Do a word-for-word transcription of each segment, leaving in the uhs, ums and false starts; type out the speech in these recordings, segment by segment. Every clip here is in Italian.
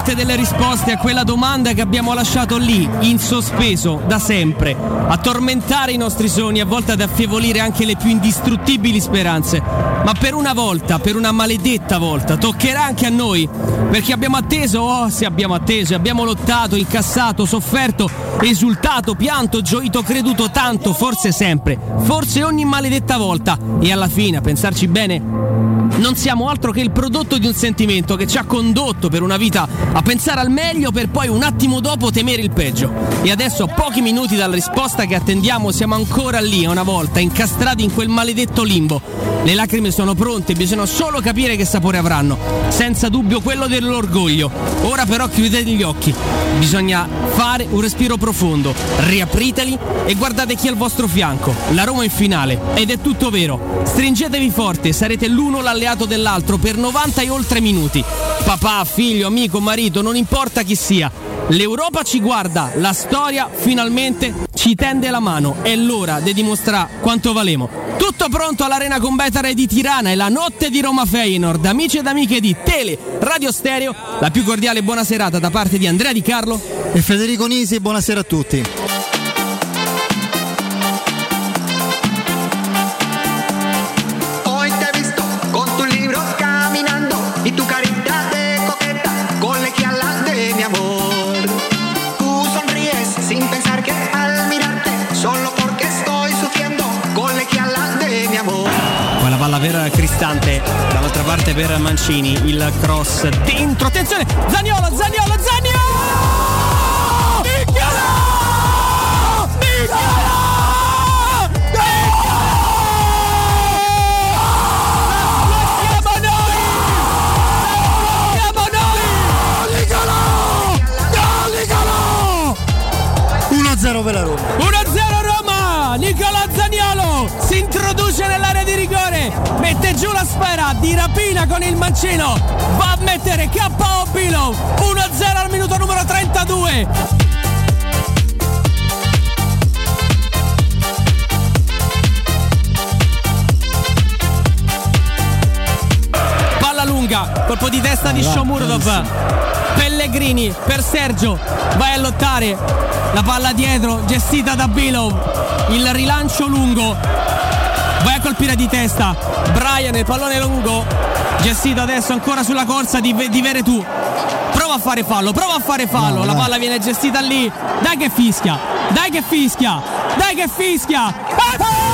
notte delle risposte a quella domanda che abbiamo lasciato lì, in sospeso, da sempre, a tormentare i nostri sogni, a volte ad affievolire anche le più indistruttibili speranze. Ma per una volta, per una maledetta volta, toccherà anche a noi, perché abbiamo atteso, oh se abbiamo atteso, abbiamo lottato, incassato, sofferto, esultato, pianto, gioito, creduto tanto, forse sempre, forse ogni maledetta volta, e alla fine, a pensarci bene, non siamo altro che il prodotto di un sentimento che ci ha condotto per una vita a pensare al meglio per poi un attimo dopo temere il peggio. E adesso, a pochi minuti dalla risposta che attendiamo, siamo ancora lì, una volta, incastrati in quel maledetto limbo. Le lacrime sono pronte, bisogna solo capire che sapore avranno. Senza dubbio quello dell'orgoglio. Ora però chiudete gli occhi. Bisogna fare un respiro profondo. Riapriteli e guardate chi è al vostro fianco. La Roma in finale. Ed è tutto vero. Stringetevi forte, sarete l'uno l'alleato dell'altro per novanta e oltre minuti. Papà, figlio, amico, marito, non importa chi sia. L'Europa ci guarda, la storia finalmente ci tende la mano. È l'ora di dimostrare quanto valemo. Tutto pronto all'Arena Combetare di Tirana e la notte di Roma Feyenoord. Amici ed amiche di Tele Radio Stereo, la più cordiale buona serata da parte di Andrea Di Carlo e Federico Nisi. Buonasera a tutti. Palla per Cristante, dall'altra parte per Mancini, il cross dentro, attenzione, Zaniolo, Zaniolo, Zaniolo! Nicola! Nicola! uno a zero per la Roma. uno a zero Roma! Nicola Zaniolo si introduce nell'area di rigore, mette giù la sfera di rapina con il mancino, va a mettere K O Bilo. uno a zero al minuto numero trentadue. Palla lunga, colpo di testa di Shomurodov. Pellegrini per Sergio, vai a lottare, la palla dietro, gestita da Bilov. Il rilancio lungo, vai a colpire di testa Brian, il pallone lungo, gestito adesso ancora sulla corsa di, di Veretù. Prova a fare fallo, prova a fare fallo, no, la palla viene gestita lì. Dai che fischia, dai che fischia, dai che fischia. Ah!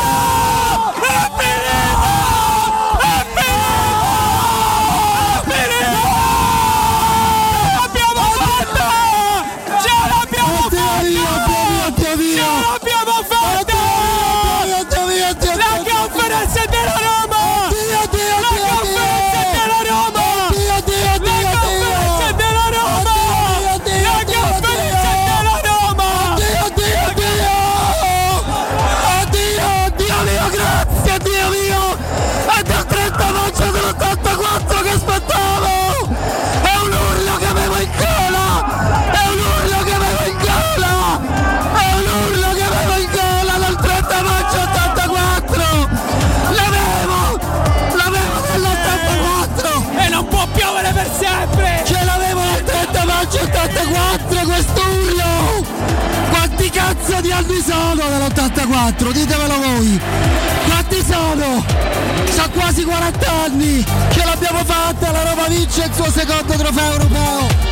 ottantaquattro questo urlo, quanti cazzo di anni sono dall'ottantaquattro, ditemelo voi, quanti sono? Sono quasi quaranta anni, ce l'abbiamo fatta, la Roma vince il suo secondo trofeo europeo.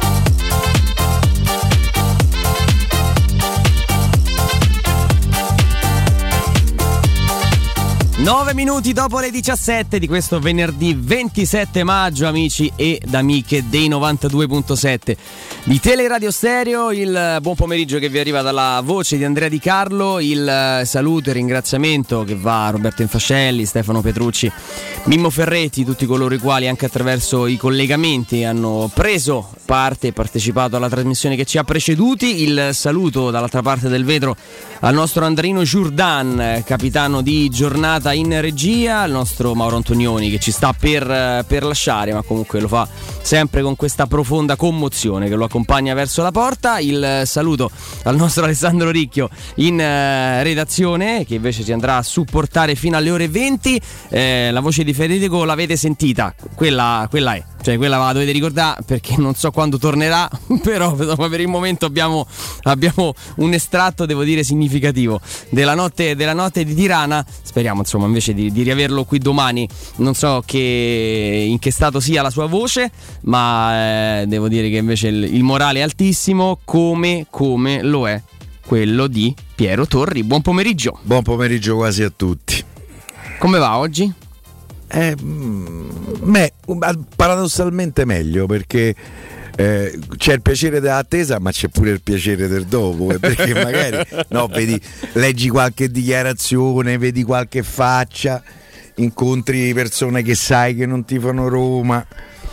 nove minuti dopo le diciassette di questo venerdì ventisette maggio, amici ed amiche dei novantadue virgola sette di Teleradio Stereo. Il buon pomeriggio che vi arriva dalla voce di Andrea Di Carlo, il saluto e ringraziamento che va a Roberto Infascelli, Stefano Petrucci, Mimmo Ferretti, tutti coloro i quali anche attraverso i collegamenti hanno preso parte e partecipato alla trasmissione che ci ha preceduti. Il saluto dall'altra parte del vetro al nostro Andrino Giurdan, capitano di giornata in regia, al nostro Mauro Antonioni che ci sta per, per lasciare, ma comunque lo fa sempre con questa profonda commozione che lo accompagna verso la porta. Il saluto al nostro Alessandro Ricchio in eh, redazione, che invece ci andrà a supportare fino alle ore venti. Eh, la voce di Federico l'avete sentita, quella, quella è cioè quella va la dovete ricordare perché non so quando tornerà, però per il momento abbiamo, abbiamo un estratto, devo dire, significativo della notte, della notte di Tirana. Speriamo insomma invece di, di riaverlo qui domani. Non so che, in che stato sia la sua voce, ma eh, devo dire che invece il, il morale è altissimo, come, come lo è quello di Piero Torri. Buon pomeriggio. Buon pomeriggio quasi a tutti. Come va oggi? Eh, me, paradossalmente meglio, perché eh, c'è il piacere dell'attesa, ma c'è pure il piacere del dopo, perché magari no, vedi, leggi qualche dichiarazione, vedi qualche faccia, incontri persone che sai che non tifano Roma.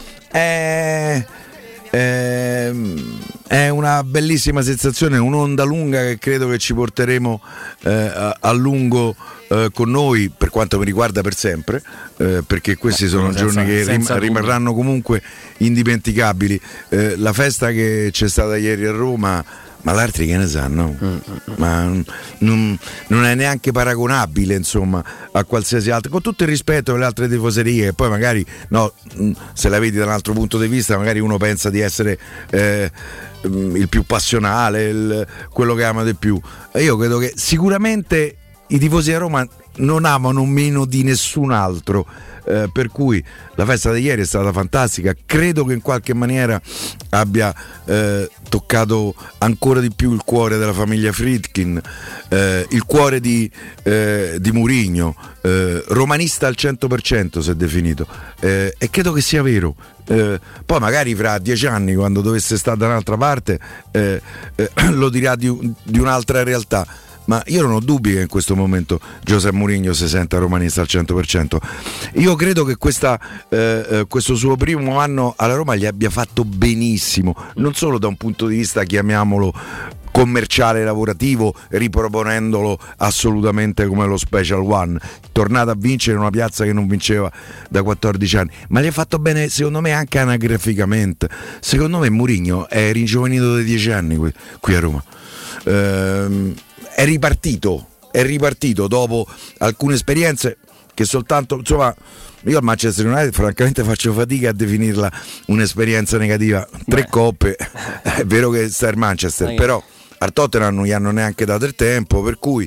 Eh, eh, è una bellissima sensazione, un'onda lunga che credo che ci porteremo eh, a, a lungo eh, con noi, per quanto mi riguarda per sempre, eh, perché questi Beh, sono senza, giorni che rim- rimarranno comunque indimenticabili. Eh, la festa che c'è stata ieri a Roma, ma gli altri che ne sanno? Mm, mm, ma non, non è neanche paragonabile, insomma, a qualsiasi altro, con tutto il rispetto per le altre tifoserie, e poi magari no, se la vedi da un altro punto di vista, magari uno pensa di essere eh, il più passionale, il, quello che ama di più. E io credo che sicuramente i tifosi a Roma non amano meno di nessun altro. Eh, per cui la festa di ieri è stata fantastica, credo che in qualche maniera abbia eh, toccato ancora di più il cuore della famiglia Friedkin, eh, il cuore di, eh, di Mourinho, eh, romanista al cento per cento si è definito, eh, e credo che sia vero. Eh, poi magari fra dieci anni, quando dovesse stare da un'altra parte, eh, eh, lo dirà di, di un'altra realtà. Ma io non ho dubbi che in questo momento José Mourinho si senta romanista al cento per cento. Io credo che questa, eh, questo suo primo anno alla Roma gli abbia fatto benissimo, non solo da un punto di vista, chiamiamolo, commerciale, lavorativo, riproponendolo assolutamente come lo Special One, tornato a vincere in una piazza che non vinceva da quattordici anni, ma gli ha fatto bene secondo me anche anagraficamente. Secondo me Mourinho è ringiovanito da dieci anni qui, qui a Roma. Ehm, È ripartito, è ripartito dopo alcune esperienze che soltanto, insomma, io al Manchester United francamente faccio fatica a definirla un'esperienza negativa. Tre Beh. coppe, è vero che sta il Manchester, Beh. però al Tottenham non gli hanno neanche dato il tempo, per cui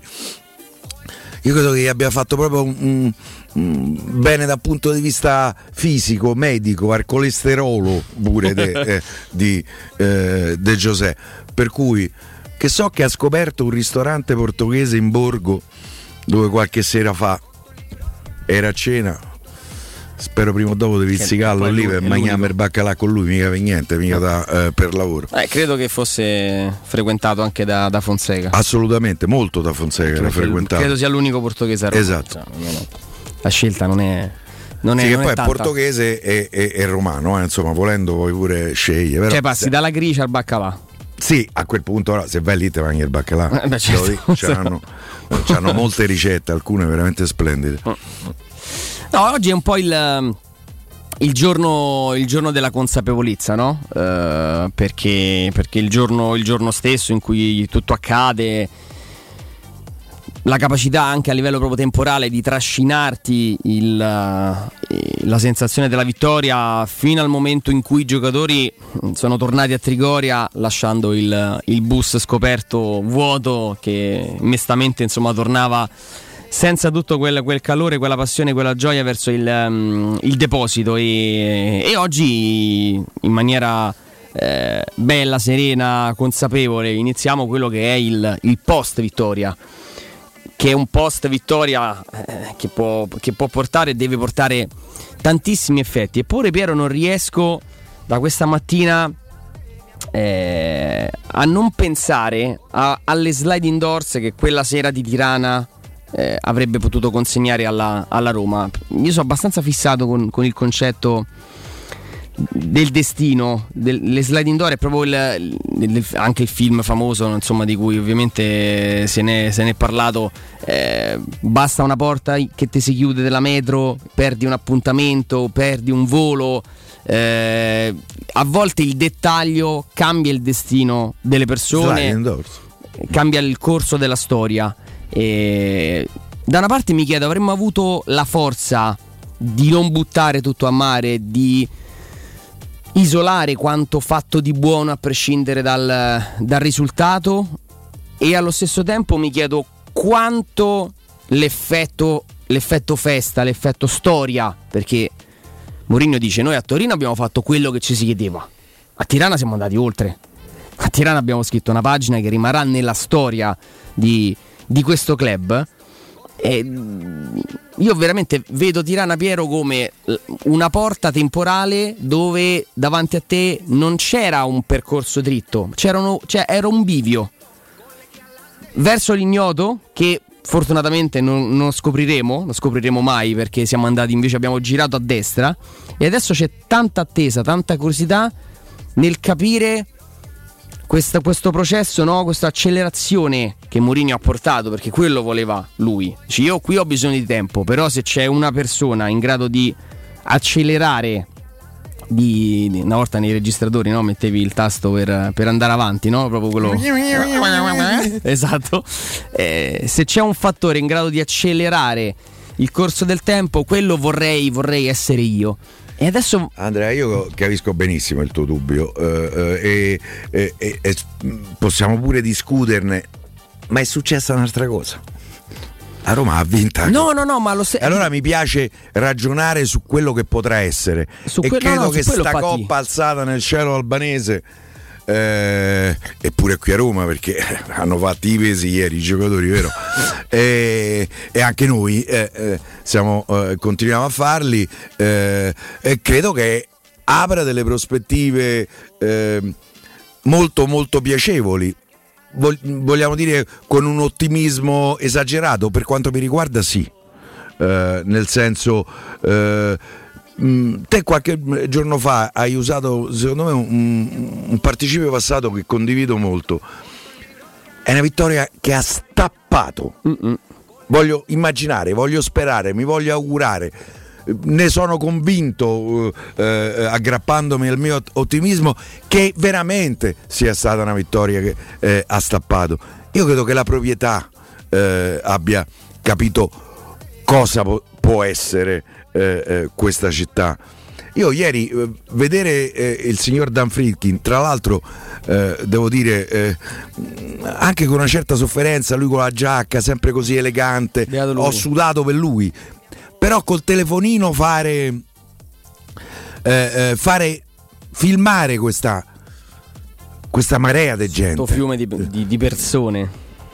io credo che gli abbia fatto proprio un, un, un bene dal punto di vista fisico, medico, al colesterolo pure de, eh, di eh, De José, per cui che so che ha scoperto un ristorante portoghese in Borgo dove qualche sera fa era a cena. Spero prima o dopo di pizzicarlo lì per mangiare il baccalà con lui, mica per niente, mica da, eh, per lavoro. Eh, credo che fosse frequentato anche da, da Fonseca. Assolutamente, molto da Fonseca era frequentato. Credo sia l'unico portoghese a Roma. Esatto. Cioè, la scelta non è... Non sì, è, che non poi è, è portoghese e, e, e romano, eh, insomma, volendo puoi pure scegliere. Però, cioè passi se... dalla gricia al baccalà. Sì, a quel punto no, se vai lì te mangi il baccalà. Eh beh, certo. C'hanno, c'hanno molte ricette, alcune veramente splendide. No, oggi è un po' il, il, giorno, il giorno della consapevolezza, no? Uh, perché, perché il giorno, il giorno stesso in cui tutto accade, la capacità anche a livello proprio temporale di trascinarti il, la sensazione della vittoria fino al momento in cui i giocatori sono tornati a Trigoria lasciando il, il bus scoperto vuoto, che mestamente insomma tornava senza tutto quel, quel calore, quella passione, quella gioia verso il, um, il deposito, e, e oggi in maniera eh, bella, serena, consapevole iniziamo quello che è il, il post vittoria, che è un post vittoria eh, che, può, che può portare e deve portare tantissimi effetti. Eppure, Piero, non riesco da questa mattina eh, a non pensare a, alle sliding doors che quella sera di Tirana eh, avrebbe potuto consegnare alla, alla Roma. Io sono abbastanza fissato con, con il concetto del destino. Del, le sliding door è proprio il, il, anche il film famoso, insomma, di cui ovviamente se ne, se ne è parlato. Eh, basta una porta che ti si chiude della metro, perdi un appuntamento, perdi un volo. Eh, a volte il dettaglio cambia il destino delle persone, cambia il corso della storia. E da una parte mi chiedo, avremmo avuto la forza di non buttare tutto a mare, di isolare quanto fatto di buono a prescindere dal, dal risultato, e allo stesso tempo mi chiedo quanto l'effetto, l'effetto festa, l'effetto storia, perché Mourinho dice: noi a Torino abbiamo fatto quello che ci si chiedeva, a Tirana siamo andati oltre, a Tirana abbiamo scritto una pagina che rimarrà nella storia di, di questo club. E io veramente vedo Tirana, Piero, come una porta temporale dove davanti a te non c'era un percorso dritto, c'erano, cioè era un bivio verso l'ignoto che fortunatamente non, non scopriremo, non scopriremo mai, perché siamo andati, invece abbiamo girato a destra, e adesso c'è tanta attesa, tanta curiosità nel capire Questo, questo processo, no? Questa accelerazione che Mourinho ha portato, perché quello voleva lui. Dice: io qui ho bisogno di tempo, però se c'è una persona in grado di accelerare, di, di una volta nei registratori, no? Mettevi il tasto per, per andare avanti, no? Proprio quello esatto. Eh, se c'è un fattore in grado di accelerare il corso del tempo, quello vorrei, vorrei essere io. E adesso, Andrea, io capisco benissimo il tuo dubbio, eh, eh, eh, eh, eh, possiamo pure discuterne, ma è successa un'altra cosa. A Roma ha vinto. No, no, no, ma lo se- allora mi piace ragionare su quello che potrà essere. Su e que- credo no, no, che su quello, sta infatti... coppa alzata nel cielo albanese, eh, eppure qui a Roma, perché hanno fatto i pesi ieri i giocatori, vero? e, e anche noi eh, eh, siamo, eh, continuiamo a farli, eh, e credo che apra delle prospettive eh, molto molto piacevoli. Vogliamo dire con un ottimismo esagerato? Per quanto mi riguarda sì, eh, nel senso, eh, te qualche giorno fa hai usato secondo me un, un participio passato che condivido molto. È una vittoria che ha stappato. Mm-mm. Voglio immaginare, voglio sperare, mi voglio augurare, ne sono convinto, eh, aggrappandomi al mio ottimismo, che veramente sia stata una vittoria che eh, ha stappato. Io credo che la proprietà eh, abbia capito cosa po- può essere eh, eh, questa città. Io ieri eh, vedere eh, il signor Dan Friedkin, tra l'altro eh, devo dire eh, anche con una certa sofferenza, lui con la giacca sempre così elegante, ho sudato per lui, però col telefonino fare eh, eh, fare filmare questa questa marea di gente, questo fiume di, di, di persone,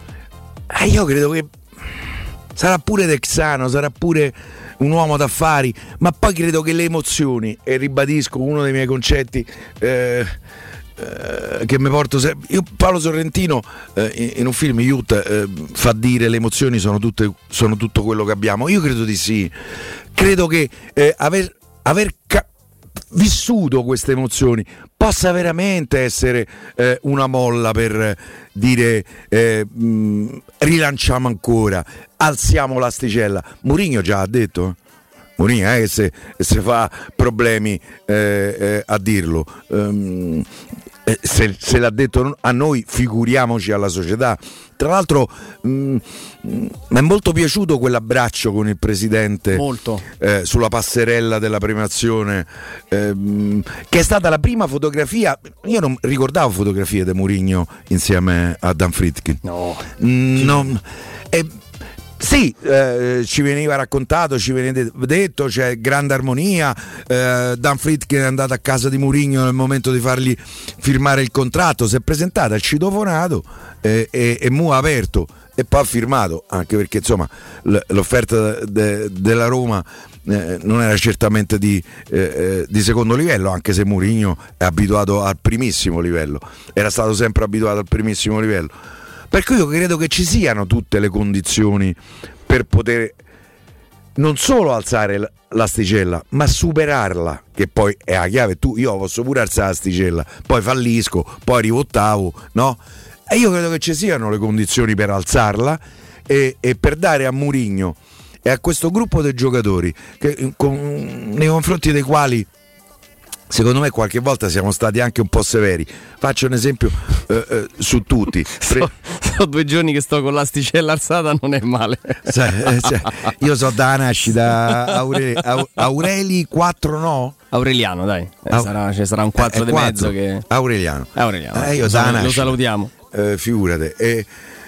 eh, io credo che sarà pure texano, sarà pure un uomo d'affari, ma poi credo che le emozioni, e ribadisco uno dei miei concetti eh, eh, che mi porto sempre, io, Paolo Sorrentino eh, in un film Youth eh, fa dire le emozioni sono tutte, sono tutto quello che abbiamo. Io credo di sì, credo che eh, aver, aver ca- vissuto queste emozioni possa veramente essere eh, una molla per dire eh, mh, rilanciamo ancora, alziamo l'asticella. Mourinho già ha detto, Mourinho eh, se, se fa problemi eh, eh, a dirlo, um, eh, se, se l'ha detto a noi, figuriamoci alla società. Tra l'altro mi è molto piaciuto quell'abbraccio con il presidente eh, sulla passerella della premiazione, ehm, che è stata la prima fotografia. Io non ricordavo fotografie di Mourinho insieme a Dan Friedkin. No, mm, non, eh, sì, eh, ci veniva raccontato, ci veniva detto, c'è grande armonia, eh, Dan Friedkin è andato a casa di Mourinho nel momento di fargli firmare il contratto, si è presentato al citofonato eh, e, e Mu ha aperto e poi ha firmato, anche perché insomma l- l'offerta de- della Roma eh, non era certamente di, eh, di secondo livello, anche se Mourinho è abituato al primissimo livello, era stato sempre abituato al primissimo livello. Per cui io credo che ci siano tutte le condizioni per poter non solo alzare l'asticella, ma superarla, che poi è la chiave. Tu, io posso pure alzare l'asticella, poi fallisco, poi arrivo ottavo, no? E io credo che ci siano le condizioni per alzarla e, e per dare a Mourinho e a questo gruppo di giocatori che, con, nei confronti dei quali secondo me qualche volta siamo stati anche un po' severi. Faccio un esempio eh, eh, su tutti. Pre- so, so due giorni che sto con l'asticella alzata, non è male. Cioè, cioè, io so da nascita Aure- Aureli quattro, no? Aureliano, dai, eh, Au- sarà, ci sarà un quattro eh, e mezzo che... Aureliano. Aureliano. Eh, io lo, da sal- nascita, lo salutiamo. Eh, figurate. Eh,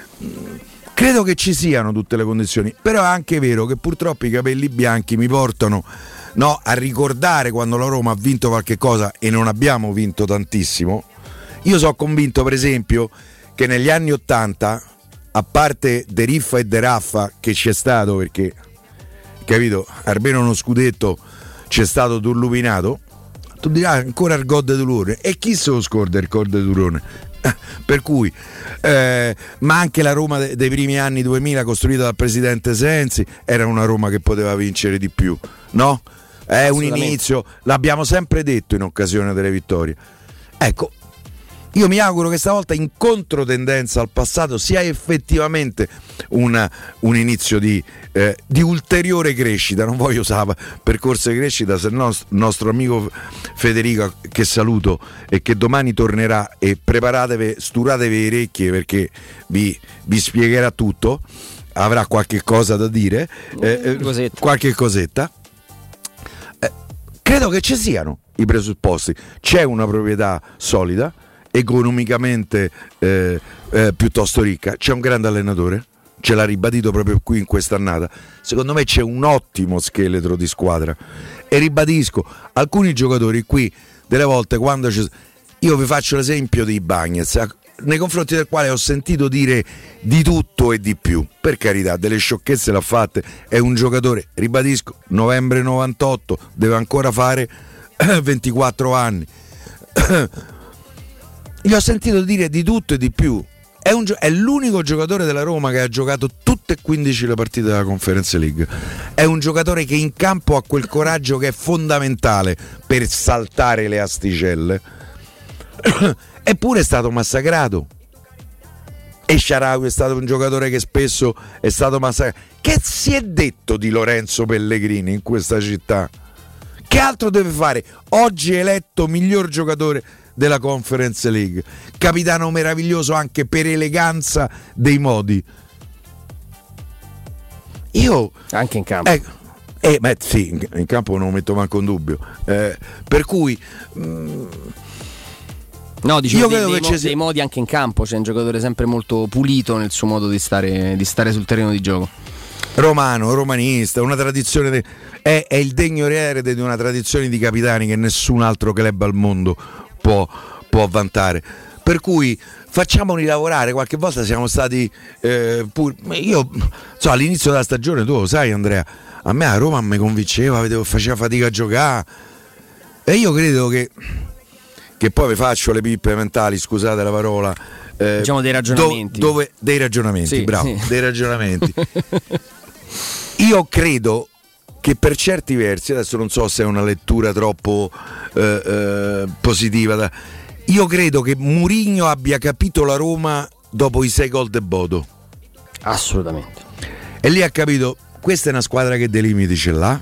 credo che ci siano tutte le condizioni, però è anche vero che purtroppo i capelli bianchi mi portano, no, a ricordare quando la Roma ha vinto qualche cosa e non abbiamo vinto tantissimo. Io sono convinto, per esempio, che negli anni ottanta, a parte De Riffa e De Raffa che c'è stato, perché capito, almeno uno scudetto c'è stato Turlupinato, tu dirai ancora il gol de Turone, e chi se lo scorda il gol de Turone? Per cui eh, ma anche la Roma de- dei primi anni duemila costruita dal presidente Sensi era una Roma che poteva vincere di più, no? È un inizio, l'abbiamo sempre detto in occasione delle vittorie. Ecco, io mi auguro che stavolta, in controtendenza al passato, sia effettivamente una, un inizio di, eh, di ulteriore crescita. Non voglio usare percorso di crescita, se no il nostro amico Federico, che saluto e che domani tornerà, e preparatevi, sturatevi le orecchie perché vi, vi spiegherà tutto, avrà qualche cosa da dire, eh, cosetta. qualche cosetta. Eh, credo che ci siano i presupposti, c'è una proprietà solida, economicamente eh, eh, piuttosto ricca, c'è un grande allenatore, ce l'ha ribadito proprio qui in quest'annata, secondo me c'è un ottimo scheletro di squadra, e ribadisco, alcuni giocatori qui delle volte quando c'è... io vi faccio l'esempio di Bagnez, nei confronti del quale ho sentito dire di tutto e di più, per carità, delle sciocchezze l'ha fatte, è un giocatore, ribadisco, novembre novantotto, deve ancora fare ventiquattro anni. Gli ho sentito dire di tutto e di più. È, un, è l'unico giocatore della Roma che ha giocato tutte e quindici le partite della Conference League. È un giocatore che in campo ha quel coraggio che è fondamentale per saltare le asticelle. Eppure è stato massacrato. E Shaarawy è stato un giocatore che spesso è stato massacrato. Che si è detto di Lorenzo Pellegrini in questa città? Che altro deve fare? Oggi eletto miglior giocatore della Conference League, capitano meraviglioso anche per eleganza dei modi. Io anche in campo, eh, eh, beh, sì, in, in campo non lo metto manco in dubbio, eh, per cui mh, no, dicevo, io dei, credo dei, che mo- ci sia... dei modi anche in campo, c'è un giocatore sempre molto pulito nel suo modo di stare, di stare sul terreno di gioco. Romano, romanista, una tradizione de... è, è il degno erede di una tradizione di capitani che nessun altro club al mondo può, può vantare, per cui facciamoli lavorare. Qualche volta siamo stati eh, pur... io so, all'inizio della stagione, tu lo sai Andrea, a me a Roma mi convinceva, vedevo, faceva fatica a giocare, e io credo che che poi vi faccio le pippe mentali, scusate la parola, eh, diciamo dei ragionamenti do, dove, dei ragionamenti, sì, bravo, sì. dei ragionamenti. Io credo che per certi versi, adesso non so se è una lettura troppo eh, eh, positiva, da, io credo che Mourinho abbia capito la Roma dopo i sei gol de Bodo. Assolutamente. E lì ha capito, questa è una squadra che dei limiti ce l'ha,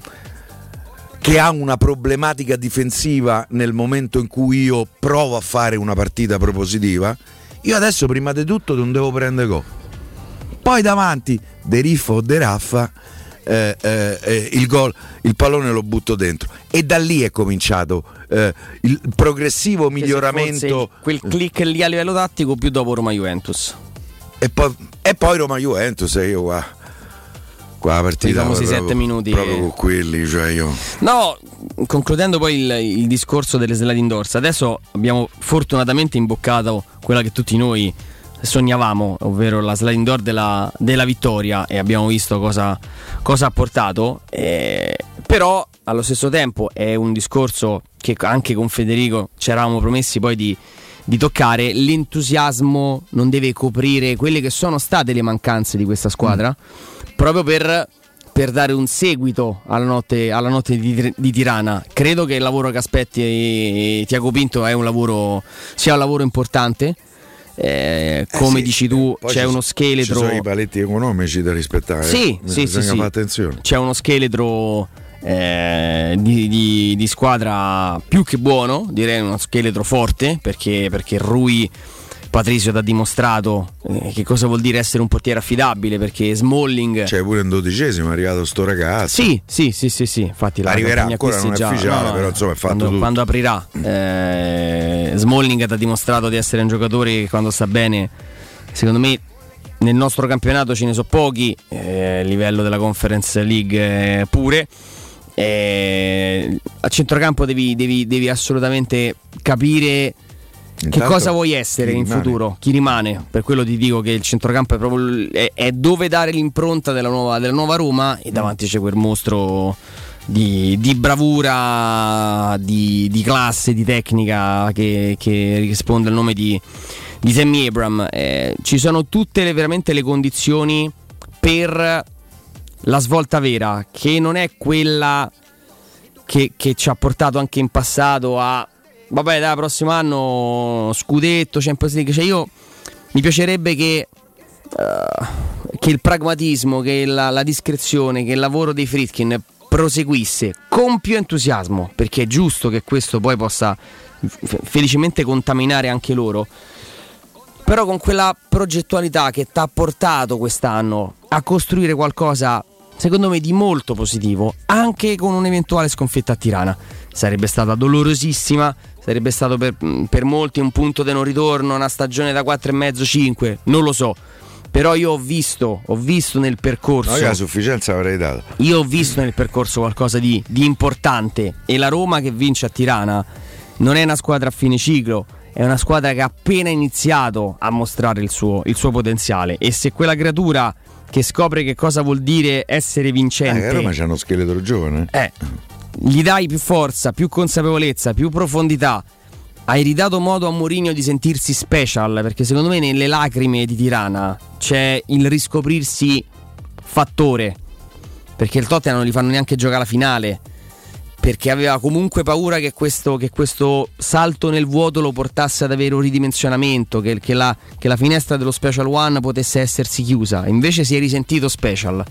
che ha una problematica difensiva nel momento in cui io provo a fare una partita propositiva. Io adesso prima di tutto non devo prendere gol, poi davanti De Riffa o De Raffa eh, eh, eh, il gol, il pallone lo butto dentro, e da lì è cominciato eh, il progressivo che miglioramento, quel click lì a livello tattico più dopo Roma-Juventus, e poi, e poi Roma-Juventus, e io qua qua la partita, i famosi proprio, sette minuti proprio con quelli, cioè io no, concludendo poi il, il discorso delle sliding doors, adesso abbiamo fortunatamente imboccato quella che tutti noi sognavamo, ovvero la sliding door della, della vittoria, e abbiamo visto cosa, cosa ha portato, eh, però allo stesso tempo è un discorso che anche con Federico ci eravamo promessi poi di, di toccare. L'entusiasmo non deve coprire quelle che sono state le mancanze di questa squadra, mm. proprio per, per dare un seguito alla notte, alla notte di, di Tirana. Credo che il lavoro che aspetti Tiago Pinto è un lavoro, sia un lavoro importante. Eh, come eh sì, dici tu, c'è uno scheletro, ci sono i paletti economici da rispettare, sì, sì, sì, sì. Attenzione. C'è uno scheletro eh, di, di, di squadra più che buono, direi uno scheletro forte, perché, perché Rui Patricio ti ha dimostrato eh, che cosa vuol dire essere un portiere affidabile, perché Smalling, cioè pure in dodicesimo è arrivato sto ragazzo. Sì, sì, sì, sì, sì. Infatti arriverà ancora, non è già, ufficiale, no, però insomma è fatto quando, tutto. Quando aprirà eh, Smalling ti ha dimostrato di essere un giocatore che quando sta bene, secondo me nel nostro campionato ce ne sono pochi, eh, a livello della Conference League eh, pure. Eh, a centrocampo devi, devi, devi assolutamente capire Intanto, che cosa vuoi essere in rimane. futuro, chi rimane. Per quello ti dico che il centrocampo è proprio è, è dove dare l'impronta della nuova, della nuova Roma, e davanti c'è quel mostro di, di bravura, di, di classe, di tecnica che, che risponde al nome di, di Tammy Abraham. Eh, ci sono tutte le, veramente le condizioni per la svolta vera, che non è quella che, che ci ha portato anche in passato a vabbè dai, prossimo anno scudetto, Champions League. Cioè io mi piacerebbe che uh, che il pragmatismo, che la, la discrezione, che il lavoro dei Friedkin proseguisse con più entusiasmo, perché è giusto che questo poi possa f- felicemente contaminare anche loro, però con quella progettualità che ti ha portato quest'anno a costruire qualcosa secondo me di molto positivo, anche con un'eventuale sconfitta a Tirana. Sarebbe stata dolorosissima, sarebbe stato per, per molti un punto di non ritorno, una stagione da quattro e mezzo cinque, non lo so, però io ho visto ho visto nel percorso, no, io la sufficienza avrei dato, io ho visto nel percorso qualcosa di, di importante, e la Roma che vince a Tirana non è una squadra a fine ciclo, è una squadra che ha appena iniziato a mostrare il suo, il suo potenziale, e se quella creatura che scopre che cosa vuol dire essere vincente, eh, a Roma c'è uno scheletro giovane, eh, gli dai più forza, più consapevolezza, più profondità, hai ridato modo a Mourinho di sentirsi special, perché secondo me nelle lacrime di Tirana c'è il riscoprirsi fattore, perché il Tottenham non gli fanno neanche giocare la finale, perché aveva comunque paura che questo, che questo salto nel vuoto lo portasse ad avere un ridimensionamento, che, che, la, che la finestra dello Special One potesse essersi chiusa. Invece si è risentito special.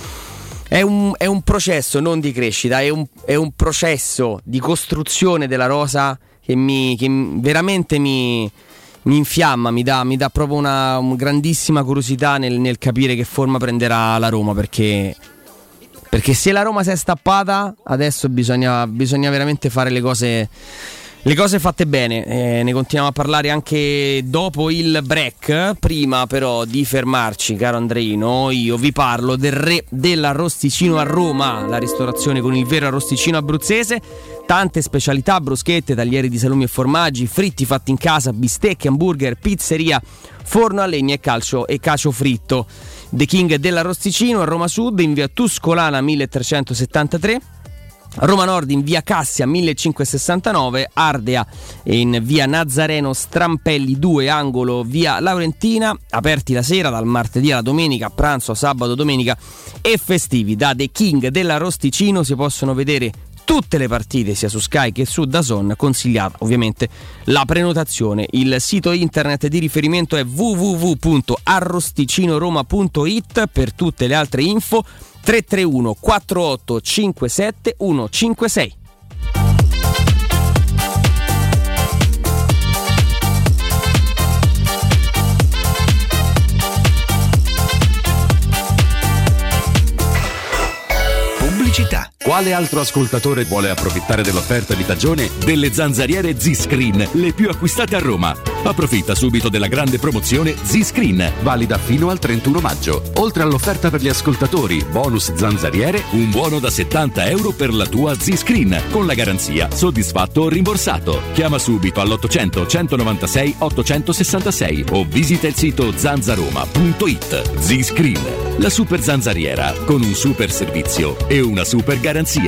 È un, è un processo non di crescita, è un, è un processo di costruzione della rosa che, mi, che veramente mi, mi infiamma, mi dà, mi dà proprio una, una grandissima curiosità nel, nel capire che forma prenderà la Roma, perché... Perché se la Roma si è stappata, adesso bisogna, bisogna veramente fare le cose, le cose fatte bene. Eh, ne continuiamo a parlare anche dopo il break. Prima però di fermarci, caro Andreino, io vi parlo del re dell'arrosticino a Roma, la ristorazione con il vero arrosticino abruzzese. Tante specialità, bruschette, taglieri di salumi e formaggi, fritti fatti in casa, bistecche, hamburger, pizzeria, forno a legna e calcio e cacio fritto. The King dell'Arrosticino a Roma Sud in via Tuscolana milletrecentosettantatré, Roma Nord in via Cassia millecinquecentosessantanove, Ardea in via Nazareno Strampelli due angolo via Laurentina, aperti la sera dal martedì alla domenica, pranzo sabato, domenica e festivi. Da The King dell'Arrosticino si possono vedere tutte le partite sia su Sky che su DAZN, consigliata ovviamente la prenotazione. Il sito internet di riferimento è w w w punto arrosticinoroma punto i t. Per tutte le altre info tre tre uno quattro otto cinque sette uno cinque sei. Pubblicità. Quale altro ascoltatore vuole approfittare dell'offerta di stagione delle zanzariere Z-Screen, le più acquistate a Roma? Approfitta subito della grande promozione Z-Screen, valida fino al trentuno maggio. Oltre all'offerta per gli ascoltatori, bonus zanzariere, un buono da settanta euro per la tua Z-Screen, con la garanzia soddisfatto o rimborsato. Chiama subito all'ottocento centonovantasei ottocentosessantasei o visita il sito zanzaroma punto i t. Z-Screen, la super zanzariera con un super servizio e una super garanzia.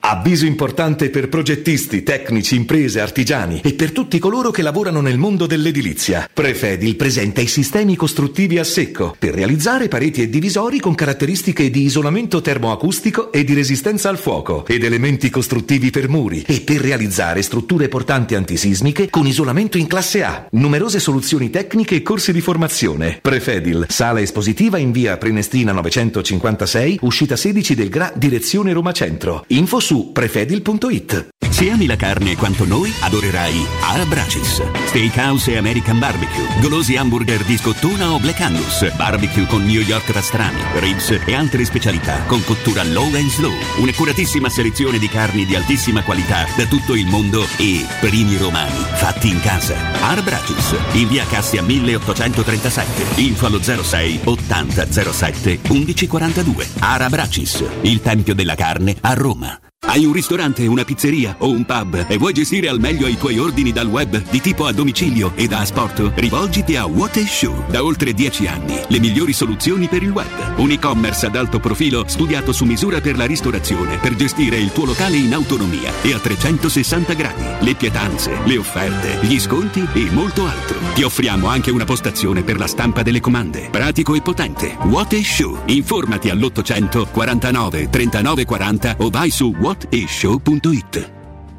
Avviso importante per progettisti, tecnici, imprese, artigiani e per tutti coloro che lavorano nel mondo dell'edilizia. Prefedil presenta i sistemi costruttivi a secco per realizzare pareti e divisori con caratteristiche di isolamento termoacustico e di resistenza al fuoco ed elementi costruttivi per muri e per realizzare strutture portanti antisismiche con isolamento in classe A. Numerose soluzioni tecniche e corsi di formazione. Prefedil, sala espositiva in via Prenestina novecentocinquantasei, uscita sedici del Gra, direzione Roma Centro. Info su prefedil punto it. Se ami la carne quanto noi, adorerai Arabracis. Steakhouse e American Barbecue, golosi hamburger di scottuna o Black Angus, barbecue con New York pastrami, ribs e altre specialità con cottura low and slow. Un'accuratissima selezione di carni di altissima qualità da tutto il mondo e primi romani fatti in casa. Arabracis, in via Cassia milleottocentotrentasette, info allo zero sei ottanta zero sette undici quarantadue. Arabracis, il tempio della carne a Roma. Hai un ristorante, una pizzeria o un pub e vuoi gestire al meglio i tuoi ordini dal web di tipo a domicilio e da asporto? Rivolgiti a What is Show. Da oltre dieci anni, le migliori soluzioni per il web. Un e-commerce ad alto profilo studiato su misura per la ristorazione, per gestire il tuo locale in autonomia e a trecentosessanta gradi. Le pietanze, le offerte, gli sconti e molto altro. Ti offriamo anche una postazione per la stampa delle comande. Pratico e potente. What is Show. Informati all'ottocento quarantanove trentanove quaranta o vai su what is show punto it.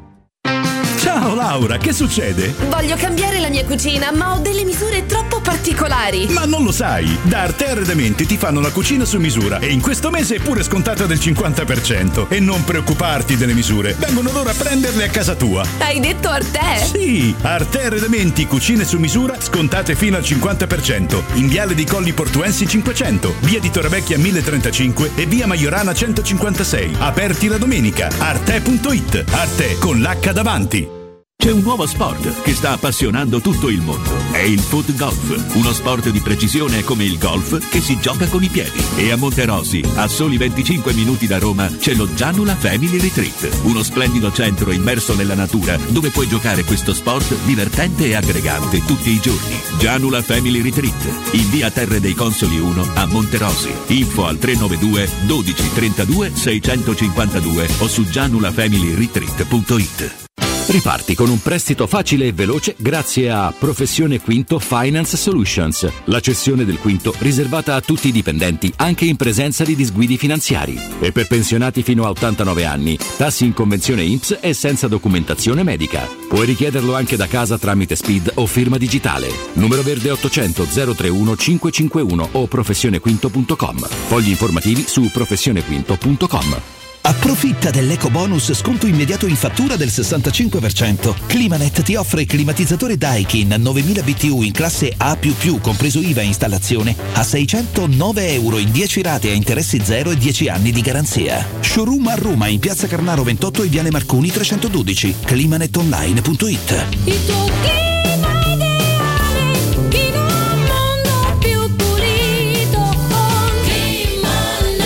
Ciao Laura, che succede? Voglio cambiare la mia cucina, ma ho delle misure troppo particolari. Ma non lo sai, da Arte Arredamenti ti fanno la cucina su misura e in questo mese è pure scontata del cinquanta per cento. E non preoccuparti delle misure, vengono loro a prenderle a casa tua. Hai detto Arte? Sì, Arte Arredamenti, cucine su misura, scontate fino al cinquanta per cento. In Viale dei Colli Portuensi cinquecento, via di Torrevecchia mille trentacinque e via Maiorana centocinquantasei. Aperti la domenica. Arte punto it. Arte con l'H davanti. C'è un nuovo sport che sta appassionando tutto il mondo. È il foot golf, uno sport di precisione come il golf che si gioca con i piedi. E a Monterosi, a soli venticinque minuti da Roma, c'è lo Gianula Family Retreat, uno splendido centro immerso nella natura dove puoi giocare questo sport divertente e aggregante tutti i giorni. Gianula Family Retreat, in via Terre dei Consoli uno a Monterosi. Info al tre nove due dodici trentadue seicentocinquantadue o su gianula family retreat punto it. Riparti con un prestito facile e veloce grazie a Professione Quinto Finance Solutions, la cessione del quinto riservata a tutti i dipendenti anche in presenza di disguidi finanziari. E per pensionati fino a ottantanove anni, tassi in convenzione I N P S e senza documentazione medica. Puoi richiederlo anche da casa tramite S P I D o firma digitale. Numero verde ottocento zero trentuno cinquecentocinquantuno o professionequinto punto com. Fogli informativi su professionequinto punto com. Approfitta dell'eco bonus sconto immediato in fattura del sessantacinque per cento. Climanet ti offre climatizzatore Daikin novemila B T U in classe A più più, compreso I V A e installazione, a seicentonove euro in dieci rate a interessi zero e dieci anni di garanzia. Showroom a Roma in piazza Carnaro ventotto e viale Marconi trecentododici. climanetonline punto it. Il tuo clima ideale in un mondo più pulito con Climanet.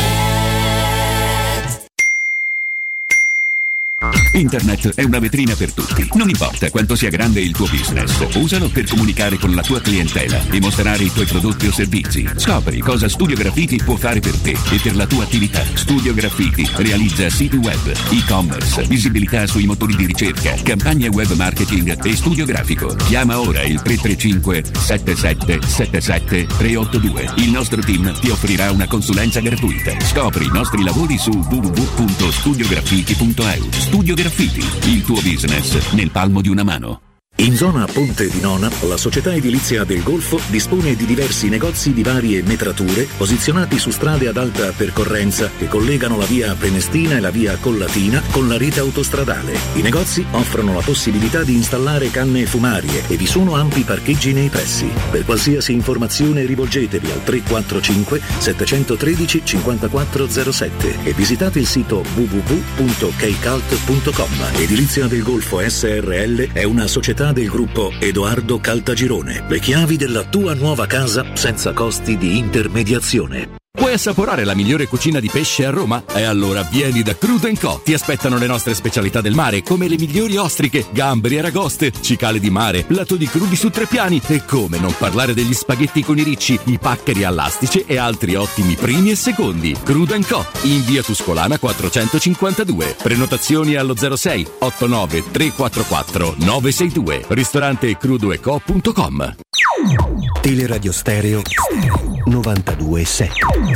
Internet è una vetrina per tutti. Non importa quanto sia grande il tuo business, usalo per comunicare con la tua clientela e mostrare i tuoi prodotti o servizi. Scopri cosa Studio Graffiti può fare per te e per la tua attività. Studio Graffiti realizza siti web, e-commerce, visibilità sui motori di ricerca, campagne web marketing e studio grafico. Chiama ora il tre tre cinque sette sette sette sette tre otto due. Il nostro team ti offrirà una consulenza gratuita. Scopri i nostri lavori su w w w punto studio graffiti punto e u. Studio Graffiti, il tuo business nel palmo di una mano. In zona Ponte di Nona, la società edilizia del Golfo dispone di diversi negozi di varie metrature posizionati su strade ad alta percorrenza che collegano la via Prenestina e la via Collatina con la rete autostradale. I negozi offrono la possibilità di installare canne fumarie e vi sono ampi parcheggi nei pressi. Per qualsiasi informazione rivolgetevi al tre quattro cinque sette uno tre cinque zero sette e visitate il sito w w w punto keicalt punto com. Edilizia del Golfo S R L è una società del gruppo Edoardo Caltagirone. Le chiavi della tua nuova casa senza costi di intermediazione. Vuoi assaporare la migliore cucina di pesce a Roma? E allora vieni da Crudo and Co. Ti aspettano le nostre specialità del mare, come le migliori ostriche, gamberi e aragoste, cicale di mare, platoni crudi su tre piani e come non parlare degli spaghetti con i ricci, i paccheri all'astice e altri ottimi primi e secondi. Crudo and Co. in via Tuscolana quattrocentocinquantadue. Prenotazioni allo zero sei otto nove tre quattro quattro nove sei due. Ristorante crudo e co punto com. Teleradio Stereo novantadue sette.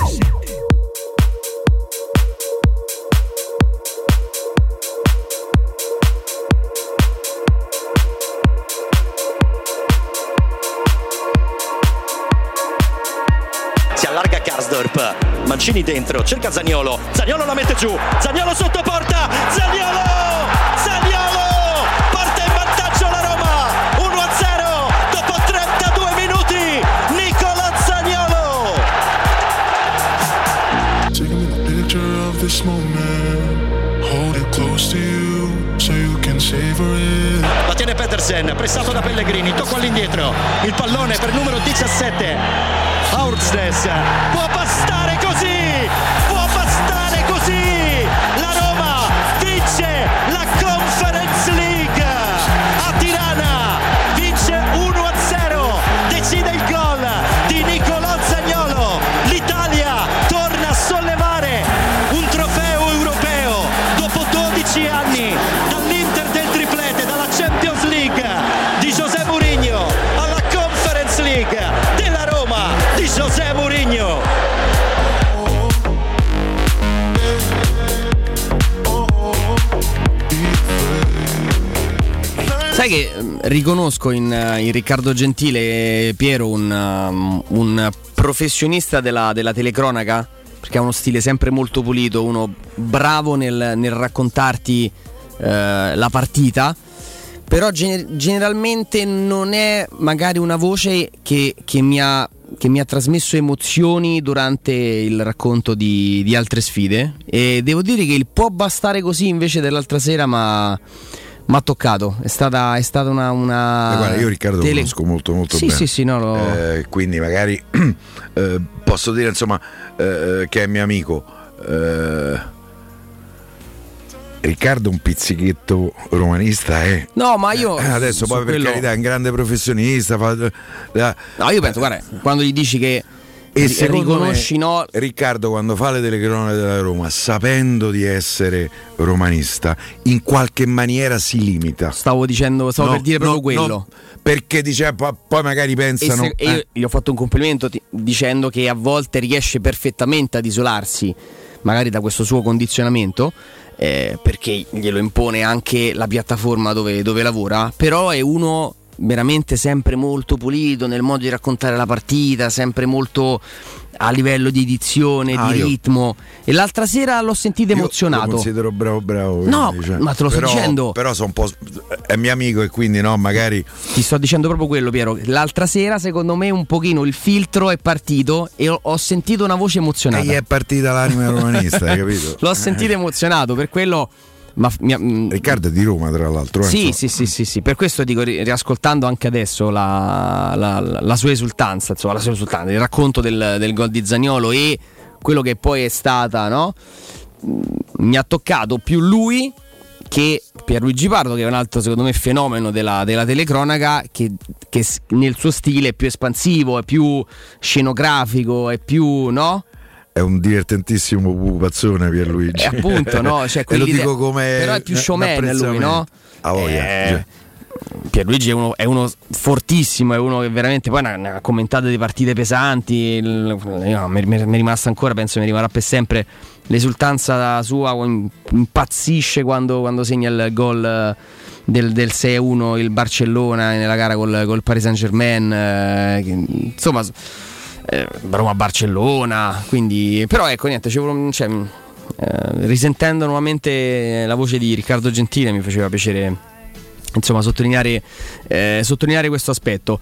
Si allarga Karsdorp, Mancini dentro, cerca Zaniolo, Zaniolo la mette giù, Zaniolo sotto porta, Zaniolo! Zaniolo! Porta in vantaggio la Roma, uno a zero dopo trentadue minuti, Nicolò Zaniolo! Taking a picture of this moment, hold it close to you so you can savor it. La tiene Pedersen, pressato da Pellegrini, tocco all'indietro, il pallone per numero diciassette. Haursnes, può bastare così, può bastare così, la Roma vince la Conference League a Tirana, vince uno a zero, decide il gol di Nicolò Zaniolo, l'Italia torna a sollevare un trofeo europeo dopo dodici anni, dall'Inter del triplete, dalla Champions League di José Mourinho alla Conference League della Roma di José Mourinho. Sai che riconosco in, in Riccardo Gentile, Piero, un, um, un professionista della, della telecronaca, perché ha uno stile sempre molto pulito, uno bravo nel, nel raccontarti eh, la partita, però gener- generalmente non è magari una voce che, che, mi ha, che mi ha trasmesso emozioni durante il racconto di, di altre sfide, e devo dire che il può bastare così invece dell'altra sera ma mi ha toccato, è stata, è stata una, una eh, guarda, io Riccardo tele... lo conosco molto molto sì, bene, sì, sì, no, lo... eh, quindi magari eh, posso dire insomma eh, che è mio amico. eh, Riccardo un pizzichetto romanista è. No, ma io eh, adesso poi per quello... carità è un grande professionista. Fa... No, io penso, guarda, quando gli dici che e ri- riconosci, me, no? Riccardo quando fa le telecronache della Roma, sapendo di essere romanista, in qualche maniera si limita. Stavo dicendo, stavo no, per dire proprio no, quello. No, perché dice, poi, poi magari pensano. E, se, e eh. io gli ho fatto un complimento ti, dicendo che a volte riesce perfettamente ad isolarsi, magari da questo suo condizionamento. Eh, perché glielo impone anche la piattaforma dove, dove lavora, però è uno veramente sempre molto pulito nel modo di raccontare la partita, sempre molto a livello di edizione, ah, di io... ritmo, e l'altra sera l'ho sentito io emozionato. Lo considero bravo bravo. No, cioè. ma te lo però, sto dicendo. Però sono un po' è mio amico e quindi no, magari ti sto dicendo proprio quello, Piero. L'altra sera secondo me un pochino il filtro è partito e ho, ho sentito una voce emozionata. E gli è partita l'anima romanista, hai capito? L'ho sentito emozionato, per quello. Ma, mi, Riccardo è di Roma tra l'altro. Sì, sì, sì, sì, sì, per questo dico, riascoltando anche adesso la, la, la sua esultanza, insomma, la sua esultanza, il racconto del, del gol di Zaniolo e quello che poi è stata, no? Mi ha toccato più lui che Pierluigi Pardo, che è un altro secondo me fenomeno della, della telecronaca, che, che nel suo stile è più espansivo, è più scenografico, è più, no? È un divertentissimo pupazzone Pierluigi. Eh, appunto, no? Cioè, e lo dico come però è più showman lui, no? Ah, voglia, eh, cioè. Pierluigi è uno, è uno fortissimo, è uno che veramente poi ne ha commentato di partite pesanti. Il, io, mi, mi è rimasta ancora, penso mi rimarrà per sempre l'esultanza sua, impazzisce quando, quando segna il gol del, del sei a uno il Barcellona nella gara col, col Paris Saint-Germain, eh, che, insomma eh, Roma-Barcellona, quindi però ecco niente, cioè, cioè, eh, risentendo nuovamente la voce di Riccardo Gentile mi faceva piacere insomma sottolineare, eh, sottolineare questo aspetto.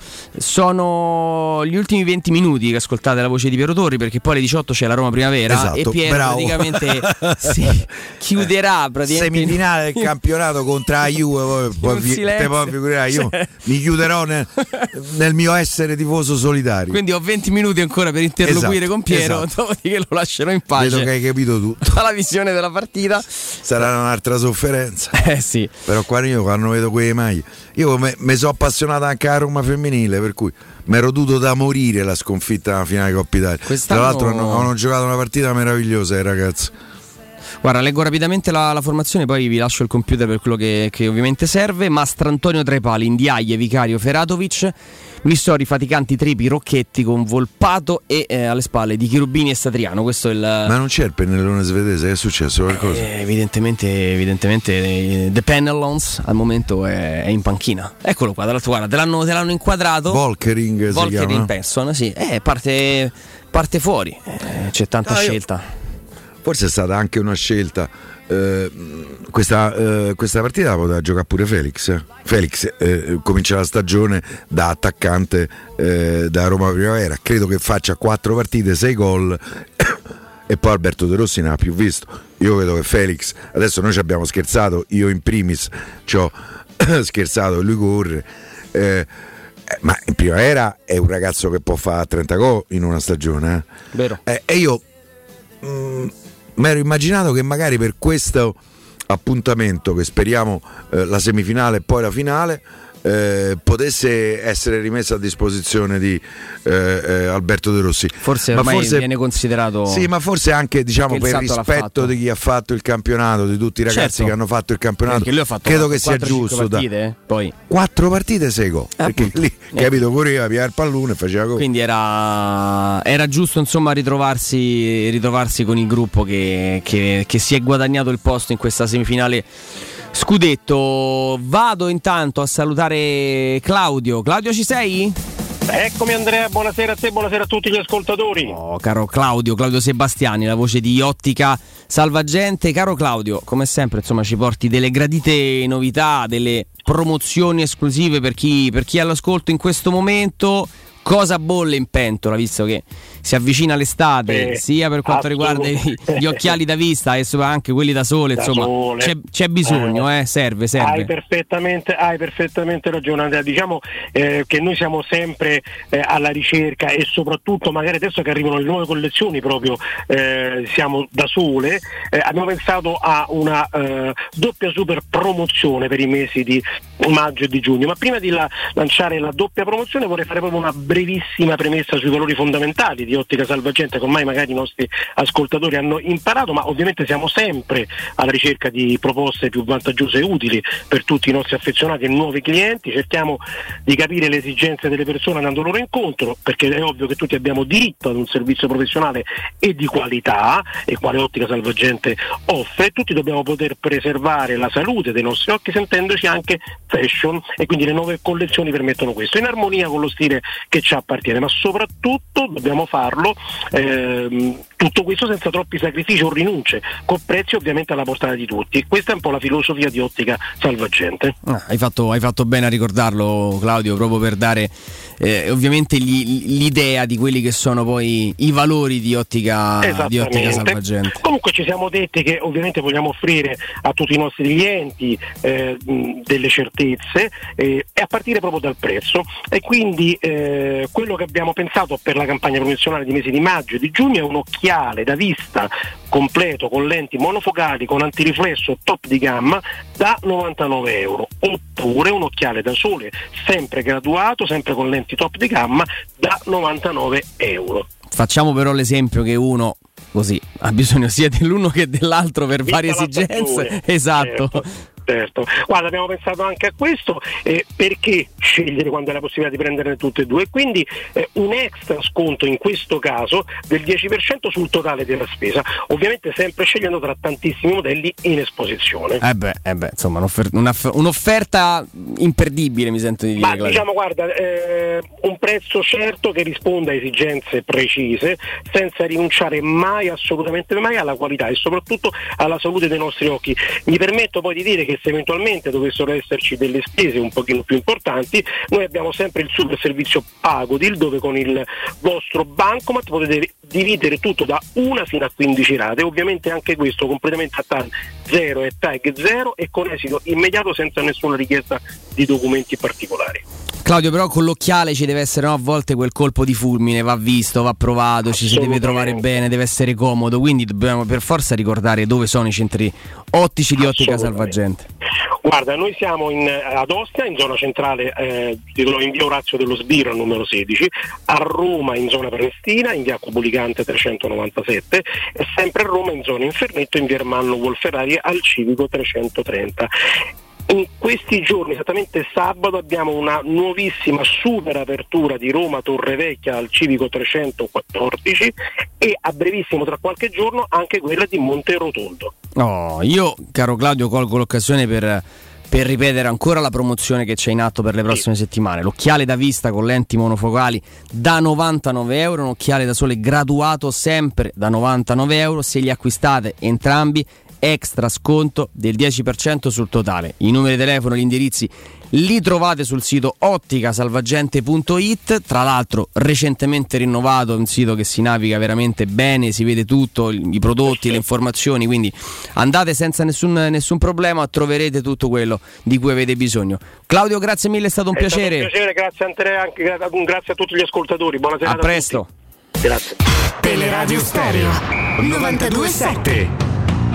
Sono gli ultimi venti minuti che ascoltate la voce di Piero Torri, perché poi alle diciotto c'è la Roma Primavera, esatto, e Piero bravo. praticamente si chiuderà praticamente semifinale del campionato contro la Juve, poi vi, te puoi figurare, io Cioè- mi chiuderò nel, nel mio essere tifoso solitario. Quindi ho venti minuti ancora per interloquire Esatto, con Piero, esatto. dopodiché lo lascerò in pace. Vedo che hai capito tutto. Alla visione della partita Sarà un'altra sofferenza. Eh sì. Però qua io quando vedo quelle maglie, io mi sono appassionato anche alla Roma femminile, per cui mi ero dovuto da morire la sconfitta nella finale Coppa Italia. Quest'anno- Tra l'altro hanno, hanno giocato una partita meravigliosa, eh, ragazzi. Guarda, leggo rapidamente la, la formazione, poi vi lascio il computer per quello che, che ovviamente serve. Mastrantonio tra i pali, Ndiaye, Vicario, Feratovic, Missori, Faticanti, Trepi, Rocchetti con Volpato e eh, alle spalle di Cherubini e Satriano. Questo è il... Ma non c'è il pennellone svedese, è successo qualcosa? Eh, evidentemente, evidentemente eh, The Pennellons al momento è, è in panchina. Eccolo qua, dall'altro, guarda, te l'hanno, te l'hanno inquadrato. Volkering si Volkering chiama, no? Persson, sì. Eh, parte, parte fuori, eh, c'è tanta Ah, io- scelta. Forse è stata anche una scelta. eh, questa, eh, questa partita la poteva giocare pure Felix. eh. Felix eh, comincia la stagione da attaccante eh, da Roma Primavera. Credo che faccia quattro partite, sei gol. E poi Alberto De Rossi ne ha più visto. Io vedo che Felix, adesso noi ci abbiamo scherzato, io in primis ci ho scherzato e lui corre. eh, eh, ma in primavera è un ragazzo che può fare trenta gol in una stagione. eh. Vero. Eh, e io mi ero immaginato che magari per questo appuntamento, che speriamo eh, la semifinale e poi la finale, eh, potesse essere rimessa a disposizione di eh, eh, Alberto De Rossi. Forse Ma ormai forse- viene considerato. Sì, ma forse anche, diciamo, Perché il per salto l'ha rispetto fatto. di chi ha fatto il campionato, di tutti i ragazzi Certo. che hanno fatto il campionato, Perché lui ha fatto credo che sia quattro cinque giusto da partite, eh, poi. quattro partite sei gol, perché appunto. lì, Eh. capito, correva, pigliava il pallone e faceva gol. Quindi era, era giusto, insomma, ritrovarsi, ritrovarsi con il gruppo che, che- che si è guadagnato il posto in questa semifinale scudetto. Vado intanto a salutare Claudio. Claudio, ci sei? Eccomi Andrea, buonasera a te, buonasera a tutti gli ascoltatori. Oh, caro Claudio, Claudio Sebastiani, la voce di Ottica Salvagente. Caro Claudio, come sempre, insomma, ci porti delle gradite novità, delle promozioni esclusive per chi, per chi è all'ascolto in questo momento. Cosa bolle in pentola, visto che si avvicina l'estate, Eh, sia per quanto riguarda i- gli occhiali da vista e anche quelli da sole, Da insomma, sole. c'è, c'è bisogno, eh, serve, Hai serve. perfettamente, hai perfettamente ragione Andrea, diciamo eh, che noi siamo sempre eh, alla ricerca e soprattutto magari adesso che arrivano le nuove collezioni proprio eh, siamo da sole, eh, abbiamo pensato a una eh, doppia super promozione per i mesi di maggio e di giugno, ma prima di la- lanciare la doppia promozione vorrei fare proprio una brevissima premessa sui valori fondamentali di Ottica Salvagente che ormai magari i nostri ascoltatori hanno imparato, ma ovviamente siamo sempre alla ricerca di proposte più vantaggiose e utili per tutti i nostri affezionati e nuovi clienti. Cerchiamo di capire le esigenze delle persone andando loro incontro, perché è ovvio che tutti abbiamo diritto ad un servizio professionale e di qualità, e quale Ottica Salvagente offre. Tutti dobbiamo poter preservare la salute dei nostri occhi, sentendoci anche fashion, e quindi le nuove collezioni permettono questo, in armonia con lo stile che ci appartiene, ma soprattutto dobbiamo farlo ehm, tutto questo senza troppi sacrifici o rinunce, con prezzi ovviamente alla portata di tutti. Questa è un po' la filosofia di Ottica Salvagente. Ah, hai, fatto, hai fatto bene a ricordarlo, Claudio, proprio per dare eh, ovviamente gli- l'idea di quelli che sono poi i valori di Ottica, di Ottica Salvagente. Comunque ci siamo detti che ovviamente vogliamo offrire a tutti i nostri clienti eh, mh, delle certezze eh, e a partire proprio dal prezzo, e quindi eh, quello che abbiamo pensato per la campagna promozionale di mesi di maggio e di giugno è un occhiale da vista completo con lenti monofocali con antiriflesso top di gamma da novantanove euro, oppure un occhiale da sole sempre graduato, sempre con lenti top di gamma da novantanove euro. Facciamo però l'esempio che uno così ha bisogno sia dell'uno che dell'altro per Vista varie la esigenze. stagione. Esatto. Certo. Certo, guarda, abbiamo pensato anche a questo, eh, perché scegliere quando hai la possibilità di prenderne tutte e due, quindi eh, un extra sconto in questo caso del dieci per cento sul totale della spesa, ovviamente sempre scegliendo tra tantissimi modelli in esposizione. Eh beh, eh beh, insomma, un'offer- un'aff- un'offerta imperdibile, mi sento di dire. Ma Claudio. diciamo, guarda, eh, un prezzo certo che risponda a esigenze precise, senza rinunciare mai, assolutamente mai, alla qualità e soprattutto alla salute dei nostri occhi. Mi permetto poi di dire che e se eventualmente dovessero esserci delle spese un pochino più importanti, noi abbiamo sempre il super servizio Pagodil, dove con il vostro bancomat potete dividere tutto da una fino a quindici rate, ovviamente anche questo completamente a tag zero e tag zero e con esito immediato senza nessuna richiesta di documenti particolari. Claudio, però con l'occhiale ci deve essere, no, a volte quel colpo di fulmine, va visto, va provato, ci si deve trovare bene, deve essere comodo, quindi dobbiamo per forza ricordare dove sono i centri ottici di Ottica Salvagente. Guarda, noi siamo in, ad Ostia, in zona centrale, eh, in via Orazio dello Sbirro, numero sedici, a Roma in zona Prenestina, in via Cobulicante trecentonovantasette, e sempre a Roma in zona Infernetto, in via Ermanno Wolferari al Civico trecentotrenta. In questi giorni, esattamente sabato, abbiamo una nuovissima super apertura di Roma Torrevecchia al Civico trecentoquattordici e a brevissimo, tra qualche giorno, anche quella di Monterotondo. Oh, io, caro Claudio, colgo l'occasione per, per ripetere ancora la promozione che c'è in atto per le prossime sì. settimane. L'occhiale da vista con lenti monofocali da novantanove euro, un occhiale da sole graduato sempre da novantanove euro. Se li acquistate entrambi, extra sconto del dieci per cento sul totale. I numeri di telefono e gli indirizzi li trovate sul sito otticasalvagente punto it, tra l'altro recentemente rinnovato, un sito che si naviga veramente bene, si vede tutto, i prodotti, le informazioni, quindi andate senza nessun, nessun problema, troverete tutto quello di cui avete bisogno. Claudio, grazie mille, è stato un è piacere. Stato un piacere, grazie Andrea, anche grazie a tutti gli ascoltatori, buona serata a presto. A tutti. Grazie. Teleradio Stereo novantadue sette.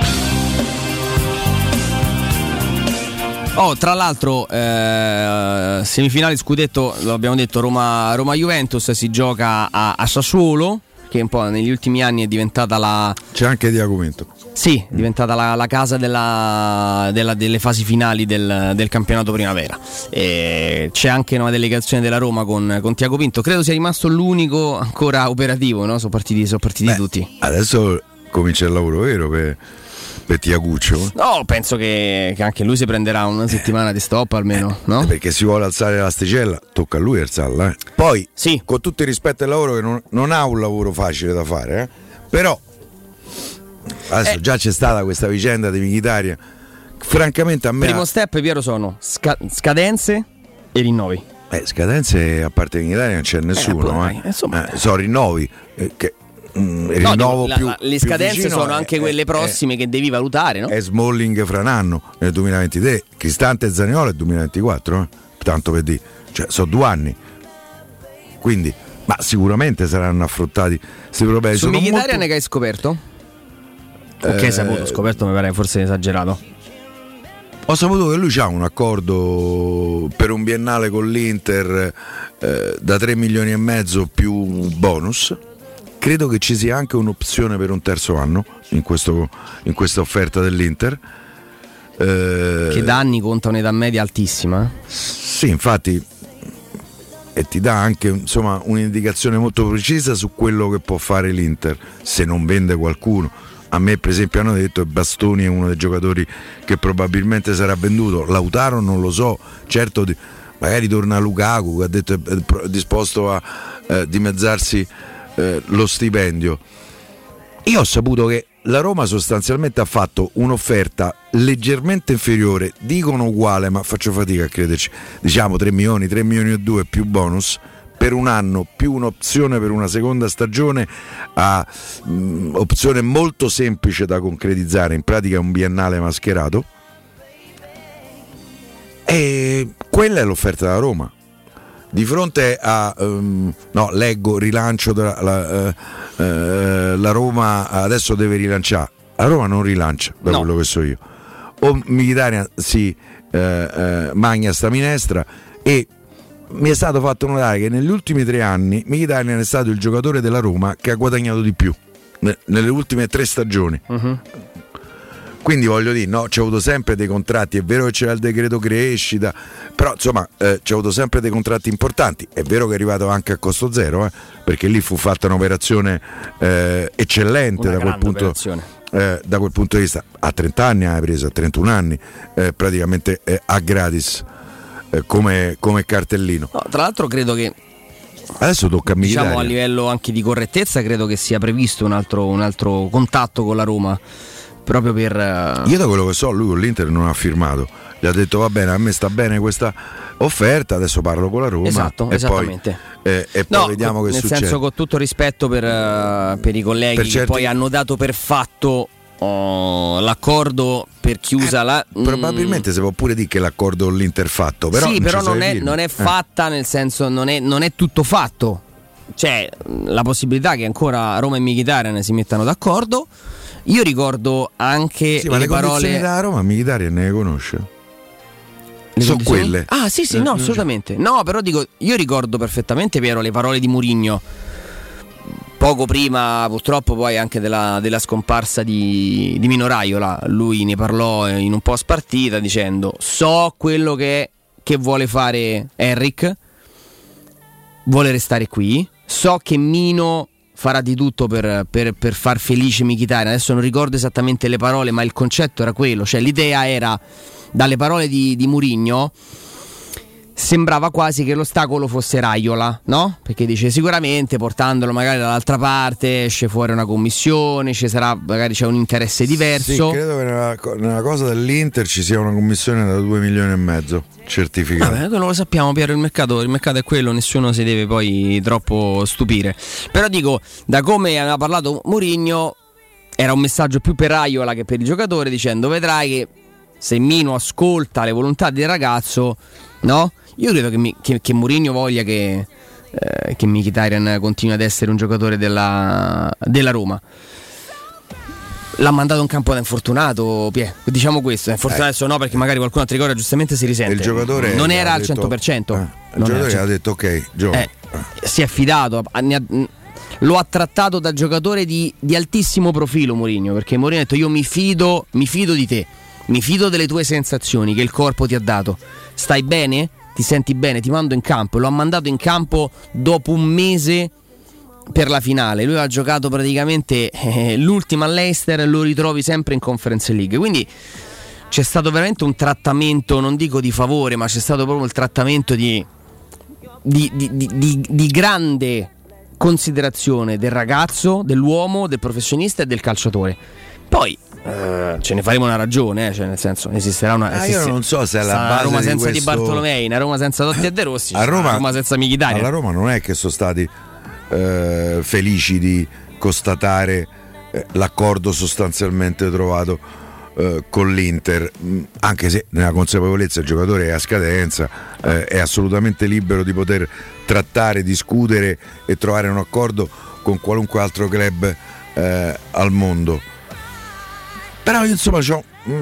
Oh, tra l'altro eh, semifinale scudetto, lo abbiamo detto, Roma, Roma Juventus si gioca a, a Sassuolo, che un po' negli ultimi anni è diventata la... C'è anche Diacomento. Sì, è diventata la, la casa della, della, delle fasi finali del, del campionato primavera. E c'è anche una delegazione della Roma con, con Tiago Pinto, credo sia rimasto l'unico ancora operativo, no? Sono partiti, sono partiti Beh, tutti. Adesso comincia il lavoro vero per... per Tiaguccio? No, penso che, che anche lui si prenderà una settimana di stop almeno, no? Eh, perché si vuole alzare l'asticella, tocca a lui alzarla. Eh. Poi, sì. con tutto il rispetto al lavoro, che non, non ha un lavoro facile da fare, eh. Però adesso eh. già c'è stata questa vicenda di Mkhitaryan. Francamente a me... Primo step, Piero, sono sca- scadenze e rinnovi. Eh, scadenze a parte Mkhitaryan non c'è nessuno, eh, eh. Insomma, eh, sono rinnovi eh, che Mm, no, rinnovo la, più, la, le più scadenze vicino sono anche è, quelle prossime è, che devi valutare, no? È Smalling fra un anno nel duemilaventitré, Cristante e Zaniolo è duemilaventiquattro, eh? Tanto per dire, cioè sono due anni, quindi ma sicuramente saranno affrontati questi problemi. Su Mkhitaryan molto... che hai scoperto? Eh, o che hai saputo? Scoperto mi pare forse esagerato. Ho saputo che lui ha un accordo per un biennale con l'Inter eh, da tre milioni e mezzo più bonus. Credo che ci sia anche un'opzione per un terzo anno in, questo, in questa offerta dell'Inter. Eh, che da anni conta un'età media altissima. Sì, infatti, e ti dà anche insomma un'indicazione molto precisa su quello che può fare l'Inter se non vende qualcuno. A me per esempio hanno detto che Bastoni è uno dei giocatori che probabilmente sarà venduto. Lautaro non lo so, certo magari torna Lukaku che ha detto è disposto a eh, dimezzarsi Eh, lo stipendio. Io ho saputo che la Roma sostanzialmente ha fatto un'offerta leggermente inferiore, dicono uguale ma faccio fatica a crederci, diciamo tre milioni, tre milioni e due più bonus per un anno, più un'opzione per una seconda stagione a mh, opzione molto semplice da concretizzare, in pratica un biennale mascherato, e quella è l'offerta della Roma. Di fronte a um, no, leggo rilancio della, la, uh, uh, la Roma adesso deve rilanciare. La Roma non rilancia, da no. quello che so io. O Mkhitaryan si uh, uh, magna sta minestra, e mi è stato fatto notare che negli ultimi tre anni Mkhitaryan è stato il giocatore della Roma che ha guadagnato di più ne, nelle ultime tre stagioni. Uh-huh. Quindi voglio dire, no, c'è avuto sempre dei contratti, è vero che c'era il decreto crescita, però insomma eh, c'è avuto sempre dei contratti importanti, è vero che è arrivato anche a costo zero, eh, perché lì fu fatta un'operazione eh, eccellente da quel, punto, eh, da quel punto di vista. A trenta anni ha preso, a trentuno anni, eh, praticamente eh, a gratis eh, come, come cartellino. No, tra l'altro credo che adesso tocca a Mkhitaryan. Diciamo a livello anche di correttezza credo che sia previsto un altro, un altro contatto con la Roma proprio per uh... io da quello che so lui con l'Inter non ha firmato, gli ha detto va bene, a me sta bene questa offerta, adesso parlo con la Roma. Esatto, e esattamente. Poi, eh, e poi no, vediamo che nel succede. senso, con tutto rispetto per, uh, per i colleghi per che certi... poi hanno dato per fatto uh, l'accordo per chiusa eh, la probabilmente mm, si può pure dire che l'accordo con l'Inter fatto, però sì, non però non è, firme. non è fatta, eh. nel senso non è, non è tutto fatto. C'è la possibilità che ancora Roma e Mkhitaryan si mettano d'accordo. Io ricordo anche sì, le, ma le parole condizioni da Roma Mkhitaryan ne conosce? Le sono condizioni? quelle. Ah sì sì, no, assolutamente. No, però dico, io ricordo perfettamente, Piero, le parole di Mourinho poco prima purtroppo poi anche della, della scomparsa di, di Mino Raiola. Lui ne parlò in un post partita dicendo: so quello che, che vuole fare Henrik, vuole restare qui, so che Mino farà di tutto per, per, per far felice Mkhitaryan. Adesso non ricordo esattamente le parole, ma il concetto era quello, cioè l'idea era, dalle parole di, di Mourinho sembrava quasi che l'ostacolo fosse Raiola, no? Perché dice sicuramente portandolo magari dall'altra parte esce fuori una commissione, ci sarà, magari c'è un interesse diverso. Sì, credo che nella, nella cosa dell'Inter ci sia una commissione da due milioni e mezzo certificata. Vabbè, quello lo sappiamo, Piero, il mercato, il mercato è quello, nessuno si deve poi troppo stupire. Però dico, da come aveva parlato Mourinho era un messaggio più per Raiola che per il giocatore, dicendo vedrai che se Mino ascolta le volontà del ragazzo, no? Io credo che, mi, che, che Mourinho voglia che, eh, che Mkhitaryan continui ad essere un giocatore della, della Roma. L'ha mandato in campo da infortunato, Pie. Diciamo questo, infortunato eh. adesso no, perché magari qualcuno a Trigoria giustamente si risente. Il giocatore non era al detto, cento per cento. Eh, il giocatore ha detto ok, Gio. Eh, si è fidato, lo ha trattato da giocatore di, di altissimo profilo Mourinho, perché Mourinho ha detto io mi fido, mi fido di te, mi fido delle tue sensazioni che il corpo ti ha dato. Stai bene? Ti senti bene? Ti mando in campo. Lo ha mandato in campo dopo un mese per la finale. Lui ha giocato praticamente eh, l'ultima all'Leicester e lo ritrovi sempre in Conference League. Quindi c'è stato veramente un trattamento, non dico di favore, ma c'è stato proprio il trattamento di, di, di, di, di, di grande considerazione del ragazzo, dell'uomo, del professionista e del calciatore. Poi Uh, ce ne faremo una ragione, eh? Cioè nel senso esisterà una ah, io non so se è la base una Roma di senza questo... di Bartolomei, una Roma senza Totti e De Rossi, a Roma, una Roma senza Mkhitaryan. alla Roma non è che sono stati eh, felici di constatare eh, l'accordo sostanzialmente trovato eh, con l'Inter, anche se nella consapevolezza il giocatore è a scadenza, eh, è assolutamente libero di poter trattare, discutere e trovare un accordo con qualunque altro club eh, al mondo. Però io insomma ho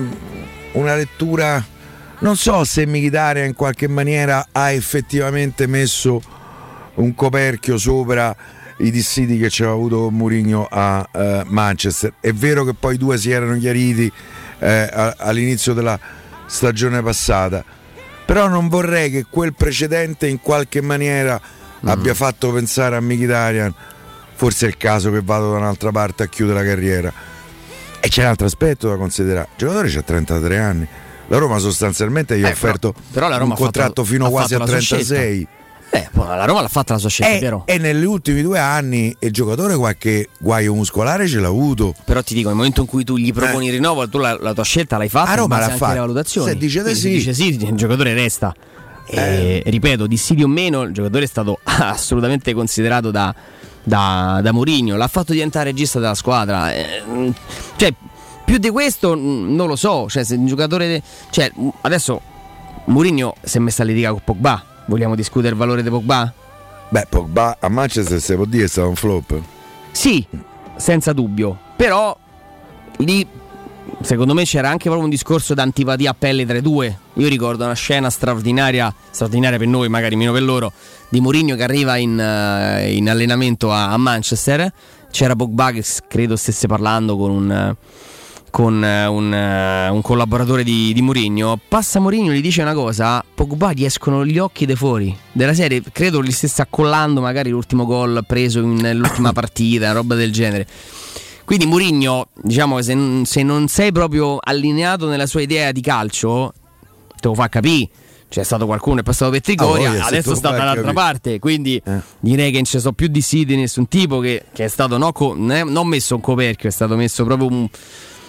una lettura, non so se Mkhitaryan in qualche maniera ha effettivamente messo un coperchio sopra i dissidi che c'era avuto con Mourinho a uh, Manchester. È vero che poi i due si erano chiariti eh, all'inizio della stagione passata, però non vorrei che quel precedente in qualche maniera mm. abbia fatto pensare a Mkhitaryan forse è il caso che vado da un'altra parte a chiudere la carriera. E c'è un altro aspetto da considerare, il giocatore c'ha trentatré anni, la Roma sostanzialmente gli ha eh, offerto però, però la Roma un contratto fatto, fino quasi a trentasei. Eh, la Roma l'ha fatta la sua scelta, vero? E negli ultimi due anni il giocatore qualche guaio muscolare ce l'ha avuto. Però ti dico, nel momento in cui tu gli proponi il eh. rinnovo, tu la, la tua scelta l'hai fatta, a Roma l'ha fatta. Le valutazioni. Se dice sì. sì. dice sì, il giocatore resta. E, eh. ripeto, di sì o meno, il giocatore è stato assolutamente considerato da, da, da Mourinho, l'ha fatto diventare regista della squadra. Eh, cioè, più di questo non lo so. Cioè, se un giocatore. Cioè, adesso Mourinho si è messo a litigare con Pogba. Vogliamo discutere il valore di Pogba? Beh, Pogba a Manchester si può dire è stato un flop. Sì, senza dubbio. Però lì secondo me c'era anche proprio un discorso d'antipatia a pelle tra i due. Io ricordo una scena straordinaria, straordinaria per noi, magari meno per loro, di Mourinho che arriva in, uh, in allenamento a, a Manchester. C'era Pogba che credo stesse parlando con un... Uh, con un, un collaboratore di, di Mourinho. Passa Mourinho, gli dice una cosa, Pogba gli escono gli occhi dai fuori della serie, credo gli stesse accollando magari l'ultimo gol preso nell'ultima partita, roba del genere. Quindi Mourinho, diciamo che se, se non sei proprio allineato nella sua idea di calcio, te lo fa capire. C'è stato qualcuno, è passato per Trigoria, oh, adesso sta dall'altra capire. parte, quindi eh. direi che non ci sono più dissidi di nessun tipo, che, che è stato no, co, non messo un coperchio, è stato messo proprio un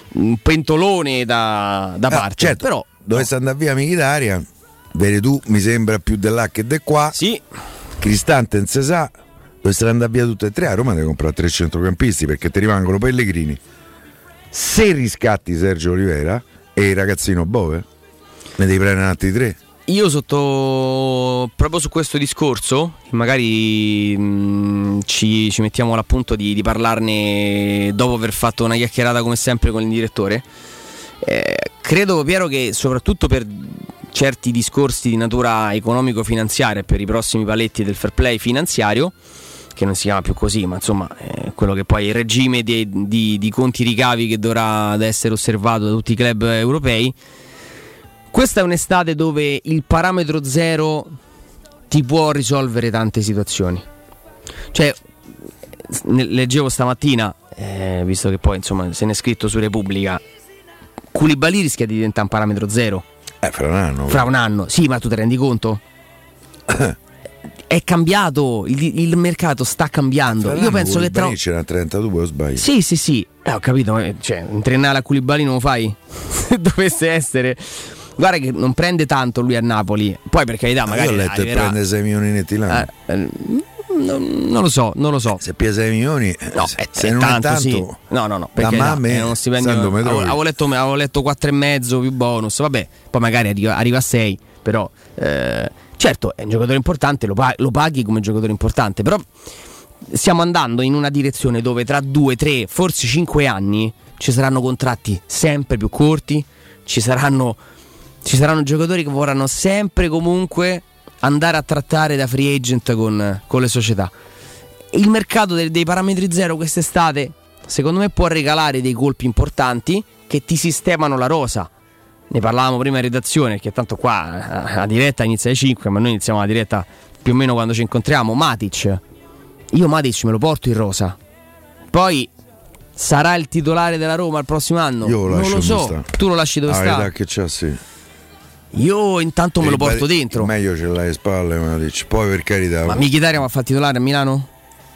un pentolone da, da eh, parte. Certo, però dovesse no. andare via Mkhitaryan, vedi tu, mi sembra più dell'A che de qua. Sì. Cristante non si sa, dovessero andare via tutte e tre. A Roma deve comprare tre centrocampisti perché ti rimangono Pellegrini. Se riscatti Sergio Oliveira e il ragazzino Bove, ne devi prendere altri tre. Io sotto proprio su questo discorso, magari mh, ci, ci mettiamo all'appunto di, di parlarne dopo aver fatto una chiacchierata come sempre con il direttore. Eh, credo, Piero, che soprattutto per certi discorsi di natura economico-finanziaria, per i prossimi paletti del fair play finanziario, che non si chiama più così, ma insomma è quello che poi è il regime di, di, di conti ricavi che dovrà essere osservato da tutti i club europei. Questa è un'estate dove il parametro zero ti può risolvere tante situazioni. Cioè, leggevo stamattina, eh, visto che poi insomma se n'è scritto su Repubblica, Koulibaly rischia di diventare un parametro zero. Eh, fra un anno. Fra un anno, sì, ma tu ti rendi conto? È cambiato, il, il mercato sta cambiando. Fra Io penso che tra... c'era trentadue o sbaglio? Sì, sì, sì, eh, ho capito, cioè, un triennale a Koulibaly non lo fai? Se dovesse essere... Guarda che non prende tanto lui a Napoli. Poi per carità magari io ho letto che prende sei milioni netti l'anno. eh, eh, non, non lo so, non lo so. Se pia sei milioni, no, se, è, se è non tanto, è tanto, sì. No, no, no, perché da è uno stipendio. Avevo, avevo letto avevo letto quattro e mezzo più bonus. Vabbè, poi magari arriva, arriva a sei, però eh, certo, è un giocatore importante, lo paghi, lo paghi come giocatore importante, però stiamo andando in una direzione dove tra due, tre, forse cinque anni ci saranno contratti sempre più corti, ci saranno Ci saranno giocatori che vorranno sempre comunque andare a trattare da free agent con, con le società. Il mercato dei, dei parametri zero quest'estate secondo me può regalare dei colpi importanti che ti sistemano la rosa. Ne parlavamo prima in redazione, che tanto qua la diretta inizia alle cinque, ma noi iniziamo la diretta più o meno quando ci incontriamo. Matic, io Matic me lo porto in rosa. Poi sarà il titolare della Roma il prossimo anno? Io lo non lo so. Sta. Tu lo lasci dove ah, sta? Che c'ha, sì. Io intanto me lo porto bari- dentro. Meglio ce l'hai alle spalle, ma dici. Poi per carità. Ma Mkhitaryan va a fare titolare a Milano?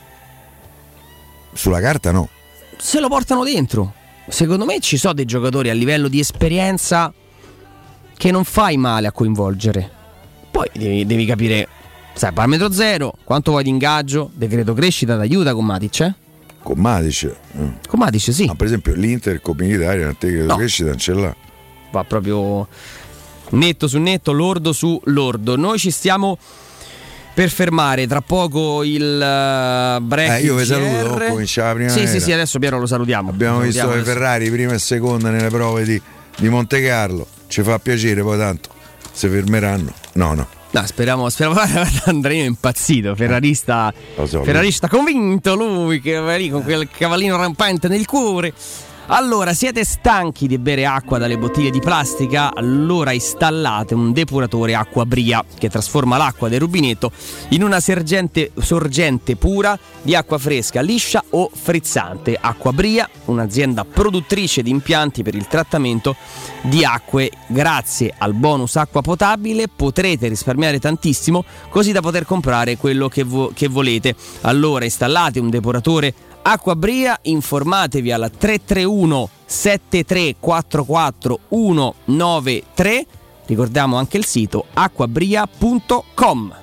Sulla carta no. Se lo portano dentro. Secondo me ci sono dei giocatori a livello di esperienza che non fai male a coinvolgere. Poi devi, devi capire, sai, parametro zero, quanto vuoi di ingaggio, decreto crescita t'aiuta con Matic, eh? Con Matic? Eh. Con Matic sì. Ma per esempio l'Inter con Mkhitaryan a te che no. crescita non ce l'ha. Va proprio netto su netto, lordo su lordo. Noi ci stiamo per fermare, tra poco il uh, break. Eh, io vi saluto, oh, comincia la primavera. Sì, sì, sì, adesso Piero lo salutiamo. Abbiamo lo visto salutiamo le Ferrari prima e seconda nelle prove di, di Monte Carlo. Ci fa piacere, poi tanto si fermeranno. No, no. No, speriamo, speriamo. Andrea è impazzito, ferrarista, so, ferrarista convinto lui che va lì con quel cavallino rampante nel cuore. Allora, siete stanchi di bere acqua dalle bottiglie di plastica? Allora installate un depuratore acqua Bria che trasforma l'acqua del rubinetto in una sorgente, sorgente pura di acqua fresca, liscia o frizzante. Acqua Bria, un'azienda produttrice di impianti per il trattamento di acque. Grazie al bonus acqua potabile potrete risparmiare tantissimo, così da poter comprare quello che, vo- che volete. Allora installate un depuratore Acqua Bria, informatevi alla tre tre uno sette tre quattro quattro uno nove tre. Ricordiamo anche il sito acquabria punto com.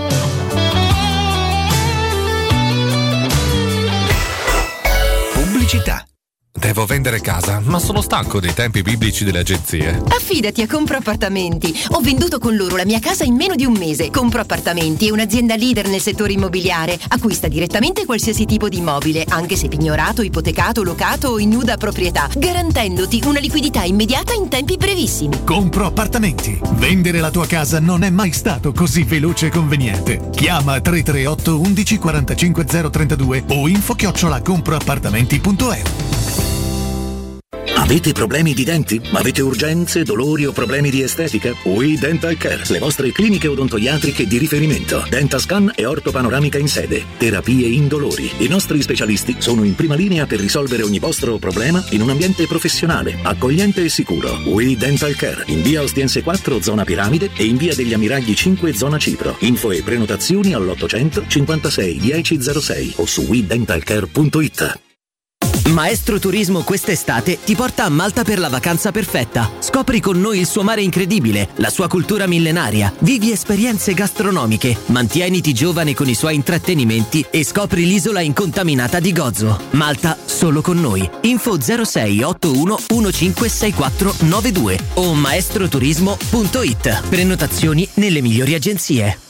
Pubblicità. Devo vendere casa, ma sono stanco dei tempi biblici delle agenzie. Affidati a Compro Appartamenti. Ho venduto con loro la mia casa in meno di un mese. Compro Appartamenti è un'azienda leader nel settore immobiliare. Acquista direttamente qualsiasi tipo di immobile, anche se pignorato, ipotecato, locato o in nuda proprietà, garantendoti una liquidità immediata in tempi brevissimi. Compro Appartamenti. Vendere la tua casa non è mai stato così veloce e conveniente. Chiama tre tre otto undici quarantacinque zero trentadue o info chiocciola comproappartamenti punto e u. Avete problemi di denti? Avete urgenze, dolori o problemi di estetica? We Dental Care, le vostre cliniche odontoiatriche di riferimento. Dentascan e ortopanoramica in sede. Terapie indolori. I nostri specialisti sono in prima linea per risolvere ogni vostro problema in un ambiente professionale, accogliente e sicuro. We Dental Care, in via Ostiense quattro, zona Piramide, e in via degli Ammiragli cinque, zona Cipro. Info e prenotazioni all'ottocento cinquantasei dieci zero sei o su we dental care punto it. Maestro Turismo quest'estate ti porta a Malta per la vacanza perfetta. Scopri con noi il suo mare incredibile, la sua cultura millenaria, vivi esperienze gastronomiche, mantieniti giovane con i suoi intrattenimenti e scopri l'isola incontaminata di Gozo. Malta solo con noi. Info zero sei otto uno uno cinque sei quattro nove due o maestroturismo punto it. Prenotazioni nelle migliori agenzie.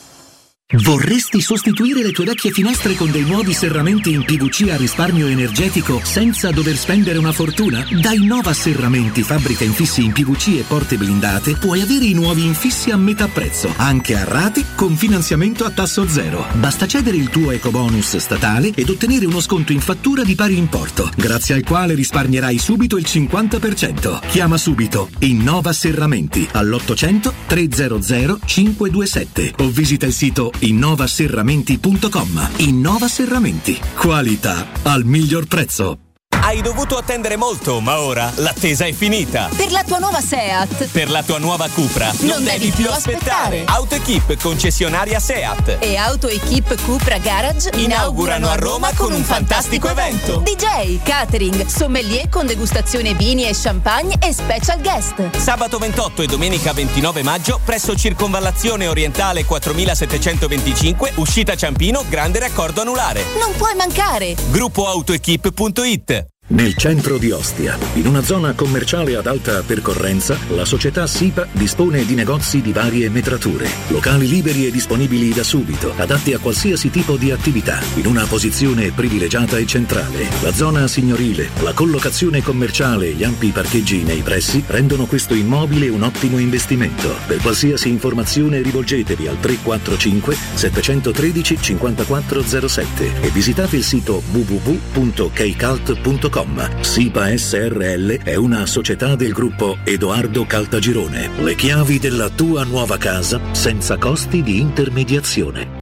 Vorresti sostituire le tue vecchie finestre con dei nuovi serramenti in P V C a risparmio energetico senza dover spendere una fortuna? Da Innova Serramenti, fabbrica infissi in P V C e porte blindate, puoi avere i nuovi infissi a metà prezzo, anche a rate con finanziamento a tasso zero. Basta cedere il tuo ecobonus statale ed ottenere uno sconto in fattura di pari importo, grazie al quale risparmierai subito il cinquanta per cento. Chiama subito Innova Serramenti all'ottocento trecento cinque due sette o visita il sito innova serramenti punto com. Innova Serramenti. Qualità al miglior prezzo. Hai dovuto attendere molto, ma ora l'attesa è finita. Per la tua nuova Seat. Per la tua nuova Cupra. Non, non devi, devi più aspettare. AutoEquip, concessionaria Seat. E AutoEquip Cupra Garage inaugurano a Roma con un fantastico evento. D J, catering, sommelier con degustazione vini e champagne e special guest. Sabato ventotto e domenica ventinove maggio presso Circonvallazione Orientale quattromilasettecentoventicinque, uscita Ciampino, grande raccordo anulare. Non puoi mancare. Gruppo autoequip punto it. Nel centro di Ostia, in una zona commerciale ad alta percorrenza, la società SIPA dispone di negozi di varie metrature, locali liberi e disponibili da subito, adatti a qualsiasi tipo di attività, in una posizione privilegiata e centrale. La zona signorile, la collocazione commerciale e gli ampi parcheggi nei pressi rendono questo immobile un ottimo investimento. Per qualsiasi informazione rivolgetevi al tre quattro cinque sette uno tre cinque zero sette e visitate il sito w w w punto keycult punto com. SIPA S R L è una società del gruppo Edoardo Caltagirone. Le chiavi della tua nuova casa senza costi di intermediazione.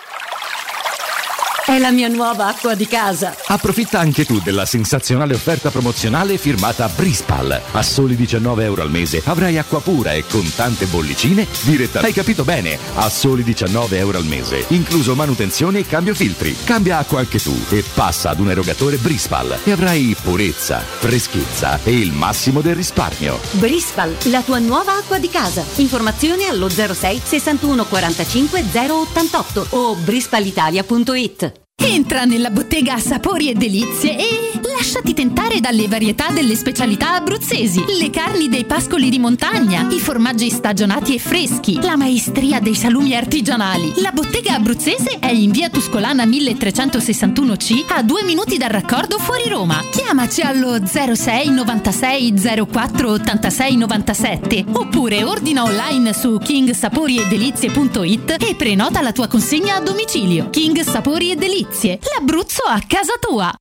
È la mia nuova acqua di casa. Approfitta anche tu della sensazionale offerta promozionale firmata Brispal. A soli diciannove euro al mese avrai acqua pura e con tante bollicine diretta. Hai capito bene? A soli diciannove euro al mese, incluso manutenzione e cambio filtri. Cambia acqua anche tu e passa ad un erogatore Brispal e avrai purezza, freschezza e il massimo del risparmio. Brispal, la tua nuova acqua di casa. Informazioni allo zero sei sessantuno quarantacinque zero ottantotto o brispalitalia punto it. Entra nella bottega Sapori e Delizie e lasciati tentare dalle varietà delle specialità abruzzesi, le carni dei pascoli di montagna, i formaggi stagionati e freschi, la maestria dei salumi artigianali. La bottega abruzzese è in via Tuscolana milletrecentosessantuno C, a due minuti dal raccordo fuori Roma. Chiamaci allo zero sei novantasei zero quattro ottantasei novantasette oppure ordina online su king sapori e delizie punto it e prenota la tua consegna a domicilio. King Sapori e Delizie, l'Abruzzo a casa tua.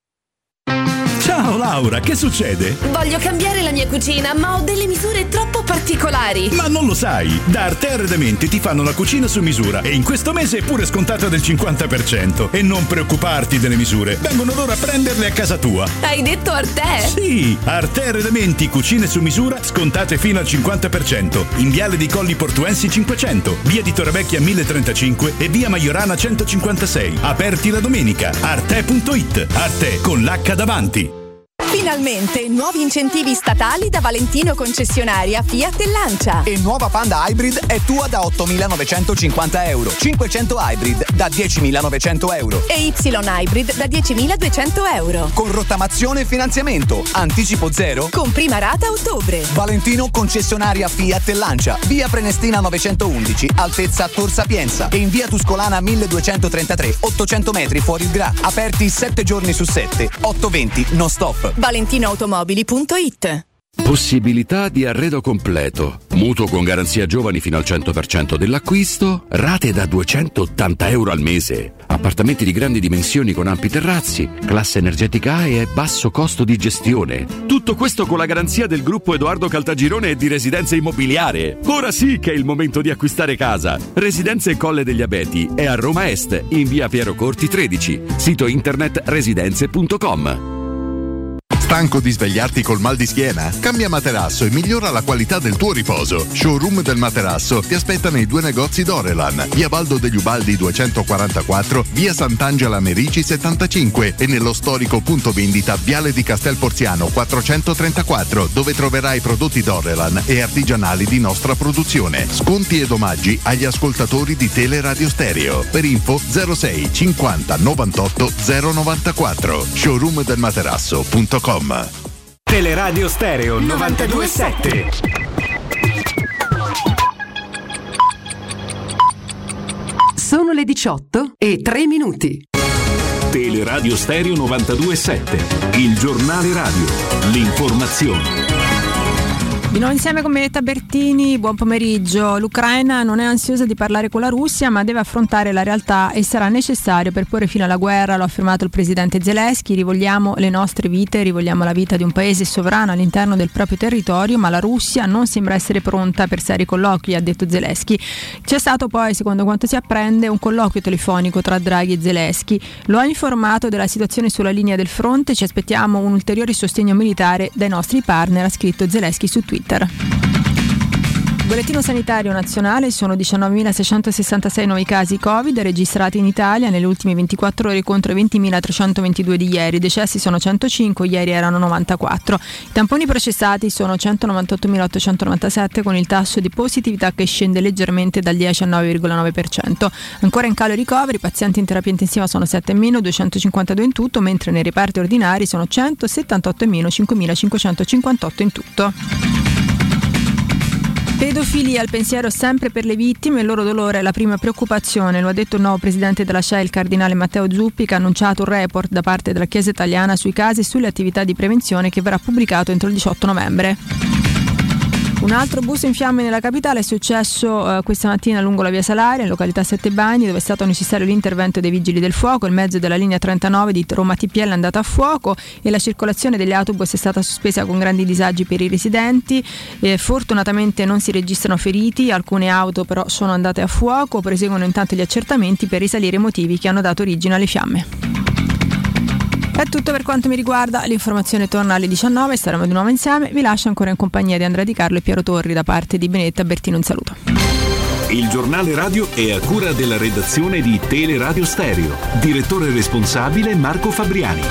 Ciao Laura, che succede? Voglio cambiare la mia cucina, ma ho delle misure troppo particolari. Ma non lo sai, da Arte Arredamenti ti fanno la cucina su misura e in questo mese è pure scontata del cinquanta per cento. E non preoccuparti delle misure, vengono loro a prenderle a casa tua. Hai detto Arte? Sì, Arte Arredamenti, cucine su misura, scontate fino al cinquanta per cento. In Viale dei Colli Portuensi cinquecento, via di Torrevecchia mille trentacinque e via Maiorana centocinquantasei. Aperti la domenica. Arte punto it. Arte con l'H davanti. Finalmente nuovi incentivi statali da Valentino concessionaria Fiat e Lancia. E nuova Panda Hybrid è tua da ottomilanovecentocinquanta euro. cinquecento Hybrid da diecimilanovecento euro. E Y Hybrid da diecimiladuecento euro. Con rottamazione e finanziamento. Anticipo zero. Con prima rata a ottobre. Valentino concessionaria Fiat e Lancia. Via Prenestina novecentoundici, altezza Tor Sapienza. E in via Tuscolana milleduecentotrentatré, ottocento metri fuori il Gra. Aperti sette giorni su sette. otto venti non stop. valentino automobili punto it. Possibilità di arredo completo, mutuo con garanzia giovani fino al cento per cento dell'acquisto, rate da duecentottanta euro al mese, appartamenti di grandi dimensioni con ampi terrazzi, classe energetica A e basso costo di gestione. Tutto questo con la garanzia del gruppo Edoardo Caltagirone e di Residenza Immobiliare. Ora sì che è il momento di acquistare casa. Residenze Colle degli Abeti è a Roma Est, in via Piero Corti tredici, sito internet residenze punto com. Stanco di svegliarti col mal di schiena? Cambia materasso e migliora la qualità del tuo riposo. Showroom del materasso ti aspetta nei due negozi Dorelan, via Baldo degli Ubaldi duecentoquarantaquattro, via Sant'Angela Merici settantacinque e nello storico punto vendita Viale di Castel Porziano quattrocentotrentaquattro, dove troverai prodotti Dorelan e artigianali di nostra produzione. Sconti ed omaggi agli ascoltatori di Teleradio Stereo. Per info zero sei cinquanta novantotto zero novantaquattro. showroom del materasso punto com. Teleradio Stereo novantadue sette. Sono le diciotto e tre minuti. Teleradio Stereo novantadue sette, il giornale radio, l'informazione. Di nuovo insieme con Benedetta Bertini, buon pomeriggio. L'Ucraina non è ansiosa di parlare con la Russia, ma deve affrontare la realtà e sarà necessario per porre fine alla guerra, lo ha affermato il presidente Zelensky. Rivogliamo le nostre vite, rivogliamo la vita di un paese sovrano all'interno del proprio territorio, ma la Russia non sembra essere pronta per seri colloqui, ha detto Zelensky. C'è stato poi, secondo quanto si apprende, un colloquio telefonico tra Draghi e Zelensky. Lo ha informato della situazione sulla linea del fronte, ci aspettiamo un ulteriore sostegno militare dai nostri partner, ha scritto Zelensky su Twitter. Bollettino sanitario nazionale, sono diciannovemilaseicentosessantasei nuovi casi Covid registrati in Italia nelle ultime ventiquattro ore contro i ventimilatrecentoventidue di ieri. I decessi sono centocinque, ieri erano novantaquattro. I tamponi processati sono centonovantottomilaottocentonovantasette con il tasso di positività che scende leggermente dal dieci al nove virgola nove per cento. Ancora in calo i ricoveri, i pazienti in terapia intensiva sono sette in meno, duecentocinquantadue in tutto, mentre nei reparti ordinari sono centosettantotto in meno, cinquemilacinquecentocinquantotto in tutto. Pedofilia, il pensiero sempre per le vittime, il loro dolore è la prima preoccupazione, lo ha detto il nuovo presidente della C E I, il cardinale Matteo Zuppi, che ha annunciato un report da parte della Chiesa italiana sui casi e sulle attività di prevenzione che verrà pubblicato entro il diciotto novembre. Un altro bus in fiamme nella capitale è successo eh, questa mattina lungo la via Salaria, in località Sette Bagni, dove è stato necessario l'intervento dei vigili del fuoco. Il mezzo della linea trentanove di Roma T P L è andato a fuoco e la circolazione degli autobus è stata sospesa con grandi disagi per i residenti. Eh, fortunatamente non si registrano feriti, alcune auto però sono andate a fuoco. Proseguono intanto gli accertamenti per risalire i motivi che hanno dato origine alle fiamme. È tutto per quanto mi riguarda, l'informazione torna alle diciannove, staremo di nuovo insieme. Vi lascio ancora in compagnia di Andrea Di Carlo e Piero Torri da parte di Benedetta Bertino, un saluto. Il giornale radio è a cura della redazione di Teleradio Stereo. Direttore responsabile Marco Fabriani.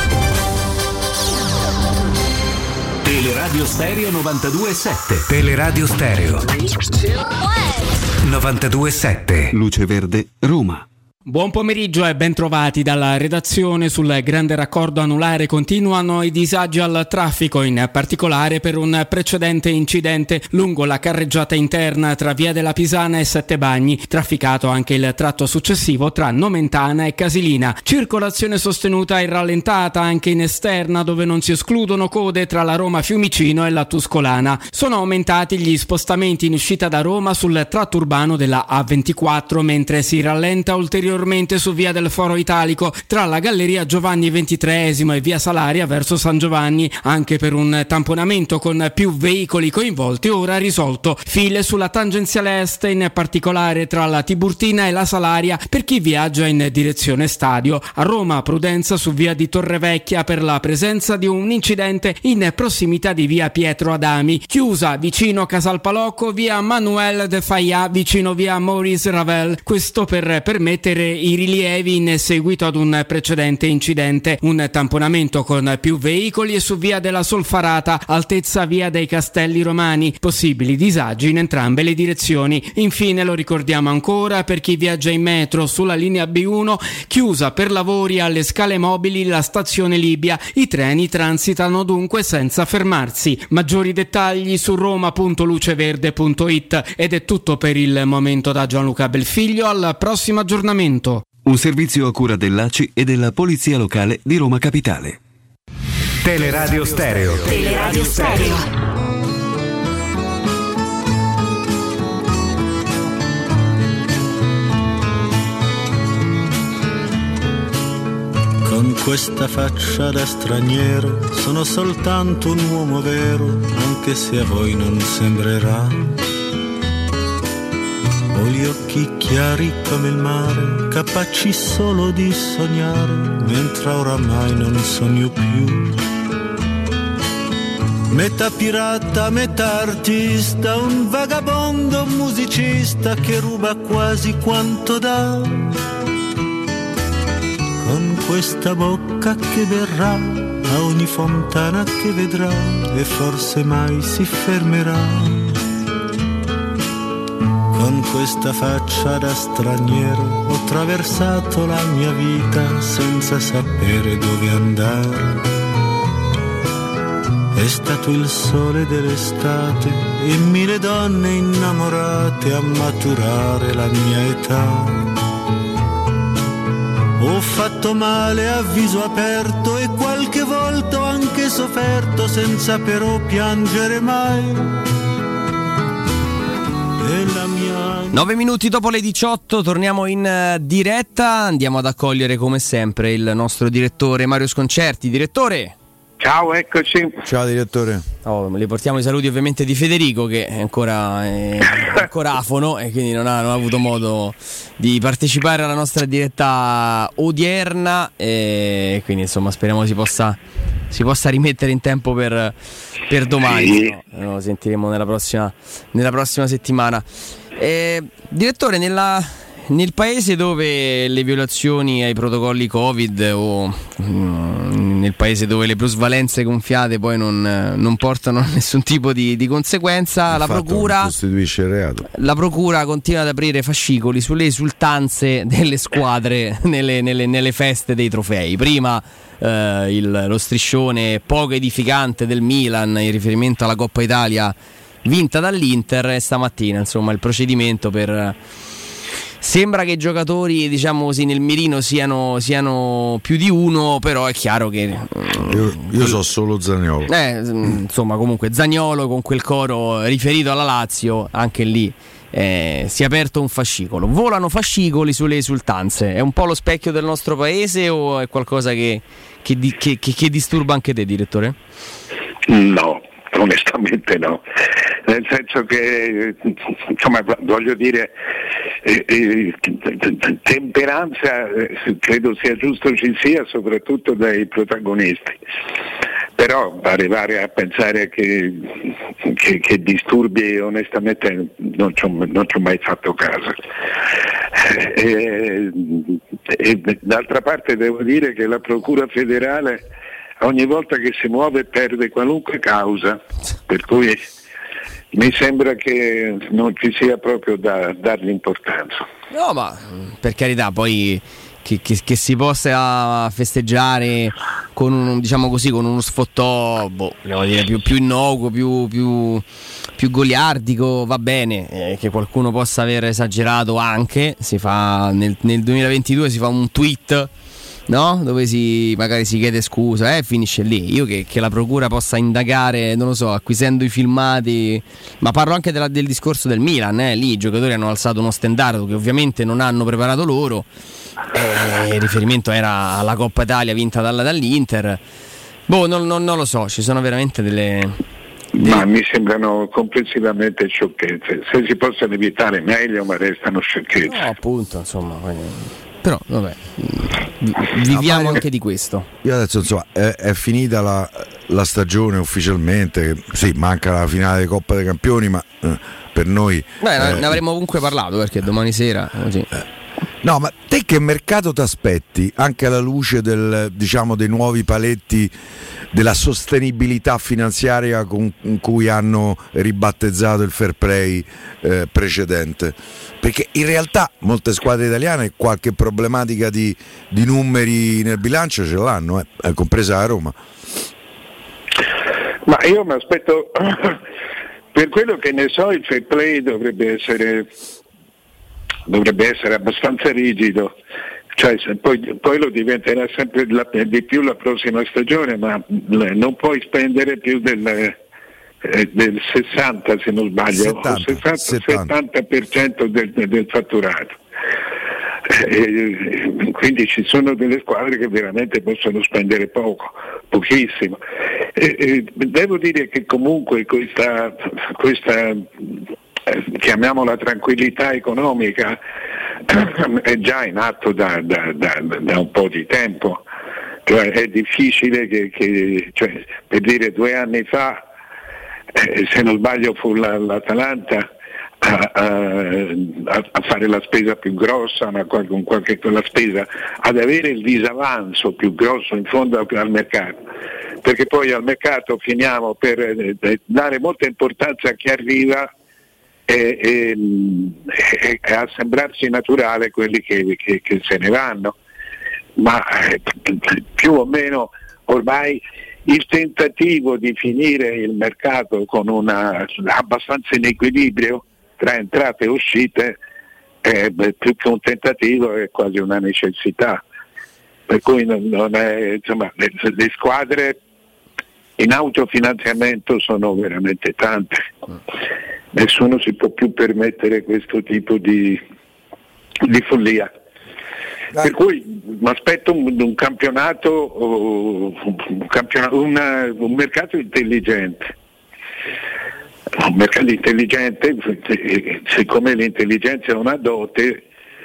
Teleradio Stereo novantadue sette. Teleradio Stereo novantadue sette. Luce Verde, Roma. Buon pomeriggio e ben trovati dalla redazione. Sul grande raccordo anulare continuano i disagi al traffico, in particolare per un precedente incidente lungo la carreggiata interna tra Via della Pisana e Sette Bagni. Trafficato anche il tratto successivo tra Nomentana e Casilina. Circolazione sostenuta e rallentata anche in esterna, dove non si escludono code tra la Roma Fiumicino e la Tuscolana. Sono aumentati gli spostamenti in uscita da Roma sul tratto urbano della A ventiquattro, mentre si rallenta ulteriormente su Via del Foro Italico tra la Galleria Giovanni ventitreesimo e Via Salaria verso San Giovanni, anche per un tamponamento con più veicoli coinvolti ora risolto. File sulla tangenziale est, in particolare tra la Tiburtina e la Salaria per chi viaggia in direzione stadio. A Roma prudenza su Via di Torrevecchia per la presenza di un incidente in prossimità di Via Pietro Adami. Chiusa vicino Casalpalocco Via Manuel de Fayà vicino Via Maurice Ravel, questo per permettere i rilievi in seguito ad un precedente incidente. Un tamponamento con più veicoli e su Via della Solfarata, altezza Via dei Castelli Romani, possibili disagi in entrambe le direzioni. Infine, lo ricordiamo ancora, per chi viaggia in metro sulla linea B uno, chiusa per lavori alle scale mobili la stazione Libia. I treni transitano dunque senza fermarsi. Maggiori dettagli su roma punto luceverde punto it. Ed è tutto per il momento da Gianluca Belfiglio, al prossimo aggiornamento. Un servizio a cura dell'A C I e della Polizia Locale di Roma Capitale. Teleradio Stereo. Teleradio Stereo. Con questa faccia da straniero sono soltanto un uomo vero, anche se a voi non sembrerà. Ho gli occhi chiari come il mare, capaci solo di sognare, mentre oramai non sogno più. Metà pirata, metà artista, un vagabondo musicista che ruba quasi quanto dà. Con questa bocca che berrà a ogni fontana che vedrà e forse mai si fermerà. Con questa faccia da straniero ho attraversato la mia vita senza sapere dove andare. È stato il sole dell'estate e mille donne innamorate a maturare la mia età. Ho fatto male a viso aperto e qualche volta ho anche sofferto senza però piangere mai. E la mia... nove minuti dopo le diciotto torniamo in diretta, andiamo ad accogliere come sempre il nostro direttore Mario Sconcerti. Direttore! Ciao, eccoci. Ciao direttore. Oh, le portiamo i saluti ovviamente di Federico che è ancora, è ancora afono e quindi non ha, non ha avuto modo di partecipare alla nostra diretta odierna e quindi insomma speriamo si possa, si possa rimettere in tempo per, per domani, sì. No, lo sentiremo nella prossima, nella prossima settimana. Eh, direttore, nella... nel paese dove le violazioni ai protocolli Covid o mm, nel paese dove le plusvalenze gonfiate poi non, non portano nessun tipo di, di conseguenza, la procura, costituisce il reato. La procura continua ad aprire fascicoli sulle esultanze delle squadre nelle, nelle, nelle feste dei trofei. Prima eh, il, lo striscione poco edificante del Milan in riferimento alla Coppa Italia vinta dall'Inter e stamattina insomma il procedimento per... Sembra che i giocatori, diciamo così, nel mirino siano, siano più di uno, però è chiaro che... Io, io so solo Zaniolo. Eh, insomma, comunque Zaniolo con quel coro riferito alla Lazio, anche lì eh, si è aperto un fascicolo. Volano fascicoli sulle esultanze. È un po' lo specchio del nostro paese o è qualcosa che, che, che, che, che disturba anche te, direttore? No, onestamente no. Nel senso che, insomma, voglio dire, eh, eh, temperanza eh, credo sia giusto ci sia, soprattutto dai protagonisti. Però arrivare a pensare che, che, che disturbi, onestamente non ci ho, non ci ho mai fatto caso. E, e d'altra parte devo dire che la Procura federale ogni volta che si muove perde qualunque causa, per cui mi sembra che non ci sia proprio da dargli importanza. No, ma per carità, poi che, che, che si possa festeggiare con un, diciamo così, con uno sfottò, boh, devo dire, più, più innocuo, più, più, più goliardico, va bene, eh, che qualcuno possa aver esagerato anche, si fa nel, nel duemilaventidue si fa un tweet, no? Dove si magari si chiede scusa e eh, finisce lì. Io che, che la procura possa indagare, non lo so, acquisendo i filmati, ma parlo anche della, del discorso del Milan, eh. Lì i giocatori hanno alzato uno stendardo che ovviamente non hanno preparato loro, eh, il riferimento era alla Coppa Italia vinta dalla, dall'Inter. Boh, non, non, non lo so, ci sono veramente delle... delle... Ma mi sembrano complessivamente sciocchezze. Se si possono evitare meglio, ma restano sciocchezze. No, appunto, insomma... Però vabbè, viviamo no, anche di questo. Io adesso insomma è, è finita la, la stagione ufficialmente, sì, manca la finale di Coppa dei Campioni, ma eh, per noi Beh, eh, ne avremmo comunque parlato perché domani sera così. Eh, no, ma te che mercato ti aspetti anche alla luce del, diciamo, dei nuovi paletti della sostenibilità finanziaria con, con cui hanno ribattezzato il fair play eh, precedente? Perché in realtà molte squadre italiane qualche problematica di, di numeri nel bilancio ce l'hanno, eh, compresa la Roma. Ma io mi aspetto, per quello che ne so, il fair play dovrebbe essere dovrebbe essere abbastanza rigido, cioè poi, poi lo diventerà sempre di più la prossima stagione, ma non puoi spendere più del del sessanta, se non sbaglio, settanta, o sessanta, settanta per cento del, del fatturato. E quindi ci sono delle squadre che veramente possono spendere poco, pochissimo. E, e devo dire che comunque questa, questa eh, chiamiamola tranquillità economica è già in atto da, da, da, da un po' di tempo. Cioè, è difficile che, che cioè, per dire due anni fa eh, se non sbaglio fu la, l'Atalanta a, a, a fare la spesa più grossa, una, con qualche la spesa, ad avere il disavanzo più grosso in fondo al mercato, perché poi al mercato finiamo per eh, dare molta importanza a chi arriva e, e, e, e a sembrarsi naturale quelli che, che, che se ne vanno, ma eh, più o meno ormai il tentativo di finire il mercato con una abbastanza in equilibrio tra entrate e uscite è beh, più che un tentativo, è quasi una necessità, per cui non, non è, insomma, le, le squadre in autofinanziamento sono veramente tante, nessuno si può più permettere questo tipo di, di follia. Per cui mi aspetto un, un campionato, un, campionato una, un mercato intelligente. Un mercato intelligente, siccome l'intelligenza è una dote,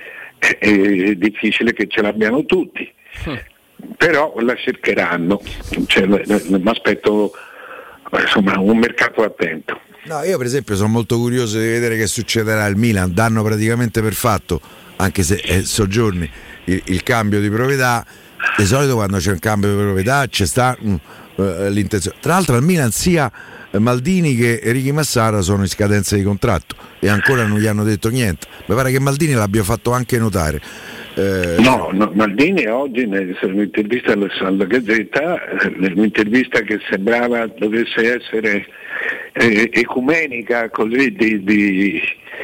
è difficile che ce l'abbiano tutti, però la cercheranno. Cioè, mi aspetto insomma un mercato attento. No, io per esempio sono molto curioso di vedere che succederà al Milan. Danno praticamente per fatto, anche se è soggiorni, il, il cambio di proprietà. Di solito quando c'è un cambio di proprietà c'è sta uh, l'intenzione. Tra l'altro al Milan sia Maldini che Ricky Massara sono in scadenza di contratto e ancora non gli hanno detto niente. Mi pare che Maldini l'abbia fatto anche notare. Eh, no, no, Maldini oggi nell'intervista alla Gazzetta, nell'intervista che sembrava dovesse essere eh, ecumenica, così di, di,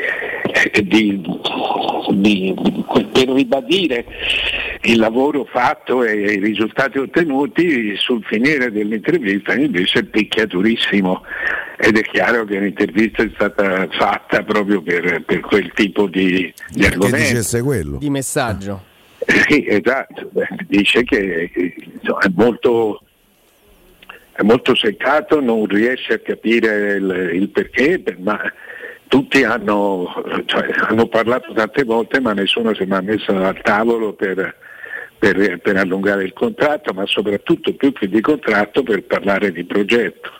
di, di, per ribadire il lavoro fatto e i risultati ottenuti, sul finire dell'intervista invece è picchiaturissimo, ed è chiaro che l'intervista è stata fatta proprio per, per quel tipo di, di argomento. Dicesse quello. Di messaggio. Sì, esatto, dice che insomma, è molto è molto seccato, non riesce a capire il, il perché, ma tutti hanno, cioè, hanno parlato tante volte, ma nessuno si è mai messo al tavolo per, per, per allungare il contratto, ma soprattutto più che di contratto per parlare di progetto.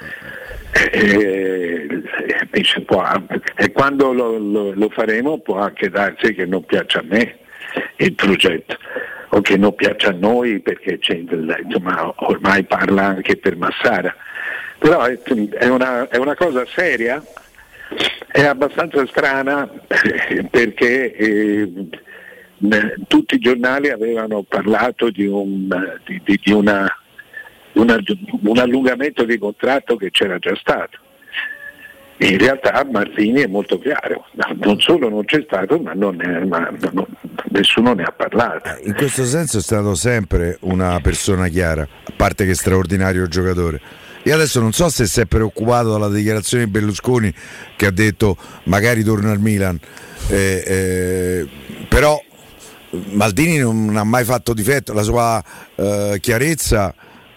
E, e, può, e quando lo, lo, lo faremo può anche darsi che non piaccia a me il progetto o che non piaccia a noi, perché c'è, insomma, ormai parla anche per Massara, però è, è, una, è una cosa seria, è abbastanza strana perché eh, tutti i giornali avevano parlato di un, di, di, di una Una, un allungamento di contratto che c'era già stato. In realtà Marzini è molto chiaro, non solo non c'è stato, ma, non è, ma non, nessuno ne ha parlato. In questo senso è stato sempre una persona chiara, a parte che straordinario giocatore. Io adesso non so se si è preoccupato dalla dichiarazione di Berlusconi che ha detto magari torna al Milan, eh, eh, però Maldini non ha mai fatto difetto, la sua eh, chiarezza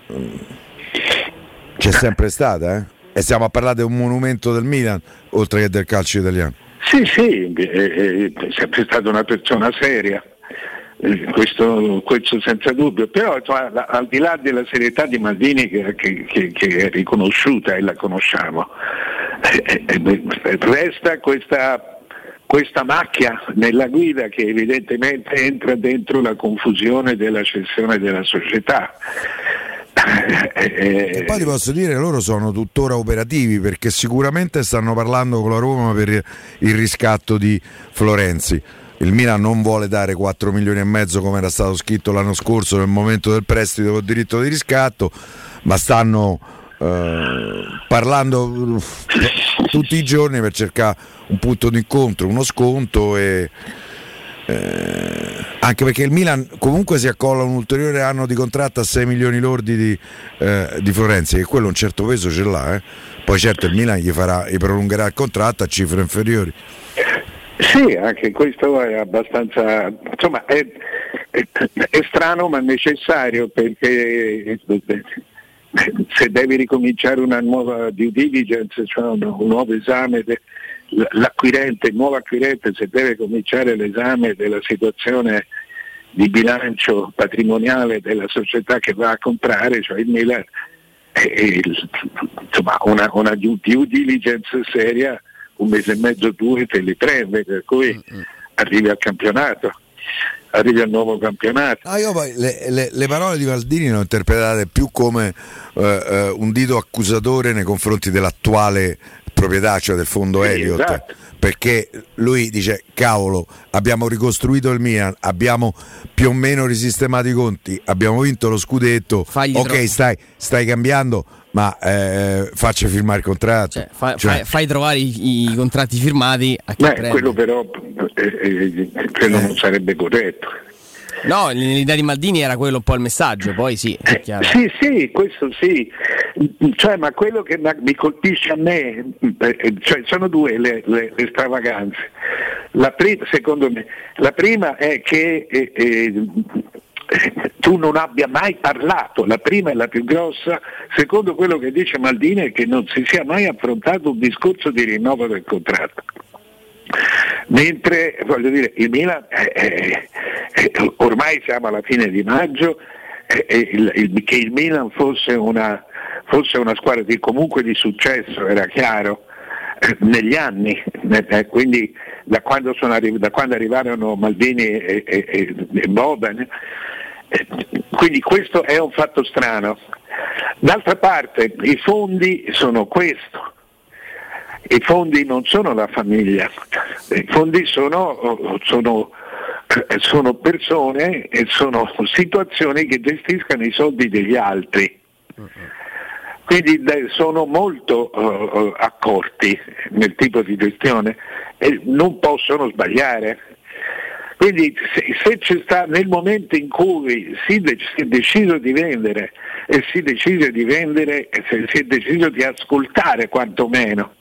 c'è sempre stata, eh? E stiamo a parlare di un monumento del Milan oltre che del calcio italiano. Sì, sì, è, è sempre stata una persona seria, questo, questo senza dubbio, però cioè, al di là della serietà di Maldini che, che, che, che è riconosciuta e la conosciamo, eh, eh, resta questa questa macchia nella guida che evidentemente entra dentro la confusione della cessione della società. E poi ti posso dire, loro sono tuttora operativi perché sicuramente stanno parlando con la Roma per il riscatto di Florenzi. Il Milan non vuole dare quattro milioni e mezzo come era stato scritto l'anno scorso nel momento del prestito con diritto di riscatto, ma stanno eh, parlando tutti i giorni per cercare un punto d'incontro, uno sconto e Eh, anche perché il Milan comunque si accolla un ulteriore anno di contratto a sei milioni lordi di, eh, di Florenzi, che quello un certo peso ce l'ha, eh. Poi certo il Milan gli, farà, gli prolungherà il contratto a cifre inferiori. Sì, anche questo è abbastanza, insomma è, è, è strano ma necessario, perché se devi ricominciare una nuova due diligence, cioè un, un nuovo esame de, l'acquirente, il nuovo acquirente, se deve cominciare l'esame della situazione di bilancio patrimoniale della società che va a comprare, cioè il Milan, e, insomma una, una due diligence seria un mese e mezzo, due te li prende, per cui arrivi al campionato, arrivi al nuovo campionato. Ah, io poi le, le, le parole di Maldini le ho interpretate più come eh, eh, un dito accusatore nei confronti dell'attuale proprietà, cioè del fondo sì, Elliott, esatto. Perché lui dice cavolo, abbiamo ricostruito il Milan, abbiamo più o meno risistemato i conti, abbiamo vinto lo scudetto, Fagli ok troppo. stai, stai cambiando, ma eh, faccia firmare il contratto, cioè, fa, cioè, fai, fai trovare i, i contratti firmati a chi beh, prende. quello però eh, eh, quello non sarebbe corretto. No, l'idea di Maldini era quello un po' il messaggio, poi sì, è chiaro. Sì, sì, questo sì, cioè, ma quello che mi colpisce a me, cioè, sono due le, le, le stravaganze. La prima, secondo me, la prima è che eh, eh, tu non abbia mai parlato, la prima è la più grossa, secondo quello che dice Maldini è che non si sia mai affrontato un discorso di rinnovo del contratto. Mentre voglio dire il Milan eh, eh, ormai siamo alla fine di maggio, eh, il, il, che il Milan fosse una, fosse una squadra di, comunque di successo era chiaro eh, negli anni, eh, quindi da quando, sono arri- da quando arrivarono Maldini e, e, e, e Boban, eh, quindi questo è un fatto strano. D'altra parte i fondi sono questo. I fondi non sono la famiglia, i fondi sono, sono, sono persone e sono situazioni che gestiscono i soldi degli altri. Quindi sono molto uh, accorti nel tipo di gestione e non possono sbagliare. Quindi se, se c'è sta, nel momento in cui si, de- si è deciso di vendere e si decide di vendere e se si è deciso di ascoltare quantomeno,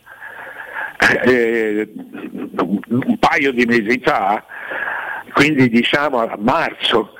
Eh, un paio di mesi fa, quindi diciamo a marzo,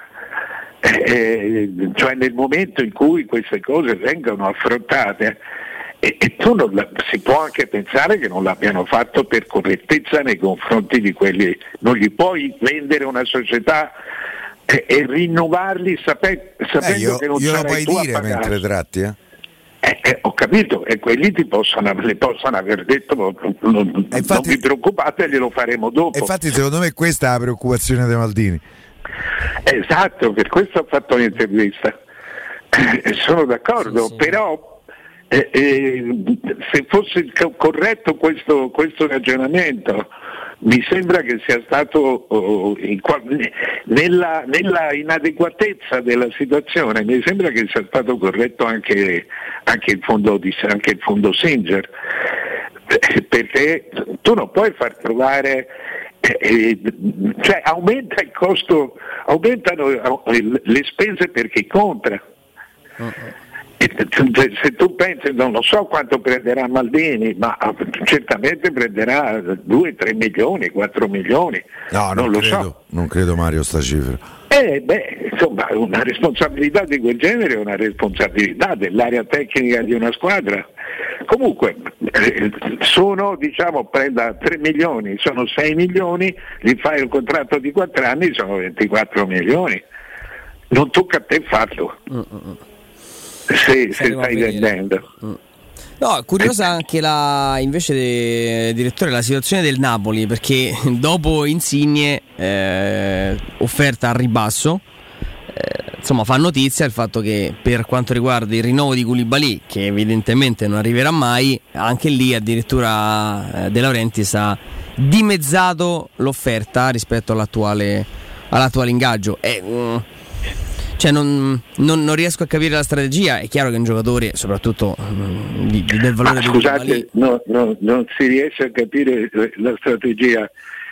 eh, cioè nel momento in cui queste cose vengono affrontate, e, e tu non la, si può anche pensare che non l'abbiano fatto per correttezza nei confronti di quelli, non gli puoi vendere una società e, e rinnovarli sape, sapendo eh, io, che non io sarai lo puoi tu a dire pagare. mentre tratti, eh? Eh, eh, ho capito, e quelli ti possono, le possono aver detto non, non, infatti, non vi preoccupate, glielo faremo dopo. Infatti secondo me questa è la preoccupazione di Maldini. Esatto, per questo ho fatto l'intervista. Eh, sono d'accordo, sì, sì. Però eh, eh, se fosse corretto questo, questo ragionamento, mi sembra che sia stato oh, in, nella, nella inadeguatezza della situazione, mi sembra che sia stato corretto anche, anche il fondo di, anche il fondo Singer, perché tu non puoi far trovare eh, cioè aumenta il costo, aumentano le spese per chi compra. Uh-huh. Se tu pensi, non lo so quanto prenderà Maldini, ma certamente prenderà due, tre milioni, quattro milioni. No, non, non lo credo, so. Non credo Mario sta cifra. Eh, beh, insomma, una responsabilità di quel genere è una responsabilità dell'area tecnica di una squadra. Comunque, eh, sono, diciamo, prenda tre milioni, sono sei milioni, gli fai un contratto di quattro anni, sono ventiquattro milioni. Non tocca a te farlo. Uh-uh. Se, se stai vendendo. Mm. No, curiosa anche la invece de, direttore la situazione del Napoli, perché dopo Insigne eh, offerta al ribasso, eh, insomma fa notizia il fatto che per quanto riguarda il rinnovo di Koulibaly, che evidentemente non arriverà mai, anche lì addirittura eh, De Laurentiis ha dimezzato l'offerta rispetto all'attuale, all'attuale ingaggio. E, mm, Cioè non, non, non riesco a capire la strategia. È chiaro che un giocatore, soprattutto mh, di, di del valore Ma di scusate, no, no, non si riesce a capire la strategia.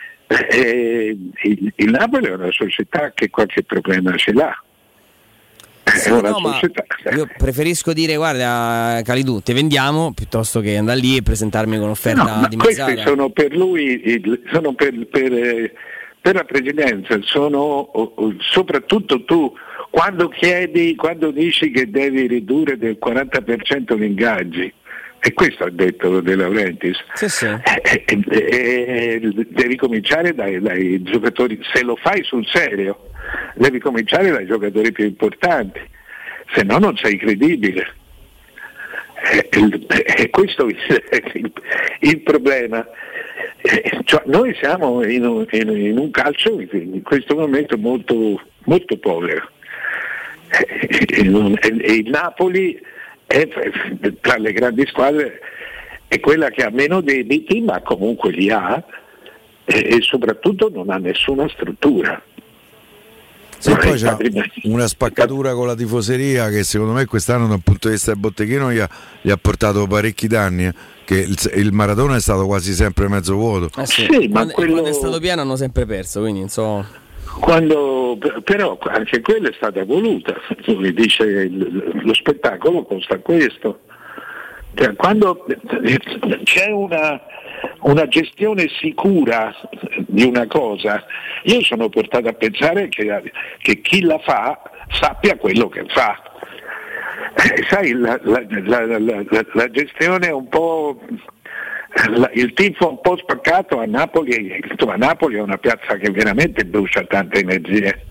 Eh, il, il Napoli è una società che qualche problema ce l'ha. Sì, è una no, società. Io preferisco dire guarda Kalidou, te vendiamo, piuttosto che andare lì e presentarmi con un'offerta no, di questi sono per lui, sono per, per, per la presidenza, sono soprattutto tu. Quando chiedi, quando dici che devi ridurre del quaranta per cento gli ingaggi, e questo ha detto De Laurentiis, sì, sì. Eh, eh, eh, devi cominciare dai, dai giocatori, se lo fai sul serio, devi cominciare dai giocatori più importanti, se no non sei credibile. E questo è il, il problema. Cioè, noi siamo in un, in un calcio in questo momento molto, molto povero. E il Napoli è, tra le grandi squadre, è quella che ha meno debiti, ma comunque li ha, e soprattutto non ha nessuna struttura. Sì, poi c'è una spaccatura con la tifoseria che secondo me quest'anno dal punto di vista del botteghino gli ha, gli ha portato parecchi danni, eh? Che il, il Maradona è stato quasi sempre mezzo vuoto. Eh sì, sì, ma quando, quello... quando è stato pieno hanno sempre perso, quindi insomma... Quando, però anche quella è stata voluta, come dice il, lo spettacolo costa questo. Cioè, quando c'è una, una gestione sicura di una cosa, io sono portato a pensare che, che chi la fa sappia quello che fa. Eh, sai, la, la, la, la, la, la gestione è un po'... il tifo un po' spaccato a Napoli, a Napoli è una piazza che veramente brucia tante energie,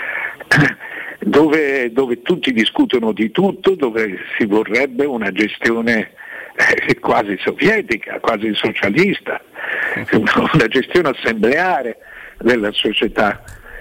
dove, dove tutti discutono di tutto, dove si vorrebbe una gestione eh, quasi sovietica, quasi socialista, una gestione assembleare della società.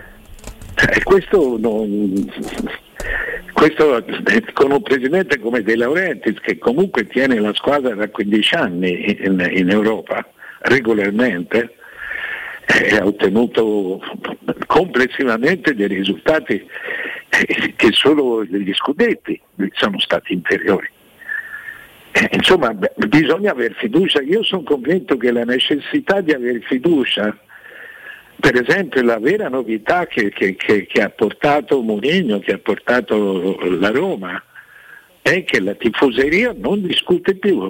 E questo non... Questo con un presidente come De Laurentiis, che comunque tiene la squadra da quindici anni in, in Europa regolarmente, e ha ottenuto complessivamente dei risultati che solo gli scudetti sono stati inferiori. Insomma, bisogna aver fiducia. Io sono convinto che la necessità di aver fiducia, per esempio la vera novità che, che, che, che ha portato Mourinho, che ha portato la Roma, è che la tifoseria non discute più,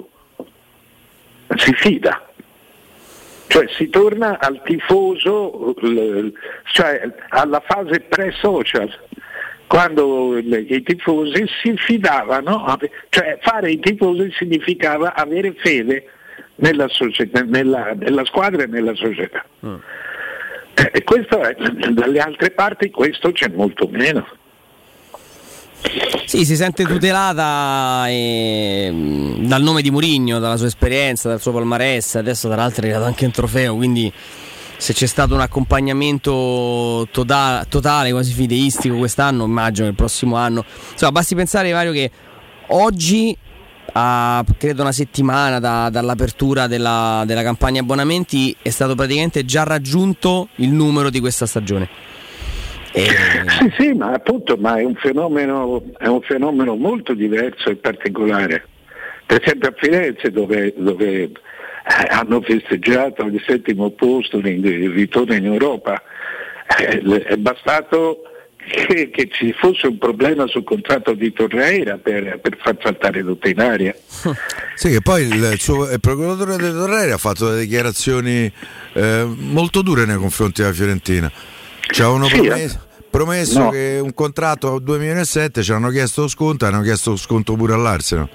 si fida. Cioè si torna al tifoso, cioè alla fase pre-social, quando i tifosi si fidavano, cioè fare i tifosi significava avere fede nella, società, nella, nella squadra e nella società. Mm. E questo è, dalle altre parti questo c'è molto meno. Sì, si sente tutelata eh, dal nome di Mourinho, dalla sua esperienza, dal suo palmarès, adesso tra l'altro è arrivato anche un trofeo, quindi se c'è stato un accompagnamento totale, totale quasi fideistico quest'anno, immagino che il prossimo anno, insomma basti pensare, Mario, che oggi a credo una settimana da, dall'apertura della, della campagna abbonamenti è stato praticamente già raggiunto il numero di questa stagione. E... Sì, sì, ma appunto ma è un fenomeno è un fenomeno molto diverso e particolare. Per esempio a Firenze, dove, dove hanno festeggiato il settimo posto il ritorno in Europa, è bastato Che, che ci fosse un problema sul contratto di Torreira per, per far saltare tutto in aria. Sì, che poi il, il, suo, il procuratore di Torreira ha fatto delle dichiarazioni eh, molto dure nei confronti della Fiorentina. Ci avevano sì, promesso, promesso no. che un contratto a due milioni e sette, ci hanno chiesto lo sconto e hanno chiesto lo sconto pure all'Arsenal.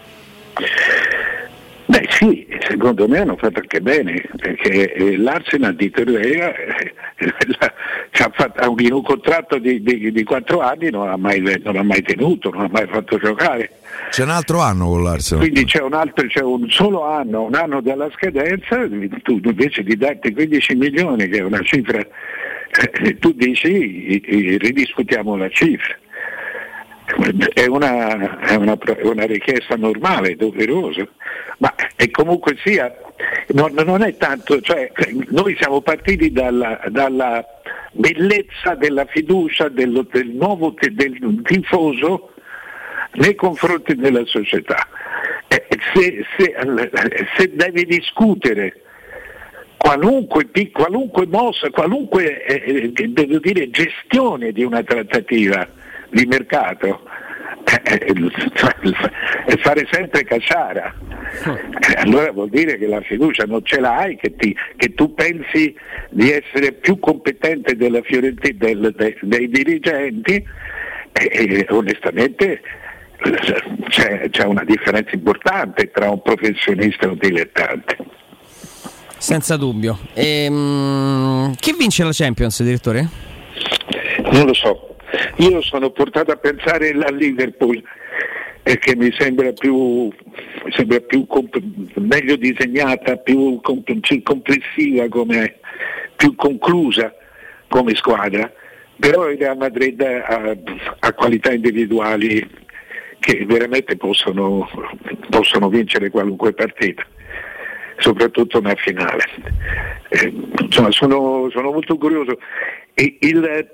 Beh sì, secondo me hanno fatto anche bene, perché eh, l'Arsenal di Torreira eh, ha fatto un, un contratto di, di, di quattro anni, non l'ha mai, non l'ha mai tenuto, non l'ha mai fatto giocare. C'è un altro anno con l'Arsenal. Quindi c'è un altro, c'è un solo anno, un anno dalla scadenza, tu invece di darti quindici milioni, che è una cifra, eh, tu dici eh, ridiscutiamo la cifra. È una, è, una, è una richiesta normale, doverosa, ma è comunque sia, non, non è tanto, cioè noi siamo partiti dalla, dalla bellezza della fiducia del, del nuovo del tifoso nei confronti della società. Eh, se, se, se devi discutere qualunque, qualunque mossa, qualunque eh, devo dire, gestione di una trattativa di mercato, eh, e fare sempre cacciara, eh, allora vuol dire che la fiducia non ce l'hai, che, ti, che tu pensi di essere più competente della Fiorentina, del, de, dei dirigenti, e, e onestamente c'è, c'è una differenza importante tra un professionista e un dilettante. Senza dubbio. Ehm, chi vince la Champions, direttore? Non lo so. Io sono portato a pensare al Liverpool, e che mi sembra più, mi sembra più comp- meglio disegnata, più, comp- più complessiva, come, più conclusa come squadra, però il Real Madrid ha, ha qualità individuali che veramente possono, possono vincere qualunque partita, soprattutto una finale. Eh, insomma, sono, sono molto curioso. Il, il,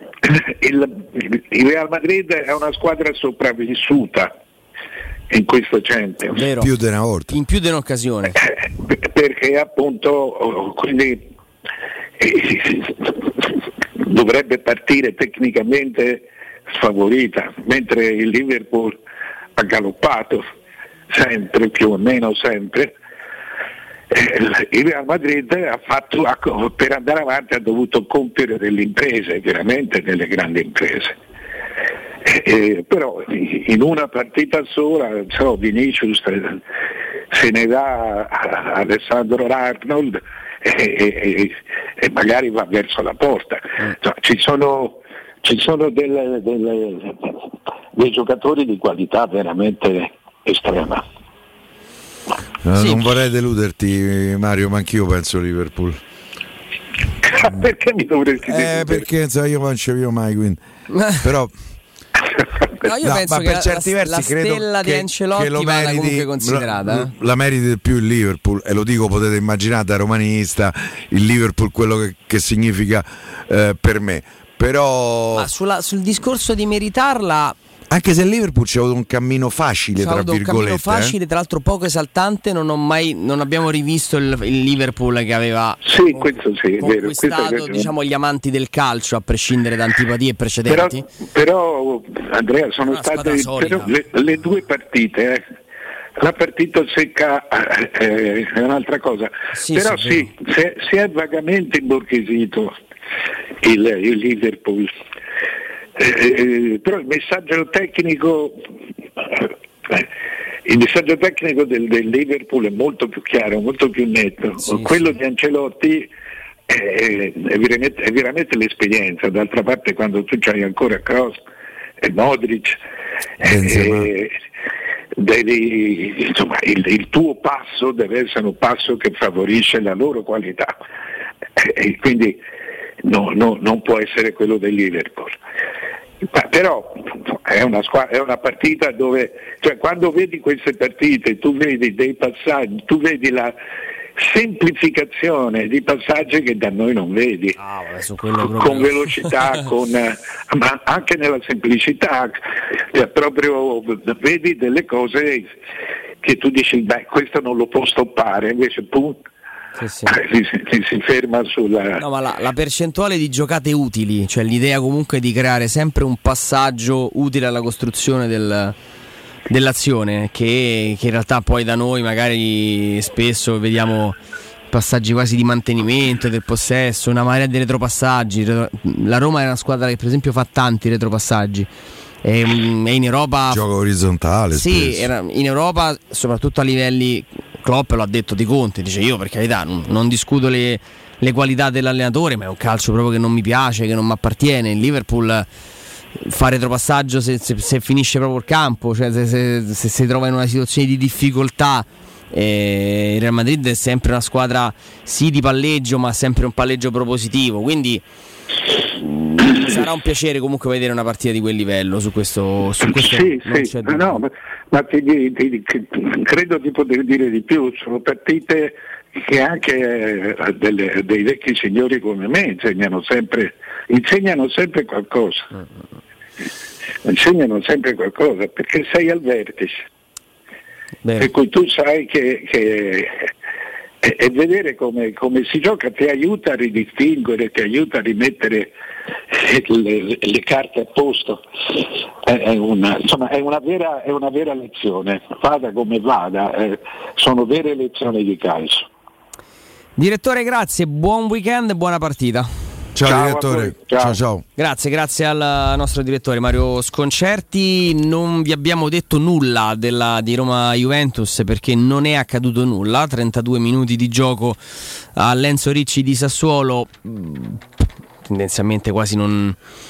il, il Real Madrid è una squadra sopravvissuta in questo Champions. Vero. Più di una volta. In più di un'occasione. Eh, perché appunto quindi eh, dovrebbe partire tecnicamente sfavorita, mentre il Liverpool ha galoppato sempre, più o meno sempre. Il Real Madrid ha fatto, per andare avanti ha dovuto compiere delle imprese, veramente delle grandi imprese. Eh, però in una partita sola, so, Vinicius se ne dà a Alessandro Arnold e, e, e magari va verso la porta. Cioè, ci sono, ci sono delle, delle, dei giocatori di qualità veramente estrema. No, sì. Non vorrei deluderti, Mario, ma anch'io penso Liverpool. Perché mi dovresti dire? Eh, perché insomma, io non ci vivo mai, quindi. Però no, io no, penso ma che per la, certi versi la credo stella che, di Ancelotti che lo vada meriti, comunque considerata. La, la meriti di più il Liverpool, e lo dico, potete immaginare da romanista il Liverpool quello che, che significa eh, per me. Però ma sulla, sul discorso di meritarla, anche se il Liverpool c'è avuto un cammino facile, tra avuto virgolette, un cammino facile, eh? tra l'altro poco esaltante, non ho mai non abbiamo rivisto il, il Liverpool che aveva sì, questo sì, conquistato, vero, questo diciamo, gli amanti del calcio, a prescindere da antipatie precedenti. Però, però Andrea, sono state però, le, le due partite, eh. La partita secca eh, è un'altra cosa, sì, però sì, sì si, è, si è vagamente imborghesito il, il Liverpool. Eh, eh, però il messaggio tecnico eh, il messaggio tecnico del, del Liverpool è molto più chiaro, molto più netto. Sì, quello sì. di Ancelotti è, è, veramente, è veramente l'esperienza. D'altra parte, quando tu c'hai ancora Kroos e Modric, eh, devi, insomma, il, il tuo passo deve essere un passo che favorisce la loro qualità, eh, e quindi no, no, non può essere quello del Liverpool. Però è una, squadra, è una partita dove, cioè, quando vedi queste partite tu vedi dei passaggi, tu vedi la semplificazione di passaggi che da noi non vedi, ah, con, con velocità, con, ma anche nella semplicità, cioè, proprio vedi delle cose che tu dici beh, questo non lo può stoppare, invece pum, sì, sì. Si, si, si ferma sulla. No, ma la, la percentuale di giocate utili, cioè l'idea comunque di creare sempre un passaggio utile alla costruzione del, dell'azione, che, che in realtà poi da noi magari spesso vediamo passaggi quasi di mantenimento del possesso, una marea di retropassaggi. La Roma è una squadra che per esempio fa tanti retropassaggi. E, e in Europa gioco orizzontale, sì, era, in Europa soprattutto a livelli, Klopp lo ha detto di Conte, dice io per carità non, non discuto le, le qualità dell'allenatore, ma è un calcio proprio che non mi piace, che non mi appartiene. Il Liverpool fa retropassaggio se, se, se finisce proprio il campo, cioè se, se, se si trova in una situazione di difficoltà. E il Real Madrid è sempre una squadra sì di palleggio, ma sempre un palleggio propositivo, quindi sarà un piacere comunque vedere una partita di quel livello. Su questo, su questo sì, sì. No, ma, ma ti, ti, ti, credo di poter dire di più. Sono partite che anche eh, delle, dei vecchi signori come me insegnano sempre insegnano sempre qualcosa insegnano sempre qualcosa perché sei al vertice. Bene. Per cui tu sai che, che e, e vedere come, come si gioca ti aiuta a ridistinguere, ti aiuta a rimettere le, le carte a posto. È, è, una, insomma, è, una vera, è una vera lezione, vada come vada, eh, sono vere lezioni di calcio. Direttore, grazie, buon weekend e buona partita. Ciao, ciao direttore, ciao. ciao ciao. Grazie, grazie al nostro direttore Mario Sconcerti. Non vi abbiamo detto nulla della, di Roma-Juventus perché non è accaduto nulla. trentadue minuti di gioco a Lenzo Ricci di Sassuolo, tendenzialmente quasi non,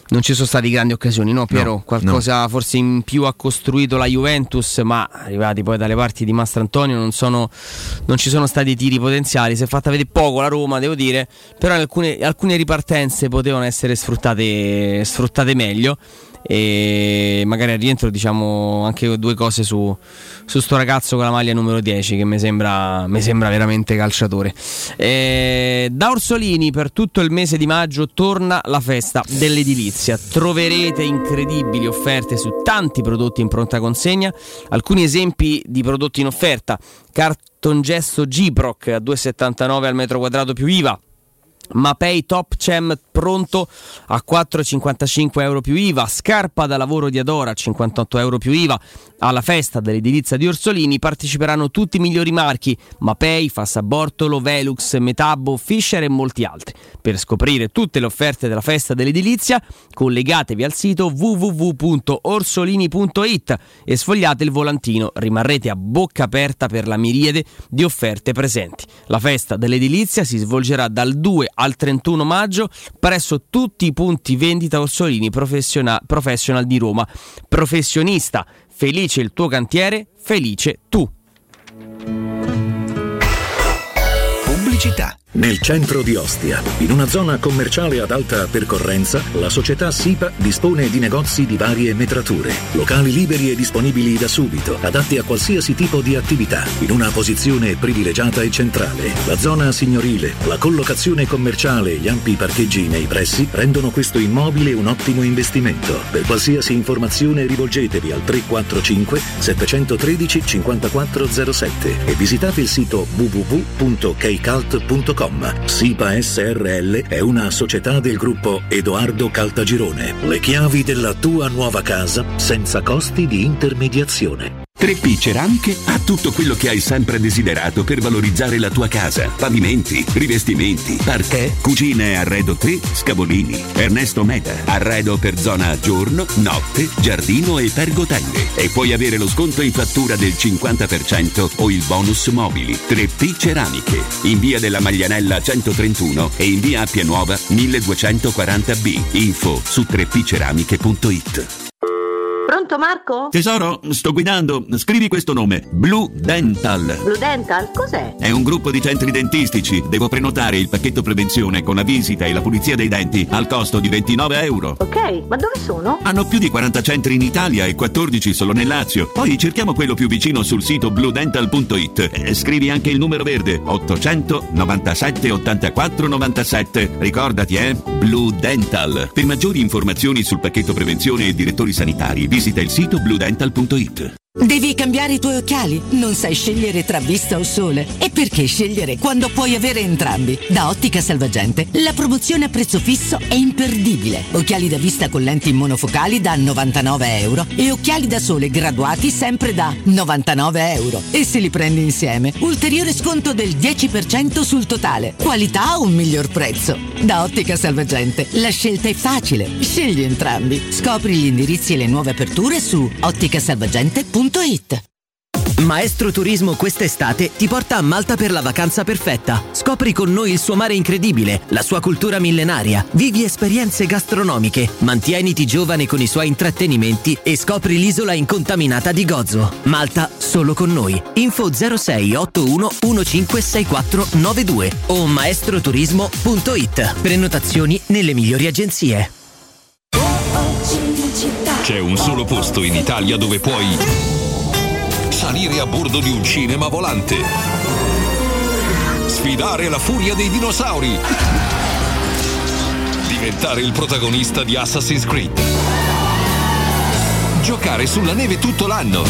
non ci sono stati grandi occasioni, no Piero? No, Qualcosa no. forse in più ha costruito la Juventus, ma arrivati poi dalle parti di Mastrantonio non, sono, non ci sono stati tiri potenziali. Si è fatta vedere poco la Roma, devo dire, però alcune, alcune ripartenze potevano essere sfruttate, sfruttate meglio. E magari al rientro diciamo anche due cose su, su sto ragazzo con la maglia numero dieci che mi sembra, mi sembra veramente calciatore. E da Orsolini per tutto il mese di maggio torna la festa dell'edilizia. Troverete incredibili offerte su tanti prodotti in pronta consegna. Alcuni esempi di prodotti in offerta: cartongesso Gyproc a due virgola settantanove al metro quadrato più I V A, Mapei Top Cem pronto a quattro virgola cinquantacinque euro più I V A, scarpa da lavoro di Adora a cinquantotto euro più I V A. Alla festa dell'edilizia di Orsolini parteciperanno tutti i migliori marchi: Mapei, Fassabortolo, Velux, Metabo, Fischer e molti altri. Per scoprire tutte le offerte della festa dell'edilizia collegatevi al sito w w w punto orsolini punto i t e sfogliate il volantino, rimarrete a bocca aperta per la miriade di offerte presenti. La festa dell'edilizia si svolgerà dal due al trentuno maggio presso tutti i punti vendita Orsolini Professiona- Professional di Roma. Professionista, felice il tuo cantiere, felice tu. Pubblicità. Nel centro di Ostia, in una zona commerciale ad alta percorrenza, la società SIPA dispone di negozi di varie metrature, locali liberi e disponibili da subito, adatti a qualsiasi tipo di attività, in una posizione privilegiata e centrale. La zona signorile, la collocazione commerciale e gli ampi parcheggi nei pressi rendono questo immobile un ottimo investimento. Per qualsiasi informazione rivolgetevi al tre quattro cinque sette uno tre cinque quattro zero sette e visitate il sito w w w punto keicalt punto com. SIPA S R L è una società del gruppo Edoardo Caltagirone. Le chiavi della tua nuova casa senza costi di intermediazione. tre P Ceramiche ha tutto quello che hai sempre desiderato per valorizzare la tua casa: pavimenti, rivestimenti, parquet, cucine e arredo tre, Scavolini. Ernesto Meda, arredo per zona giorno, notte, giardino e pergotelle. E puoi avere lo sconto in fattura del cinquanta per cento o il bonus mobili. tre P Ceramiche, in via della Maglianella centotrentuno e in via Appia Nuova milleduecentoquaranta B. Info su tre p ceramiche punto i t. Pronto Marco? Tesoro, sto guidando. Scrivi questo nome: Blue Dental. Blue Dental? Cos'è? È un gruppo di centri dentistici. Devo prenotare il pacchetto prevenzione con la visita e la pulizia dei denti al costo di ventinove euro. Ok, ma dove sono? Hanno più di quaranta centri in Italia e quattordici solo nel Lazio. Poi cerchiamo quello più vicino sul sito blue dental punto i t. E scrivi anche il numero verde: ottocento novantasette ottantaquattro novantasette. Ricordati, eh? Blue Dental. Per maggiori informazioni sul pacchetto prevenzione e direttori sanitari visita il sito blue dental punto i t. Devi cambiare i tuoi occhiali? Non sai scegliere tra vista o sole? E perché scegliere quando puoi avere entrambi? Da Ottica Salvagente la promozione a prezzo fisso è imperdibile. Occhiali da vista con lenti monofocali da novantanove euro e occhiali da sole graduati sempre da novantanove euro. E se li prendi insieme, ulteriore sconto del dieci per cento sul totale. Qualità o un miglior prezzo? Da Ottica Salvagente la scelta è facile. Scegli entrambi. Scopri gli indirizzi e le nuove aperture su ottica salvagente punto it. Maestro Turismo quest'estate ti porta a Malta per la vacanza perfetta. Scopri con noi il suo mare incredibile, la sua cultura millenaria, vivi esperienze gastronomiche, mantieniti giovane con i suoi intrattenimenti e scopri l'isola incontaminata di Gozo. Malta solo con noi. Info zero sei otto uno uno cinque sei quattro nove due o maestro turismo punto i t. Prenotazioni nelle migliori agenzie. C'è un solo posto in Italia dove puoi salire a bordo di un cinema volante, sfidare la furia dei dinosauri, diventare il protagonista di Assassin's Creed, giocare sulla neve tutto l'anno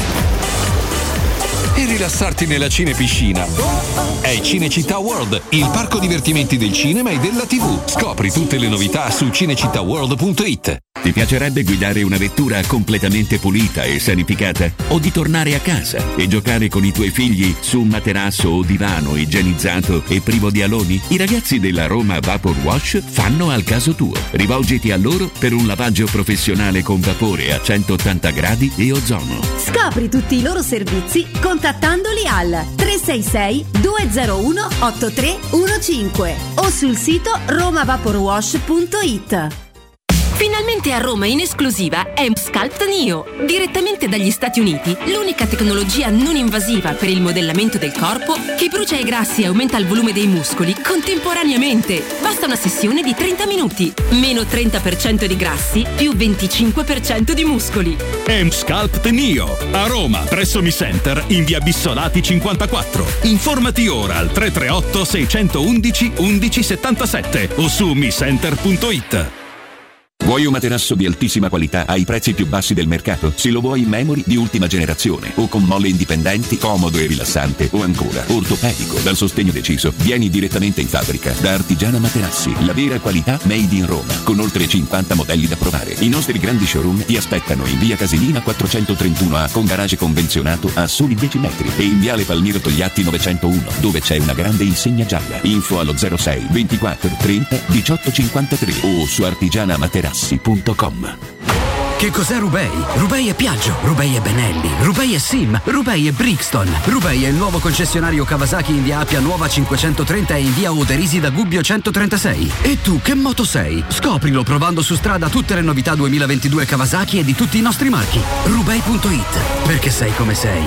e rilassarti nella cinepiscina. È Cinecittà World, il parco divertimenti del cinema e della tivù. Scopri tutte le novità su cinecittà world punto i t. Ti piacerebbe guidare una vettura completamente pulita e sanificata? O di tornare a casa e giocare con i tuoi figli su un materasso o divano igienizzato e privo di aloni? I ragazzi della Roma Vapor Wash fanno al caso tuo. Rivolgiti a loro per un lavaggio professionale con vapore a centottanta gradi e ozono. Scopri tutti i loro servizi contattandoli al tre sei sei due zero uno otto tre uno cinque o sul sito roma vapor wash punto i t. Finalmente a Roma in esclusiva è Sculpt Neo, direttamente dagli Stati Uniti, l'unica tecnologia non invasiva per il modellamento del corpo che brucia i grassi e aumenta il volume dei muscoli contemporaneamente. Basta una sessione di trenta minuti, meno trenta per cento di grassi, più venticinque per cento di muscoli. M-Sculpt Neo, a Roma, presso Mi Center, in via Bissolati cinquantaquattro. Informati ora al tre tre otto sei uno uno uno uno sette sette o su mi center punto it. Vuoi un materasso di altissima qualità ai prezzi più bassi del mercato? Se lo vuoi in memory di ultima generazione o con molle indipendenti, comodo e rilassante, o ancora ortopedico dal sostegno deciso, vieni direttamente in fabbrica da Artigiana Materassi, la vera qualità made in Roma, con oltre cinquanta modelli da provare. I nostri grandi showroom ti aspettano in via Casilina quattrocentotrentuno A con garage convenzionato a soli dieci metri e in viale Palmiro Togliatti novecentouno, dove c'è una grande insegna gialla. Info allo zero sei ventiquattro trenta diciotto cinquantatré o su artigiana materassi punto com. Che cos'è Rubei? Rubei è Piaggio, Rubei è Benelli, Rubei è Sim, Rubei è Brixton. Rubei è il nuovo concessionario Kawasaki in via Appia Nuova cinquecentotrenta e in via Oderisi da Gubbio centotrentasei. E tu che moto sei? Scoprilo provando su strada tutte le novità duemilaventidue Kawasaki e di tutti i nostri marchi. Rubei punto it, perché sei come sei.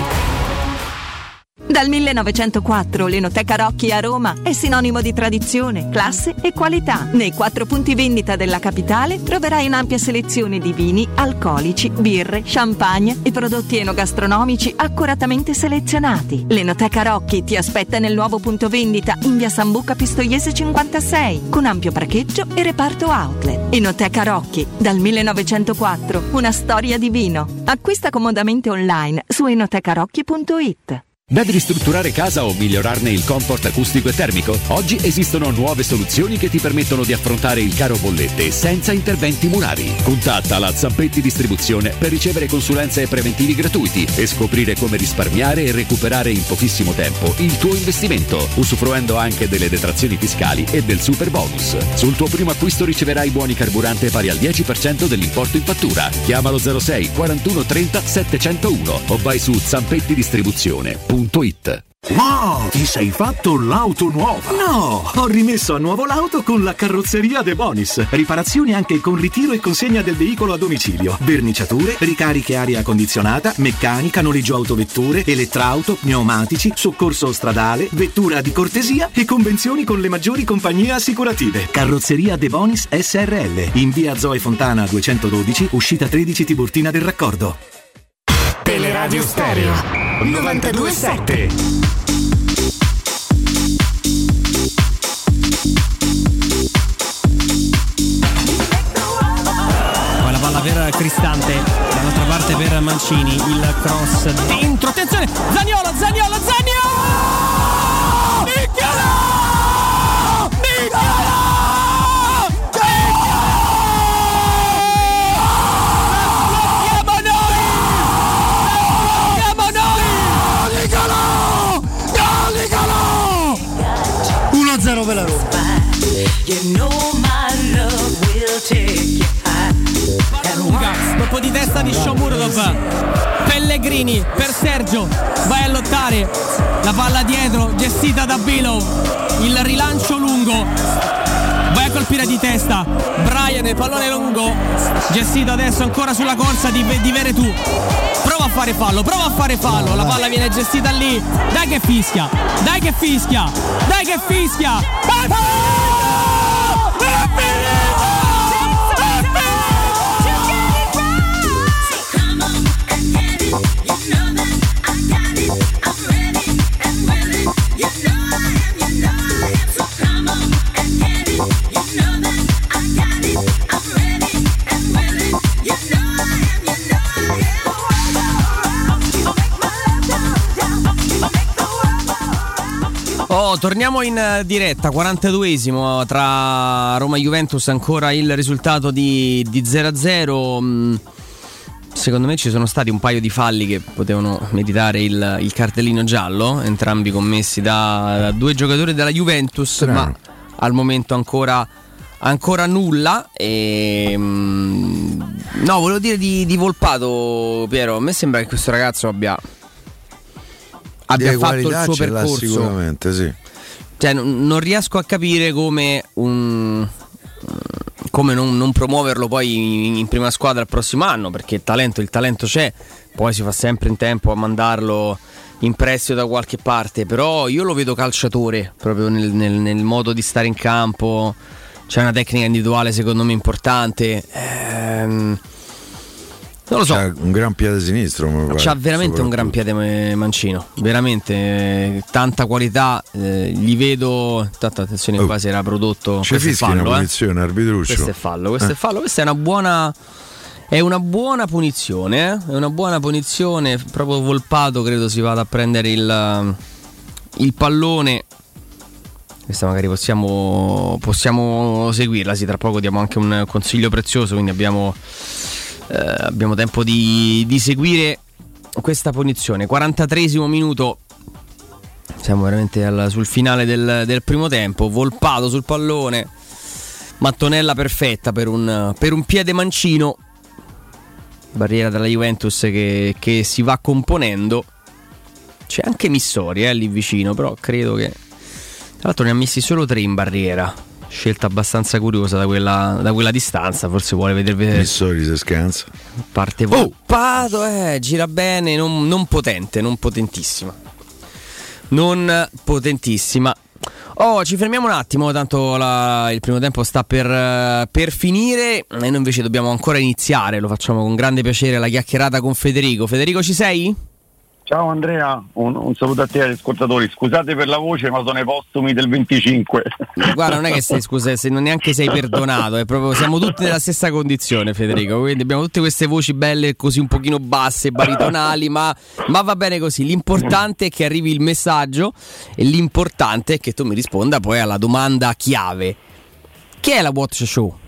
Dal millenovecentoquattro l'Enoteca Rocchi a Roma è sinonimo di tradizione, classe e qualità. Nei quattro punti vendita della capitale troverai un'ampia selezione di vini, alcolici, birre, champagne e prodotti enogastronomici accuratamente selezionati. L'Enoteca Rocchi ti aspetta nel nuovo punto vendita in via Sambuca Pistoiese cinquantasei con ampio parcheggio e reparto outlet. Enoteca Rocchi, dal millenovecentoquattro, una storia di vino. Acquista comodamente online su enotecarocchi punto it. Devi ristrutturare casa o migliorarne il comfort acustico e termico? Oggi esistono nuove soluzioni che ti permettono di affrontare il caro bollette senza interventi murari. Contatta la Zampetti Distribuzione per ricevere consulenze e preventivi gratuiti e scoprire come risparmiare e recuperare in pochissimo tempo il tuo investimento, usufruendo anche delle detrazioni fiscali e del super bonus. Sul tuo primo acquisto riceverai buoni carburante pari al dieci per cento dell'importo in fattura. Chiamalo zero sei quarantuno trenta settecentouno o vai su zampetti distribuzione punto it. Wow, ti sei fatto l'auto nuova? No, ho rimesso a nuovo l'auto con la carrozzeria De Bonis. Riparazioni anche con ritiro e consegna del veicolo a domicilio. Verniciature, ricariche aria condizionata, meccanica, noleggio autovetture, elettrauto, pneumatici, soccorso stradale, vettura di cortesia e convenzioni con le maggiori compagnie assicurative. Carrozzeria De Bonis S R L, in via Zoe Fontana duecentododici, uscita tredici Tiburtina del Raccordo. Teleradio Stereo novantadue sette. Poi la palla per Cristante, dall'altra parte per Mancini, il cross dentro, attenzione, Zaniolo, Zaniolo, Zaniolo! Nicchiola! Nicchiola! uno a zero per la Roma. Lunga, colpo di testa di Shomurodov. Pellegrini per Sergio, vai a lottare, la palla dietro, gestita da Bilov, il rilancio lungo, vai a colpire di testa Brian, il pallone lungo, gestito adesso ancora sulla corsa di, di Veretù. Prova a fare fallo, prova a fare fallo, la palla viene gestita lì, dai che fischia, dai che fischia, dai che fischia, è Oh, torniamo in diretta, quarantaduesimo tra Roma e Juventus, ancora il risultato di, di zero a zero. Secondo me ci sono stati un paio di falli che potevano meritare il, il cartellino giallo, entrambi commessi da, da due giocatori della Juventus, Strano. ma al momento ancora, ancora nulla. E, no, volevo dire di, di Volpato, Piero, a me sembra che questo ragazzo abbia... abbia fatto il suo percorso, sicuramente sì. Cioè, n- non riesco a capire come un come non, non promuoverlo poi in, in prima squadra il prossimo anno, perché il talento, il talento c'è, poi si fa sempre in tempo a mandarlo in prestito da qualche parte, però io lo vedo calciatore proprio nel, nel, nel modo di stare in campo, c'è una tecnica individuale secondo me importante, ehm, non lo so, c'ha un gran piede sinistro, c'ha veramente un gran piede Mancino, veramente eh, tanta qualità, eh, gli vedo, tanto attenzione, oh, qua si era prodotto, c'è questo è fallo, una punizione, eh? arbitruccio, questo è fallo, questo eh. è fallo, questa è una buona è una buona punizione, eh? È una buona punizione, proprio Volpato credo si vada a prendere il, il pallone. Questa magari possiamo possiamo seguirla, sì, tra poco diamo anche un consiglio prezioso, quindi abbiamo Eh, abbiamo tempo di, di seguire questa punizione. quarantatreesimo minuto, siamo veramente al, sul finale del, del primo tempo. Volpato sul pallone, mattonella perfetta per un, per un piede mancino, barriera della Juventus che, che si va componendo. C'è anche Missori eh, lì vicino, però credo che tra l'altro ne ha messi solo tre in barriera. Scelta abbastanza curiosa da quella, da quella distanza, forse vuole vedere Missori si scansa. Parte Volpato, eh, gira bene, non, non potente, non potentissima. Non potentissima. Oh, ci fermiamo un attimo, tanto la, il primo tempo sta per, per finire e noi invece dobbiamo ancora iniziare, lo facciamo con grande piacere, la chiacchierata con Federico. Federico, ci sei? Ciao Andrea, un, un saluto a te e agli ascoltatori. Scusate per la voce, ma sono i postumi del venticinque. Guarda, non è che sei, scusa, se non neanche sei perdonato, è proprio, siamo tutti nella stessa condizione, Federico. Quindi abbiamo tutte queste voci belle, così un pochino basse, baritonali, ma, ma va bene così. L'importante è che arrivi il messaggio e l'importante è che tu mi risponda poi alla domanda chiave. Che è la Watch Show?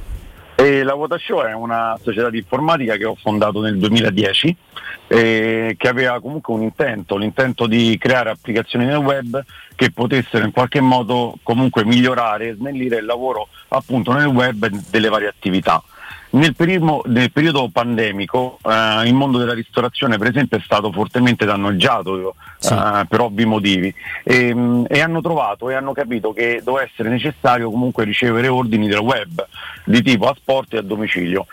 E la Water Show è una società di informatica che ho fondato nel duemiladieci, eh, che aveva comunque un intento, l'intento di creare applicazioni nel web che potessero in qualche modo comunque migliorare e snellire il lavoro appunto nel web delle varie attività. Nel periodo, nel periodo pandemico eh, il mondo della ristorazione per esempio è stato fortemente danneggiato sì. eh, per ovvi motivi e, e hanno trovato e hanno capito che doveva essere necessario comunque ricevere ordini del web di tipo asporto e a domicilio,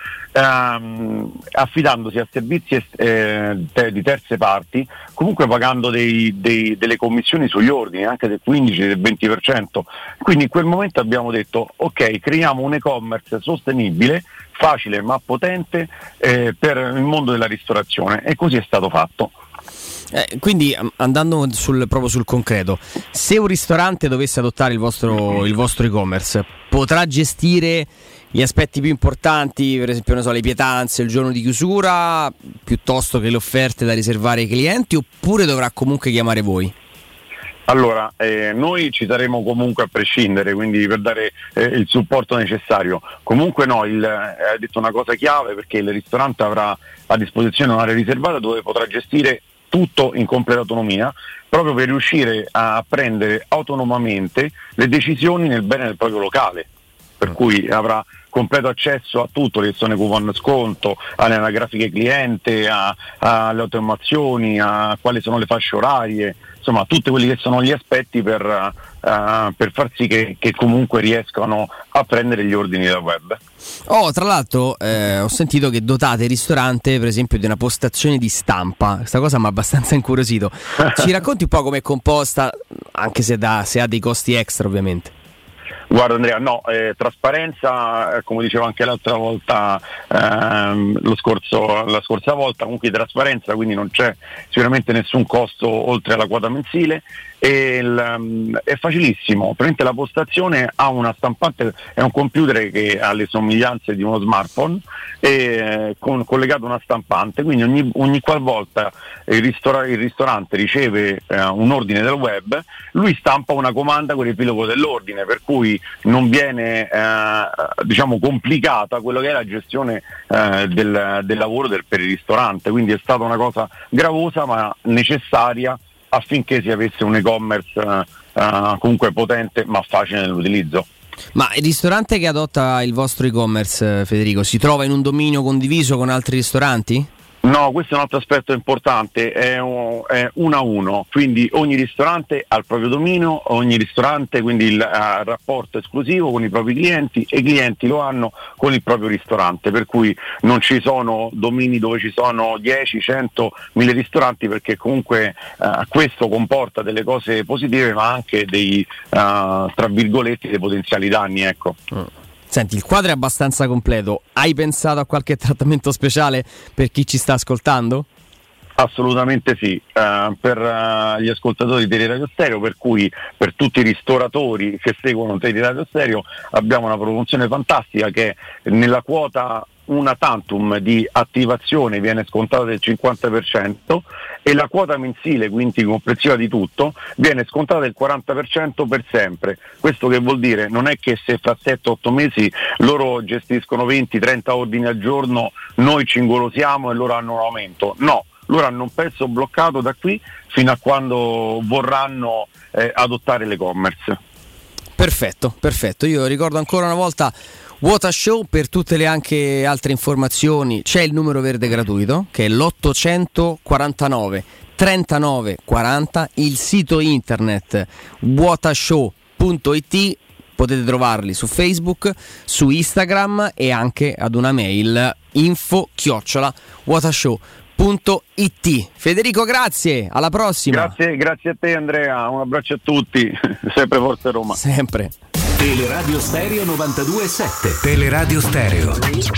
ehm, affidandosi a servizi eh, te, di terze parti, comunque pagando dei, dei, delle commissioni sugli ordini anche del quindici, del venti per cento. Quindi in quel momento abbiamo detto ok, creiamo un e-commerce sostenibile, facile ma potente eh, per il mondo della ristorazione, e così è stato fatto. Eh, quindi andando sul, proprio sul concreto, se un ristorante dovesse adottare il vostro, il vostro e-commerce, potrà gestire gli aspetti più importanti, per esempio non so, le pietanze, il giorno di chiusura, piuttosto che le offerte da riservare ai clienti, oppure dovrà comunque chiamare voi? Allora, eh, noi ci saremo comunque a prescindere, quindi per dare eh, il supporto necessario. Comunque no, il, eh, hai detto una cosa chiave, perché il ristorante avrà a disposizione un'area riservata dove potrà gestire tutto in completa autonomia, proprio per riuscire a prendere autonomamente le decisioni nel bene del proprio locale, per cui avrà completo accesso a tutto, le sono coupon sconto, alle anagrafiche cliente, a, a, alle automazioni, a quali sono le fasce orarie, insomma tutti quelli che sono gli aspetti per, uh, per far sì che, che comunque riescano a prendere gli ordini dal web. Oh, tra l'altro eh, ho sentito che dotate il ristorante per esempio di una postazione di stampa, questa cosa mi ha abbastanza incuriosito. Ci racconti un po' com'è composta, anche se, da, se ha dei costi extra ovviamente? Guarda Andrea, no, eh, trasparenza, eh, come dicevo anche l'altra volta, ehm, lo scorso, la scorsa volta, comunque di trasparenza, quindi non c'è sicuramente nessun costo oltre alla quota mensile. E il, um, è facilissimo, praticamente la postazione ha una stampante, è un computer che ha le somiglianze di uno smartphone e con, collegato a una stampante, quindi ogni, ogni qualvolta il, ristora- il ristorante riceve eh, un ordine del web, lui stampa una comanda con l'epilogo dell'ordine, per cui non viene eh, diciamo complicata quello che è la gestione eh, del, del lavoro del, per il ristorante, quindi è stata una cosa gravosa ma necessaria affinché si avesse un e-commerce uh, uh, comunque potente ma facile nell'utilizzo. Ma il ristorante che adotta il vostro e-commerce, Federico, si trova in un dominio condiviso con altri ristoranti? No, No, questo è un altro aspetto importante, è, un, è uno a uno, quindi ogni ristorante ha il proprio dominio, ogni ristorante quindi il, ha il rapporto esclusivo con i propri clienti e i clienti lo hanno con il proprio ristorante, per cui non ci sono domini dove ci sono dieci, cento, mille ristoranti, perché comunque eh, questo comporta delle cose positive ma anche dei, uh, tra virgolette, dei potenziali danni, ecco. Mm. Senti, il quadro è abbastanza completo. Hai pensato a qualche trattamento speciale per chi ci sta ascoltando? Assolutamente sì, uh, per uh, gli ascoltatori di Teleradio Stereo, per cui per tutti i ristoratori che seguono Teleradio Stereo abbiamo una promozione fantastica che nella quota una tantum di attivazione viene scontata del cinquanta per cento e la quota mensile, quindi complessiva di tutto, viene scontata del quaranta per cento per sempre. Questo che vuol dire? Non è che se fra sette otto mesi loro gestiscono venti trenta ordini al giorno, noi ci ingolosiamo e loro hanno un aumento. No, loro hanno un pezzo bloccato da qui fino a quando vorranno eh, adottare l'e-commerce. Perfetto, perfetto. Io ricordo ancora una volta Water Show, per tutte le anche altre informazioni c'è il numero verde gratuito che è l'ottocentoquarantanove trentanove quaranta, il sito internet watershow punto it, potete trovarli su Facebook, su Instagram e anche ad una mail info chiocciola watershow punto it. Federico, grazie, alla prossima. Grazie, grazie a te Andrea, un abbraccio a tutti, sempre Forza Roma. Sempre. Teleradio Stereo novantadue sette. Teleradio Stereo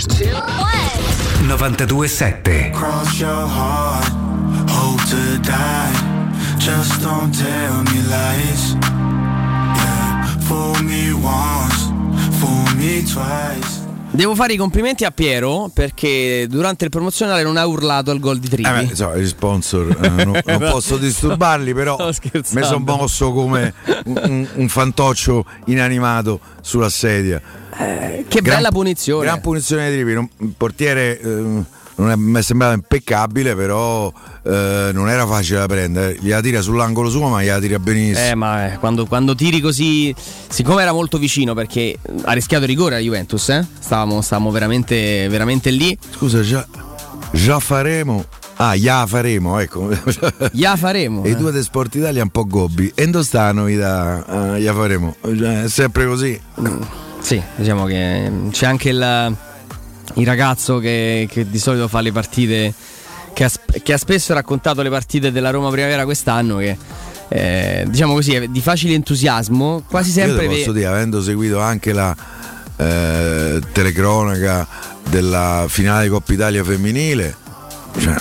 novantadue sette. Cross your heart, hope to die. Just don't tell me lies. Yeah, fool me once, fool me twice. Devo fare i complimenti a Piero perché durante il promozionale non ha urlato al gol di Trivi. Eh beh, so, gli sponsor eh, non, non posso disturbarli, però mi sono mosso come un, un fantoccio inanimato sulla sedia. Eh, che gran, bella punizione. Gran punizione di Trivi. Il portiere eh, non è, mi è sembrato impeccabile, però eh, non era facile da prendere. Gliela tira sull'angolo suo, ma gliela tira benissimo. Eh, ma eh, quando, quando tiri così, siccome era molto vicino, perché ha rischiato rigore la Juventus, eh? stavamo, stavamo veramente, veramente lì. Scusa, già, già faremo. Ah, ya faremo, ecco. Ya faremo. E i eh. due di Sport Italia un po' gobbi. E dove stanno i da uh, ya faremo? È sempre così. Mm, sì, diciamo che c'è anche il. Il ragazzo che, che di solito fa le partite, che ha, che ha spesso raccontato le partite della Roma Primavera quest'anno, che eh, diciamo così è di facile entusiasmo, quasi sempre. Io te posso dire, avendo seguito anche la eh, telecronaca della finale Coppa Italia femminile, cioè,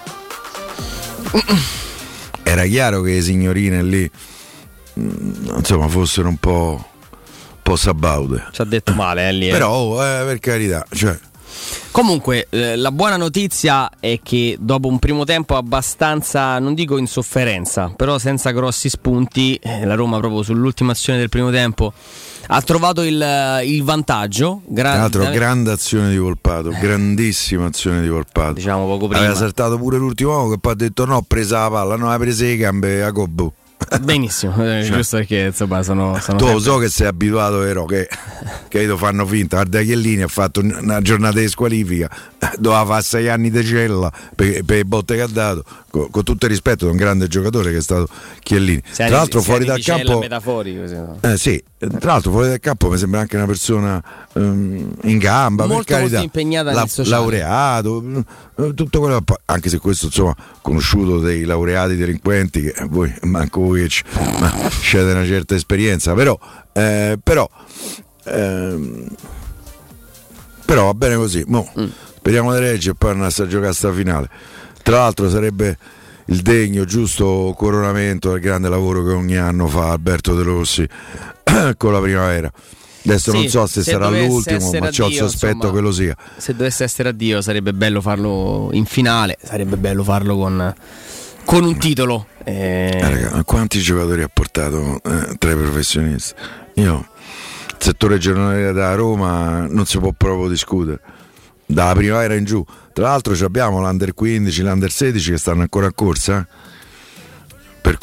era chiaro che le signorine lì insomma fossero un po', un po' sabaude. Ci ha detto male eh, lì, eh. Però oh, eh, per carità, cioè. Comunque eh, la buona notizia è che dopo un primo tempo abbastanza, non dico in sofferenza, però senza grossi spunti, eh, la Roma proprio sull'ultima azione del primo tempo ha trovato il, il vantaggio. Gra- Tra l'altro grande azione di Volpato, eh. grandissima azione di Volpato. Diciamo poco prima. Aveva saltato pure l'ultimo uomo che poi ha detto no, presa la palla, no, ha preso le gambe a Gobbo. Benissimo, cioè, giusto perché insomma sono, sono tu sempre... so che sei abituato, vero, che che fanno finta. Guarda Chiellini ha fatto una giornata di squalifica, doveva fare sei anni di cella per, per le botte che ha dato, con, con tutto il rispetto, è un grande giocatore che è stato Chiellini. Sei tra l'altro sei fuori dal campo metaforico, sì, no? eh, sì, tra l'altro fuori dal campo mi sembra anche una persona um, in gamba, molto, per carità, molto impegnata la, nel sociale, laureato, tutto quello, anche se questo insomma conosciuto dei laureati delinquenti che voi manco voi c- ma c'è una certa esperienza, però eh, però ehm, però va bene così. Mo, mm. speriamo di reggere e poi andare a giocare sta finale. Tra l'altro sarebbe il degno, giusto coronamento del grande lavoro che ogni anno fa Alberto De Rossi con la Primavera. Adesso sì, non so se, se sarà l'ultimo, ma c'ho il sospetto insomma, che lo sia. Se dovesse essere addio sarebbe bello farlo in finale, sarebbe bello farlo con, con un titolo. Eh... Eh, raga, quanti giocatori ha portato eh, tra i professionisti? Io, il settore giornaliero da Roma non si può proprio discutere. Dalla Primavera in giù. Tra l'altro abbiamo l'Under quindici, l'Under sedici che stanno ancora a corsa. Eh? Per cui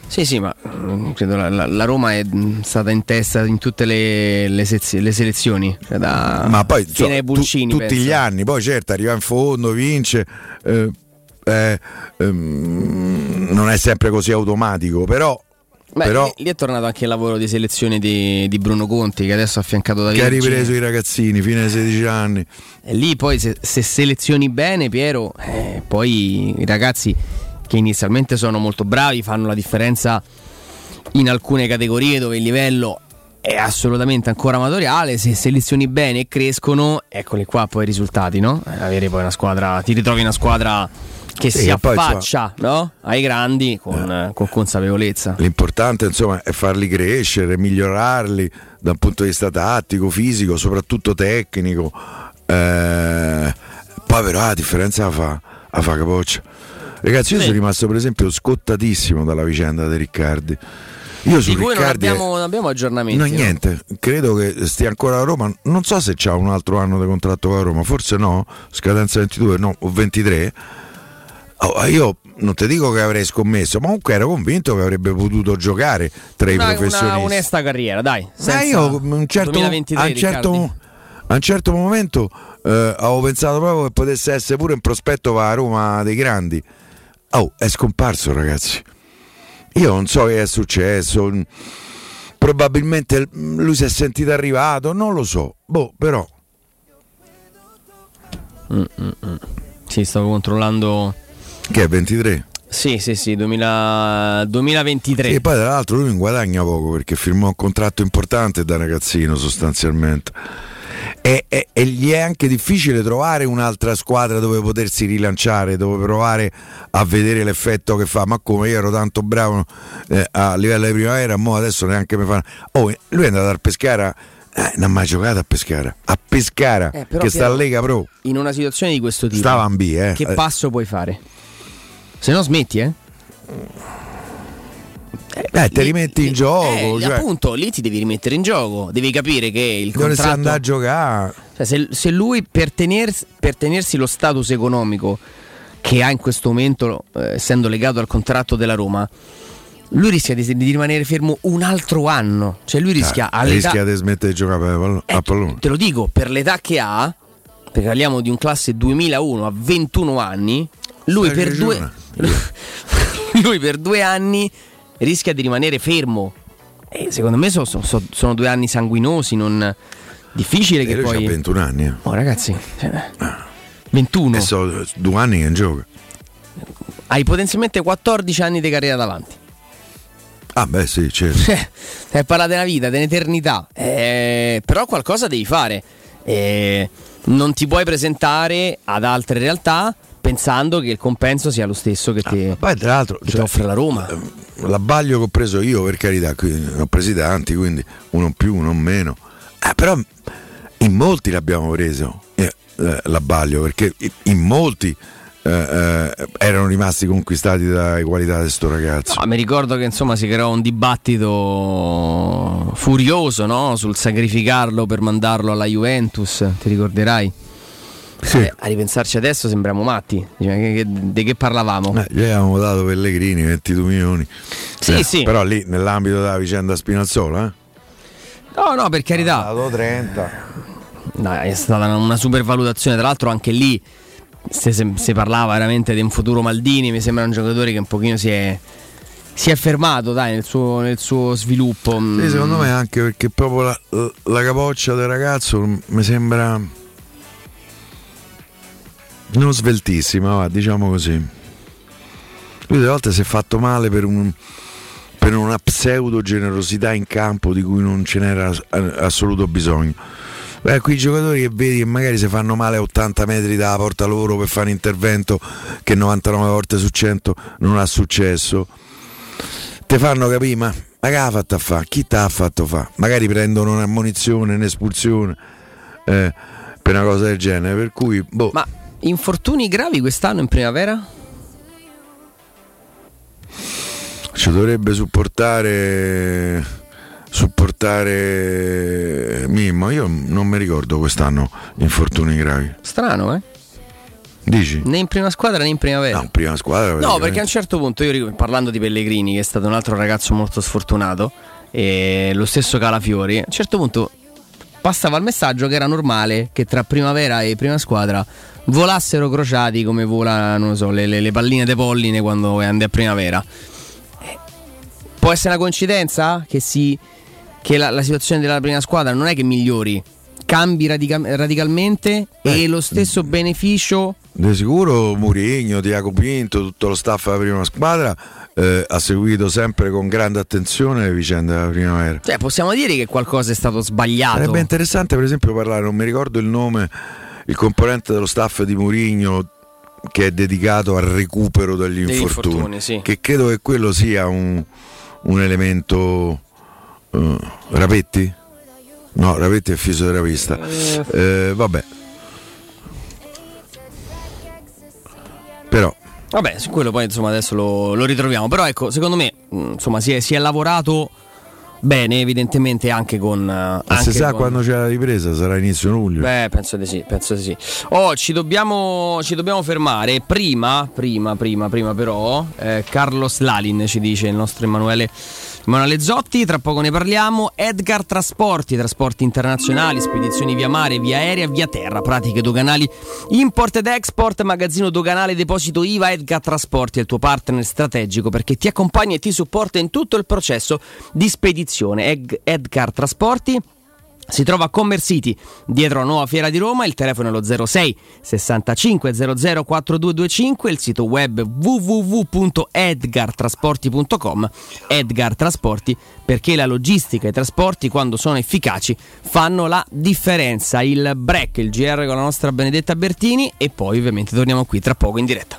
Sì, sì, ma credo la, la, la Roma è stata in testa in tutte le, le, sez- le selezioni, cioè da ma poi fine ai Pulcini, tu, tutti penso. gli anni, poi certo arriva in fondo, vince, eh, eh, ehm, non è sempre così automatico, però, Beh, però lì, lì è tornato anche il lavoro di selezione di, di Bruno Conti, che adesso ha affiancato da che ha ripreso i ragazzini fino ai sedici anni, e lì poi se, se selezioni bene, Piero, eh, poi i ragazzi che inizialmente sono molto bravi fanno la differenza in alcune categorie dove il livello è assolutamente ancora amatoriale. Se selezioni bene e crescono, eccoli qua poi i risultati, no? Avere poi una squadra, ti ritrovi una squadra che sì, si poi, affaccia, no? Ai grandi con, eh. con consapevolezza. L'importante insomma è farli crescere, migliorarli da un punto di vista tattico, fisico, soprattutto tecnico, eh, poi però la differenza la fa, la fa Capoccia. Ragazzi, io sì. sono rimasto per esempio scottatissimo dalla vicenda di Riccardi. Io su di cui Riccardi non abbiamo, non abbiamo aggiornamenti. No, niente, no? Credo che stia ancora a Roma. Non so se c'ha un altro anno di contratto con la Roma, forse no, scadenza ventidue no, o ventitré. Oh, io non ti dico che avrei scommesso, ma comunque ero convinto che avrebbe potuto giocare tra una, i professionisti. Una onesta carriera, dai. Ma io un certo, a, un certo, a un certo momento eh, avevo pensato proprio che potesse essere pure un prospetto per la Roma dei grandi. Oh, è scomparso, ragazzi. Io non so che è successo. Probabilmente lui si è sentito arrivato, non lo so. Boh, però. Mm-mm. Sì, stavo controllando. Che è ventitré? Sì, sì, sì, duemila, duemilaventitré. E poi tra l'altro lui non guadagna poco perché firmò un contratto importante da ragazzino sostanzialmente. E, e, e gli è anche difficile trovare un'altra squadra dove potersi rilanciare, dove provare a vedere l'effetto che fa. Ma come io ero tanto bravo eh, a livello di primavera, mo adesso neanche mi fanno. Oh, lui è andato al Pescara, eh, non ha mai giocato a Pescara. A Pescara, eh, però, che sta a Lega Pro. In una situazione di questo tipo, stava in B, eh. Che passo puoi fare? Se no smetti, eh? Eh, te li metti in eh, gioco, eh, cioè. Appunto, lì ti devi rimettere in gioco. Devi capire che il contratto dovresti andare a giocare. Cioè, se, se lui per, tenersi, per tenersi lo status economico che ha in questo momento, eh, essendo legato al contratto della Roma, lui rischia di, di rimanere fermo un altro anno. Cioè lui rischia eh, rischia di smettere di giocare a pallone, eh, a pallone. Te lo dico, per l'età che ha, perché parliamo di un classe duemilauno a ventuno anni, lui Stai per due lui per due anni rischia di rimanere fermo. E secondo me so, so, so, sono due anni sanguinosi, non difficile e che lui poi. Ha ventuno anni. Eh. Oh ragazzi, cioè, ventuno. E so due anni che gioca. Hai potenzialmente quattordici anni di carriera davanti. Ah beh sì, certo. Stai parlando della vita, dell'eternità. Eh, però qualcosa devi fare. Eh, non ti puoi presentare ad altre realtà pensando che il compenso sia lo stesso che ti, ah, poi, tra l'altro, che cioè, ti offre la Roma. L'abbaglio che ho preso io, per carità, qui ne ho presi tanti, quindi uno più, uno meno. Eh, però in molti l'abbiamo preso eh, eh, l'abbaglio, perché in molti eh, eh, erano rimasti conquistati dalle qualità di sto ragazzo. No, mi ricordo che insomma si creò un dibattito furioso, no? Sul sacrificarlo per mandarlo alla Juventus, ti ricorderai? Sì. Eh, a ripensarci adesso sembriamo matti. Di che parlavamo? Eh, gli avevamo dato Pellegrini ventidue milioni. Sì, eh, sì. Però lì nell'ambito della vicenda Spinazzola, eh? No, no, per carità. Ha dato trenta. No, è stata una supervalutazione. Tra l'altro anche lì se, se, se parlava veramente di un futuro Maldini. Mi sembra un giocatore che un pochino si è si è fermato, dai, nel suo, nel suo sviluppo. Sì, secondo me anche perché proprio la, la capoccia del ragazzo mi sembra non sveltissima, va, diciamo così. Lui delle volte si è fatto male per un per una pseudo generosità in campo di cui non ce n'era assoluto bisogno. Beh, quei giocatori che vedi che magari si fanno male a ottanta metri dalla porta loro per fare un intervento che novantanove volte su cento non ha successo, te fanno capire, ma, ma che ha fatto a fare? Chi ti ha fatto fare? Magari prendono un'ammonizione, un'espulsione eh, per una cosa del genere, per cui boh. Ma infortuni gravi quest'anno in primavera? Ci dovrebbe supportare supportare Mimmo. Io non mi ricordo quest'anno infortuni gravi. Strano, eh? Dici? Né in prima squadra né in primavera. No, in prima squadra. No, perché a un certo punto, io parlando di Pellegrini, che è stato un altro ragazzo molto sfortunato, e lo stesso Calafiori, a un certo punto passava il messaggio che era normale che tra primavera e prima squadra volassero crociati come vola, non lo so, le, le, le palline de polline quando ande a primavera. Può essere una coincidenza che, si, che la, la situazione della prima squadra non è che migliori, cambi radica- radicalmente eh, e lo stesso beneficio. Di sicuro Mourinho, Tiago Pinto, tutto lo staff della prima squadra eh, ha seguito sempre con grande attenzione le vicende della primavera. Cioè, possiamo dire che qualcosa è stato sbagliato. Sarebbe interessante, per esempio, parlare, non mi ricordo il nome, il componente dello staff di Mourinho che è dedicato al recupero degli Degli infortuni, infortuni, sì. Che credo che quello sia un, un elemento. uh, Rapetti? No, Rapetti è fisioterapista. Eh. Eh, vabbè. Però vabbè, su quello poi insomma adesso lo, lo ritroviamo. Però ecco, secondo me insomma si è, si è lavorato bene, evidentemente anche con anche se sa con... quando c'è la ripresa sarà inizio luglio. Beh, penso di sì, penso di sì. Oh, ci dobbiamo ci dobbiamo fermare. Prima, prima, prima, prima però eh, Carlos Lalin ci dice il nostro Emanuele Emanuele Zotti, tra poco ne parliamo. Edgar Trasporti, trasporti internazionali, spedizioni via mare, via aerea, via terra, pratiche doganali, import ed export, magazzino doganale, deposito I V A. Edgar Trasporti è il tuo partner strategico perché ti accompagna e ti supporta in tutto il processo di spedizione. Ed- Edgar Trasporti si trova a Commercity, dietro la nuova fiera di Roma. Il telefono è lo zero sei sessantacinque zero zero quattro due due cinque, il sito web w w w punto edgar trasporti punto com. Edgar Trasporti, perché la logistica e i trasporti, quando sono efficaci, fanno la differenza. Il break, il G R con la nostra Benedetta Bertini, e poi ovviamente torniamo qui tra poco in diretta.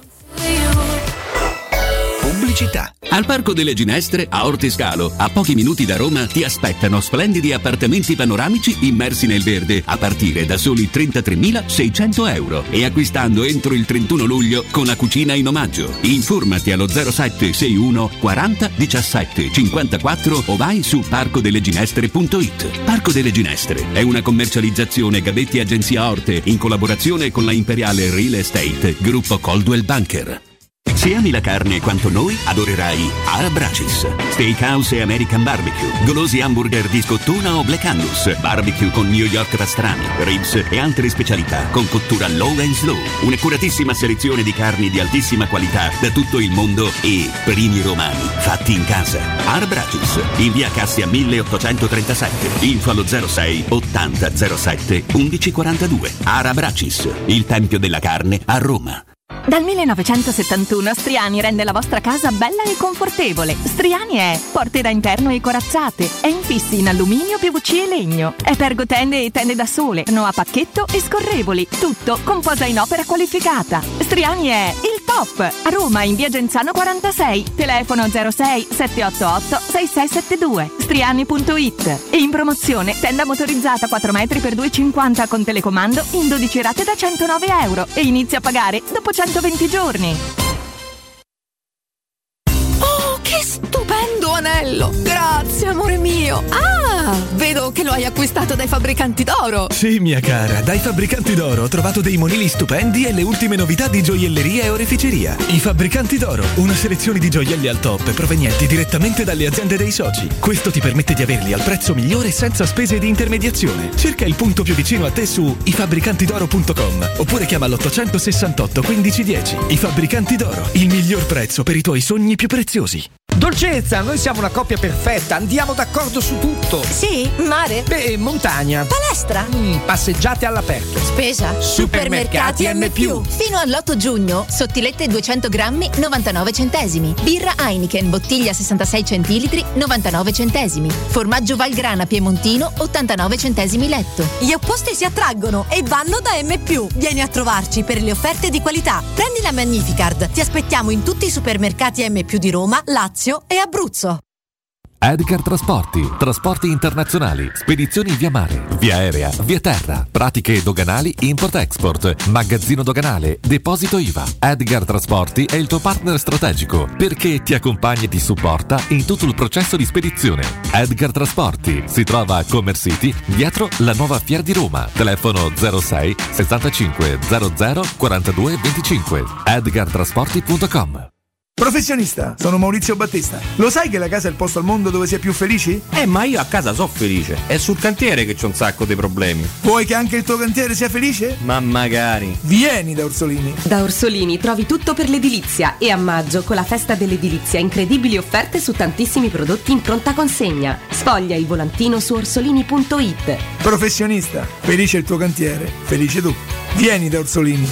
Pubblicità. Al Parco delle Ginestre, a Ortiscalo, a pochi minuti da Roma, ti aspettano splendidi appartamenti panoramici immersi nel verde a partire da soli trentatremilaseicento euro e acquistando entro il trentuno luglio con la cucina in omaggio. Informati allo zero sette sei uno quaranta diciassette cinquantaquattro o vai su parco delle ginestre punto it. Parco delle Ginestre è una commercializzazione Gabetti Agenzia Orte in collaborazione con la Imperiale Real Estate Gruppo Coldwell Banker. Se ami la carne quanto noi, adorerai Arabracis. Steakhouse e American Barbecue, golosi hamburger di scottuna o Black Angus, barbecue con New York pastrami, ribs e altre specialità con cottura low and slow. Un'accuratissima selezione di carni di altissima qualità da tutto il mondo e primi romani fatti in casa. Arabracis, in via Cassia milleottocentotrentasette. Info allo zero sei ottanta zero sette undici quarantadue. Arabracis, il tempio della carne a Roma. Dal millenovecentosettantuno Striani rende la vostra casa bella e confortevole. Striani è porte da interno e corazzate, è infissi in alluminio, P V C e legno, è pergotende e tende da sole, no a pacchetto e scorrevoli, tutto con posa in opera qualificata. Striani è il top! A Roma in via Genzano quarantasei, telefono zero sei sette otto otto sei sei sette due, striani punto it. E in promozione tenda motorizzata quattro metri per due e cinquanta con telecomando in dodici rate da centonove euro e inizia a pagare dopo centoventi giorni. Oh, che stupendo anello! Grazie, amore mio! Ah, vedo che lo hai acquistato dai fabbricanti d'oro! Sì, mia cara, dai fabbricanti d'oro ho trovato dei monili stupendi e le ultime novità di gioielleria e oreficeria. I fabbricanti d'oro, una selezione di gioielli al top provenienti direttamente dalle aziende dei soci. Questo ti permette di averli al prezzo migliore senza spese di intermediazione. Cerca il punto più vicino a te su i fabbricanti d'oro punto com oppure chiama l'ottocentosessantotto quindici dieci. I Fabbricanti d'Oro, il miglior prezzo per i tuoi sogni più preziosi. Dolcezza, noi siamo una coppia perfetta, andiamo d'accordo su tutto. Sì, mare? Beh, montagna. Palestra? Mm, passeggiate all'aperto. Spesa? Supermercati M più. Fino all'otto giugno, sottilette duecento grammi, novantanove centesimi. Birra Heineken, bottiglia sessantasei centilitri, novantanove centesimi. Formaggio Valgrana Piemontino, ottantanove centesimi letto. Gli opposti si attraggono e vanno da M più. Vieni a trovarci per le offerte di qualità. Prendi la Magnificard. Ti aspettiamo in tutti i supermercati M più di Roma, Lazio e Abruzzo. Edgar Trasporti, trasporti internazionali, spedizioni via mare, via aerea, via terra, pratiche doganali import-export, magazzino doganale, deposito I V A. Edgar Trasporti è il tuo partner strategico perché ti accompagna e ti supporta in tutto il processo di spedizione. Edgar Trasporti si trova a Commerce City, dietro la nuova Fiera di Roma. Telefono zero sei sessantacinque zero zero quarantadue venticinque. edgar trasporti punto com. Professionista, sono Maurizio Battista. Lo sai che la casa è il posto al mondo dove si è più felici? Eh, ma io a casa so felice. È sul cantiere che c'ho un sacco di problemi. Vuoi che anche il tuo cantiere sia felice? Ma magari. Vieni da Orsolini. Da Orsolini trovi tutto per l'edilizia e a maggio, con la festa dell'edilizia, incredibili offerte su tantissimi prodotti in pronta consegna. Sfoglia il volantino su orsolini punto it. Professionista, felice il tuo cantiere, felice tu. Vieni da Orsolini.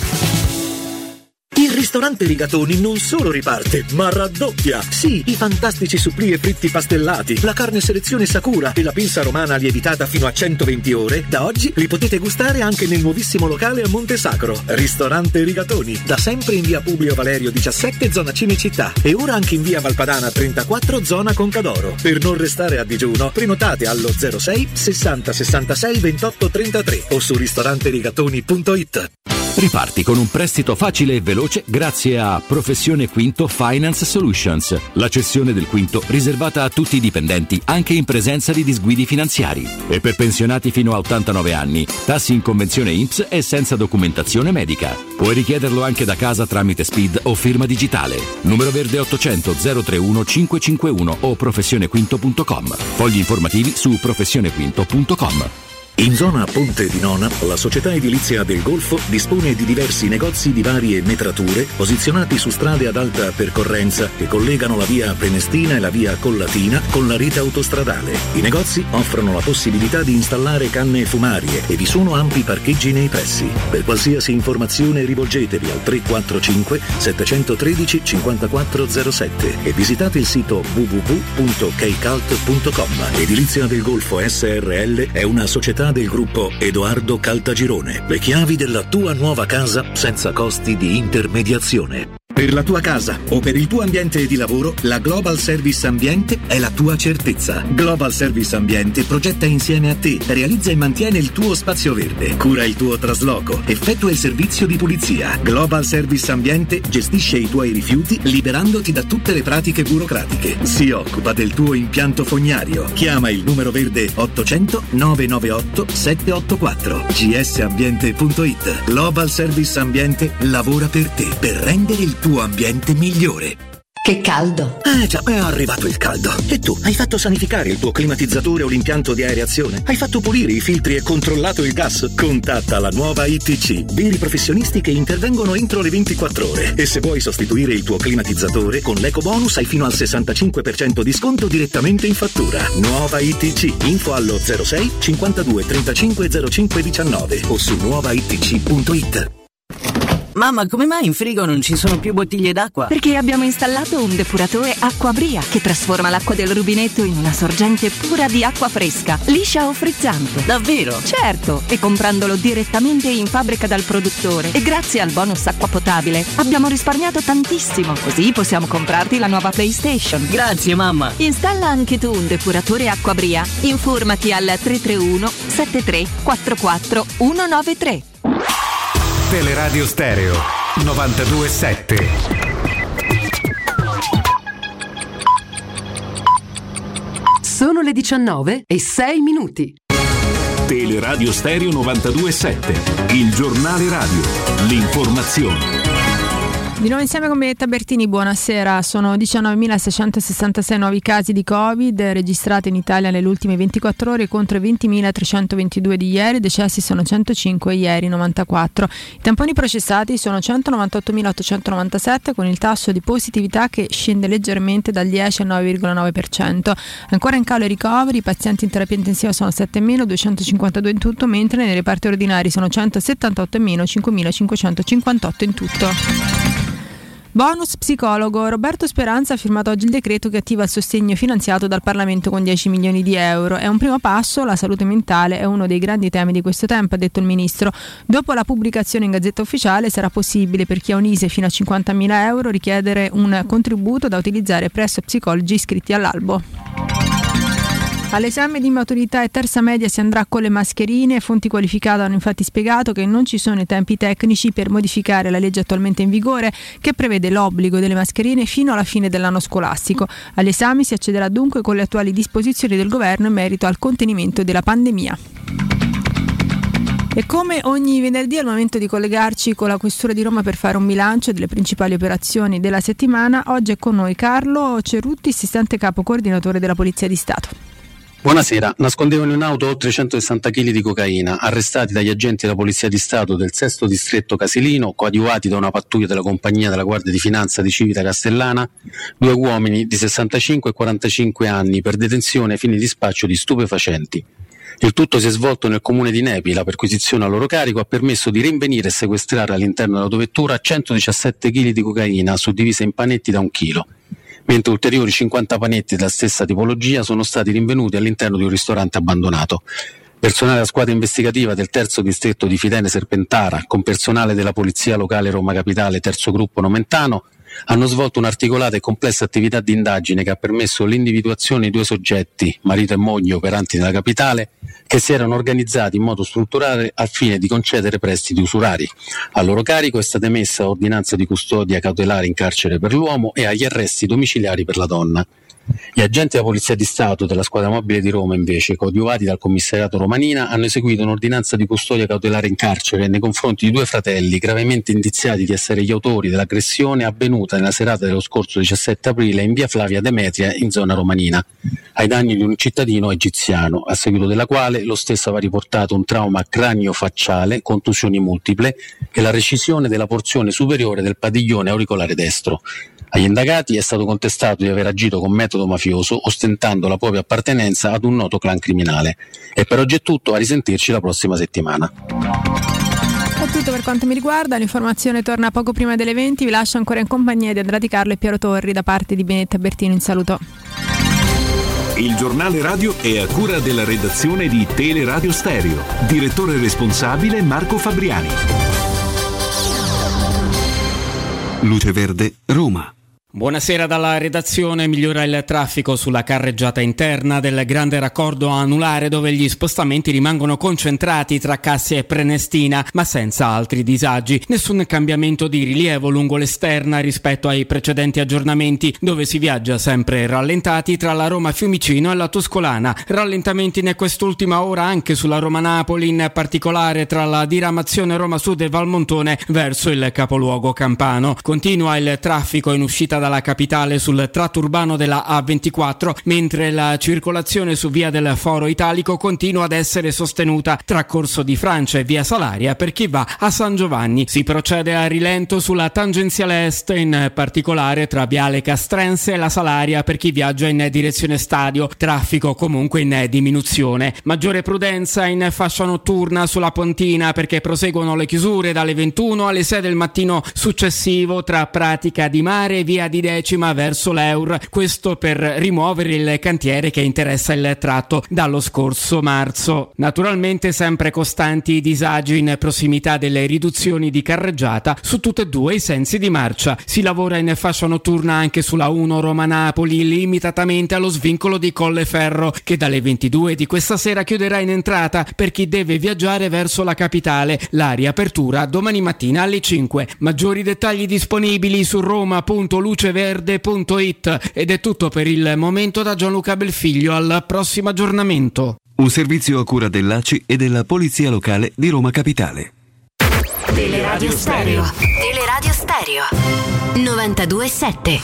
Il ristorante Rigatoni non solo riparte, ma raddoppia. Sì, i fantastici supplì e fritti pastellati, la carne selezione Sakura e la pinza romana lievitata fino a centoventi ore, da oggi li potete gustare anche nel nuovissimo locale a Monte Sacro. Ristorante Rigatoni, da sempre in via Publio Valerio diciassette, zona Cinecittà, e ora anche in via Valpadana trentaquattro, zona Concadoro. Per non restare a digiuno, prenotate allo zero sei sessanta sessantasei ventotto trentatré o su ristorante rigatoni punto it. Riparti con un prestito facile e veloce grazie a Professione Quinto Finance Solutions, la cessione del quinto riservata a tutti i dipendenti anche in presenza di disguidi finanziari. E per pensionati fino a ottantanove anni, tassi in convenzione I N P S e senza documentazione medica. Puoi richiederlo anche da casa tramite S P I D o firma digitale. Numero verde ottocento zero trentuno cinquecentocinquantuno o professionequinto punto com. Fogli informativi su professionequinto punto com. In zona Ponte di Nona, la società edilizia del Golfo dispone di diversi negozi di varie metrature posizionati su strade ad alta percorrenza che collegano la via Prenestina e la via Collatina con la rete autostradale. I negozi offrono la possibilità di installare canne fumarie e vi sono ampi parcheggi nei pressi. Per qualsiasi informazione rivolgetevi al tre quattro cinque sette uno tre cinque zero sette e visitate il sito w w w punto keicalt punto com. Edilizia del Golfo S R L è una società del gruppo Edoardo Caltagirone. Le chiavi della tua nuova casa senza costi di intermediazione. Per la tua casa o per il tuo ambiente di lavoro, la Global Service Ambiente è la tua certezza. Global Service Ambiente progetta insieme a te, realizza e mantiene il tuo spazio verde, cura il tuo trasloco, effettua il servizio di pulizia. Global Service Ambiente gestisce i tuoi rifiuti liberandoti da tutte le pratiche burocratiche. Si occupa del tuo impianto fognario. Chiama il numero verde ottocento nove nove otto sette otto quattro g s ambiente punto it. Global Service Ambiente lavora per te per rendere il tuo ambiente migliore. Che caldo! Eh già, è arrivato il caldo. E tu, hai fatto sanificare il tuo climatizzatore o l'impianto di areazione? Hai fatto pulire i filtri e controllato il gas? Contatta la nuova I T C, veri professionisti che intervengono entro le ventiquattro ore. E se vuoi sostituire il tuo climatizzatore, con l'eco bonus hai fino al sessantacinque per cento di sconto direttamente in fattura. Nuova I T C, info allo zero sei cinquantadue trentacinque zero cinque diciannove o su nuova i t c punto it. Mamma, come mai in frigo non ci sono più bottiglie d'acqua? Perché abbiamo installato un depuratore Acquabria che trasforma l'acqua del rubinetto in una sorgente pura di acqua fresca, liscia o frizzante. Davvero? Certo, e comprandolo direttamente in fabbrica dal produttore e grazie al bonus acqua potabile abbiamo risparmiato tantissimo. Così possiamo comprarti la nuova PlayStation. Grazie mamma. Installa anche tu un depuratore Acquabria. Informati al tre tre uno sette tre quattro quattro uno nove tre. Teleradio Stereo novantadue sette. Sono le diciannove e sei minuti. Teleradio Stereo novantadue sette, il giornale radio, l'informazione. Di nuovo insieme con Benedetta Bertini, buonasera. Sono diciannovemilaseicentosessantasei nuovi casi di Covid registrati in Italia nelle ultime ventiquattro ore contro i ventimilatrecentoventidue di ieri, decessi sono centocinque, ieri novantaquattro. I tamponi processati sono centonovantaottomilaottocentonovantasette con il tasso di positività che scende leggermente dal dieci al nove virgola nove per cento. Ancora in calo i ricoveri, i pazienti in terapia intensiva sono sette in meno, duecentocinquantadue in tutto, mentre nei reparti ordinari sono centosettantotto in meno, cinquemilacinquecentocinquantotto in tutto. Bonus psicologo. Roberto Speranza ha firmato oggi il decreto che attiva il sostegno finanziato dal Parlamento con dieci milioni di euro. È un primo passo, la salute mentale è uno dei grandi temi di questo tempo, ha detto il Ministro. Dopo la pubblicazione in Gazzetta Ufficiale sarà possibile per chi ha un I S E E fino a cinquantamila euro richiedere un contributo da utilizzare presso psicologi iscritti all'albo. All'esame di maturità e terza media si andrà con le mascherine. Fonti qualificate hanno infatti spiegato che non ci sono i tempi tecnici per modificare la legge attualmente in vigore che prevede l'obbligo delle mascherine fino alla fine dell'anno scolastico. Agli esami si accederà dunque con le attuali disposizioni del governo in merito al contenimento della pandemia. E come ogni venerdì è il momento di collegarci con la Questura di Roma per fare un bilancio delle principali operazioni della settimana. Oggi è con noi Carlo Cerutti, assistente capo coordinatore della Polizia di Stato. Buonasera, nascondevano in auto oltre centosessanta chili di cocaina, arrestati dagli agenti della Polizia di Stato del sesto distretto Casilino, coadiuvati da una pattuglia della compagnia della Guardia di Finanza di Civita Castellana, due uomini di sessantacinque e quarantacinque anni per detenzione ai fini di spaccio di stupefacenti. Il tutto si è svolto nel comune di Nepi. La perquisizione a loro carico ha permesso di rinvenire e sequestrare all'interno dell'autovettura centodiciassette chili di cocaina suddivise in panetti da un chilo, mentre ulteriori cinquanta panetti della stessa tipologia sono stati rinvenuti all'interno di un ristorante abbandonato. Personale della squadra investigativa del terzo distretto di Fidene Serpentara, con personale della Polizia Locale Roma Capitale terzo gruppo Nomentano, hanno svolto un'articolata e complessa attività di indagine che ha permesso l'individuazione di due soggetti, marito e moglie operanti nella capitale, che si erano organizzati in modo strutturale al fine di concedere prestiti usurari. A loro carico è stata emessa ordinanza di custodia cautelare in carcere per l'uomo e agli arresti domiciliari per la donna. Gli agenti della Polizia di Stato della Squadra Mobile di Roma, invece, coadiuvati dal commissariato Romanina, hanno eseguito un'ordinanza di custodia cautelare in carcere nei confronti di due fratelli gravemente indiziati di essere gli autori dell'aggressione avvenuta nella serata dello scorso diciassette aprile in via Flavia Demetria, in zona Romanina, ai danni di un cittadino egiziano, a seguito della quale lo stesso aveva riportato un trauma cranio-facciale, contusioni multiple e la recisione della porzione superiore del padiglione auricolare destro. Agli indagati è stato contestato di aver agito con metodo mafioso, ostentando la propria appartenenza ad un noto clan criminale. E per oggi è tutto, a risentirci la prossima settimana. È tutto per quanto mi riguarda, l'informazione torna poco prima delle venti, vi lascio ancora in compagnia di Andrea Di Carlo e Piero Torri da parte di Benetta Bertino, in saluto. Il giornale radio è a cura della redazione di Teleradio Stereo. Direttore responsabile Marco Fabriani. Luce Verde, Roma. Buonasera dalla redazione. Migliora il traffico sulla carreggiata interna del grande raccordo anulare, dove gli spostamenti rimangono concentrati tra Cassia e Prenestina, ma senza altri disagi. Nessun cambiamento di rilievo lungo l'esterna rispetto ai precedenti aggiornamenti, dove si viaggia sempre rallentati tra la Roma Fiumicino e la Tuscolana. Rallentamenti in quest'ultima ora anche sulla Roma-Napoli, in particolare tra la diramazione Roma Sud e Valmontone verso il capoluogo campano. Continua il traffico in uscita dalla capitale sul tratto urbano della A ventiquattro, mentre la circolazione su via del Foro Italico continua ad essere sostenuta tra Corso di Francia e via Salaria per chi va a San Giovanni. Si procede a rilento sulla tangenziale est, in particolare tra viale Castrense e la Salaria per chi viaggia in direzione stadio. Traffico comunque in diminuzione. Maggiore prudenza in fascia notturna sulla Pontina, perché proseguono le chiusure dalle ventuno alle sei del mattino successivo tra Pratica di Mare e via di Decima verso l'Eur, questo per rimuovere il cantiere che interessa il tratto dallo scorso marzo. Naturalmente sempre costanti i disagi in prossimità delle riduzioni di carreggiata su tutti e due i sensi di marcia. Si lavora in fascia notturna anche sulla uno Roma-Napoli, limitatamente allo svincolo di Colleferro, che dalle ventidue di questa sera chiuderà in entrata per chi deve viaggiare verso la capitale. La riapertura domani mattina alle cinque. Maggiori dettagli disponibili su roma punto luceverde punto it. Ed è tutto per il momento da Gianluca Belfiglio. Al prossimo aggiornamento. Un servizio a cura dell'A C I e della Polizia Locale di Roma Capitale. Teleradio Stereo. Teleradio Stereo. novantadue sette.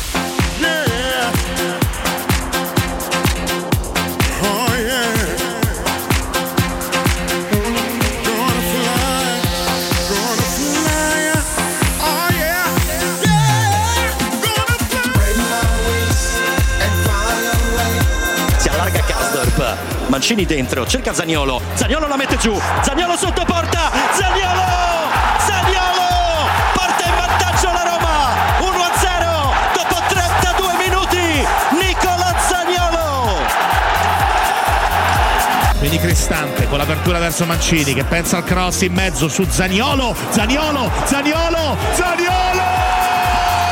Mancini dentro, cerca Zaniolo, Zaniolo la mette giù, Zaniolo sotto porta, Zaniolo, Zaniolo, porta in vantaggio la Roma, uno a zero, dopo trentadue minuti, Nicola Zaniolo. Quindi Cristante con l'apertura verso Mancini che pensa al cross in mezzo su Zaniolo, Zaniolo, Zaniolo, Zaniolo!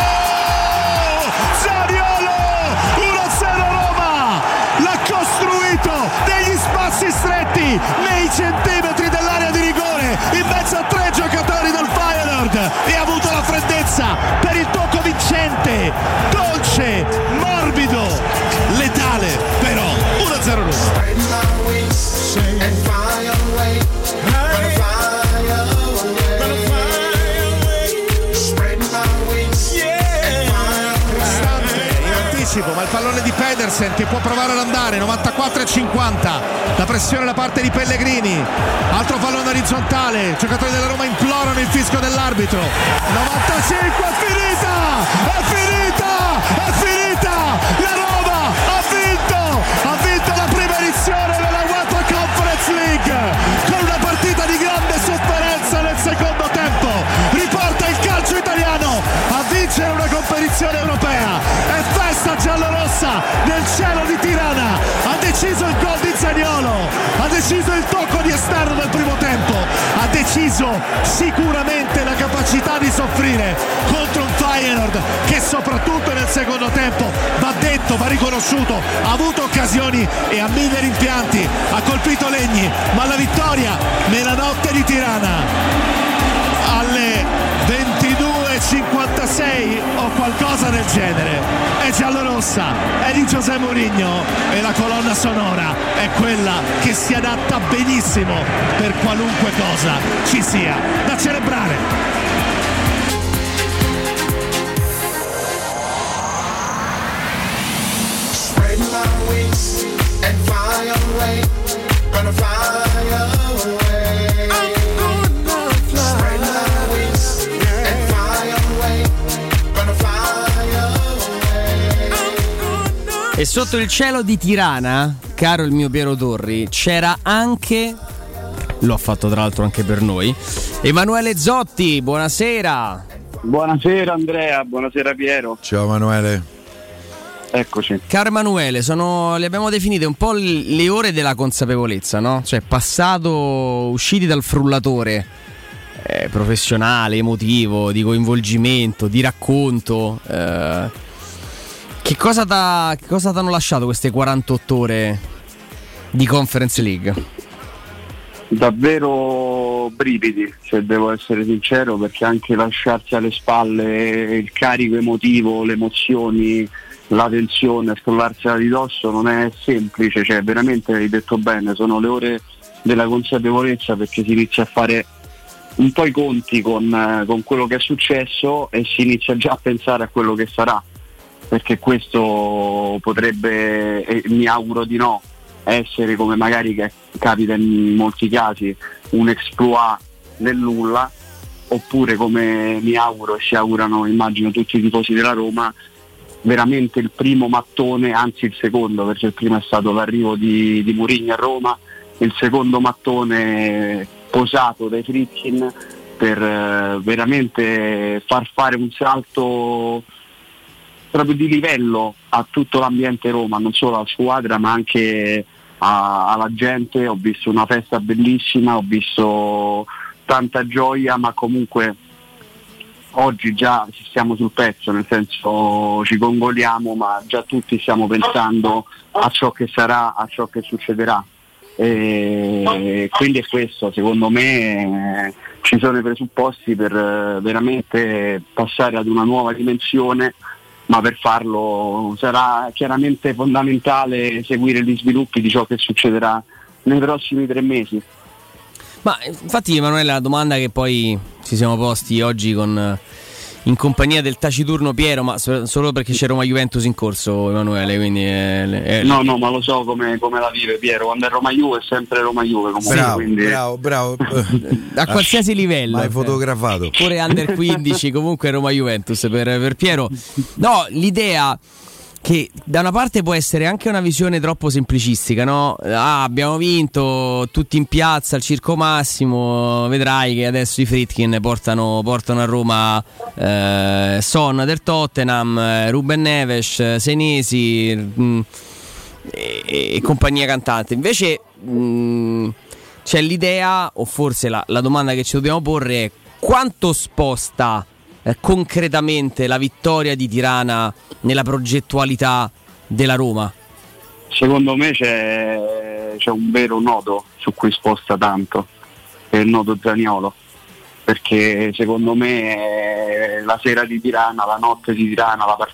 Zaniolo! uno a zero Roma! L'ha costruito dolce, dolce, morbido, letale, però uno a zero Roma. Ma il pallone di Pedersen che può provare ad andare, novantaquattro e cinquanta, la pressione da parte di Pellegrini, altro pallone orizzontale, i giocatori della Roma implorano il fischio dell'arbitro. novantacinque, è finita, è finita, è finita, la Roma ha vinto, ha vinto la prima edizione della UEFA Conference League con una partita di grande sofferenza nel secondo tempo, riporta il calcio italiano a vincere una competizione europea, è festa giallorossa nel cielo di Tirana, ha deciso il gol di Zaniolo, ha deciso il tocco di esterno del primo tempo, ha deciso sicuramente la capacità di soffrire contro un Feyenoord che soprattutto nel secondo tempo, va detto, va riconosciuto, ha avuto occasioni e a mille rimpianti, ha colpito Legni, ma la vittoria nella notte di Tirana alle ventidue e cinquantasei o qualcosa del genere è giallorossa, è di José Mourinho e la colonna sonora è quella che si adatta benissimo per qualunque cosa ci sia da celebrare. E sotto il cielo di Tirana, caro il mio Piero Torri, c'era anche, lo ha fatto tra l'altro anche per noi, Emanuele Zotti, buonasera. Buonasera Andrea, buonasera Piero. Ciao Emanuele. Eccoci. Caro Emanuele, sono, le abbiamo definite un po' le ore della consapevolezza, no? Cioè passato, usciti dal frullatore eh, professionale, emotivo, di coinvolgimento, di racconto. Eh, che cosa t'ha, che cosa t'hanno lasciato queste quarantotto ore di Conference League? Davvero brividi, se devo essere sincero, perché anche lasciarsi alle spalle il carico emotivo, le emozioni, la tensione, scrollarsela di dosso non è semplice, cioè veramente hai detto bene, sono le ore della consapevolezza, perché si inizia a fare un po' i conti con, con quello che è successo e si inizia già a pensare a quello che sarà, perché questo potrebbe, e mi auguro di no, essere, come magari che capita in molti casi, un exploit nel nulla, oppure come mi auguro e si augurano, immagino, tutti i tifosi della Roma, veramente il primo mattone, anzi il secondo, perché il primo è stato l'arrivo di, di Mourinho a Roma, il secondo mattone posato dai Friedkin per eh, veramente far fare un salto proprio di livello a tutto l'ambiente Roma, non solo alla squadra ma anche a, alla gente. Ho visto una festa bellissima, ho visto tanta gioia, ma comunque oggi già siamo sul pezzo, nel senso ci congoliamo, ma già tutti stiamo pensando a ciò che sarà, a ciò che succederà. E quindi è questo, secondo me eh, ci sono i presupposti per eh, veramente passare ad una nuova dimensione, ma per farlo sarà chiaramente fondamentale seguire gli sviluppi di ciò che succederà nei prossimi tre mesi. Ma infatti, Emanuele, la domanda che poi ci siamo posti oggi con, in compagnia del taciturno Piero, ma so, solo perché c'è Roma Juventus in corso, Emanuele, quindi è, è... no no ma lo so come, come la vive Piero, quando è Roma Juve è sempre Roma Juve comunque. Bravo, quindi... bravo, bravo. A qualsiasi livello, l'hai fotografato pure under quindici, comunque Roma Juventus per, per Piero. No, l'idea che da una parte può essere anche una visione troppo semplicistica, no? Ah, abbiamo vinto tutti in piazza al Circo Massimo, vedrai che adesso i Friedkin portano, portano a Roma eh, Son del Tottenham, Ruben Neves, Senesi mh, e, e compagnia cantante. Invece mh, c'è l'idea, o forse la, la domanda che ci dobbiamo porre è: quanto sposta eh, concretamente la vittoria di Tirana nella progettualità della Roma? Secondo me c'è, c'è un vero nodo su cui sposta tanto, che è il nodo Zaniolo, perché secondo me la sera di Tirana, la notte di Tirana, la, part-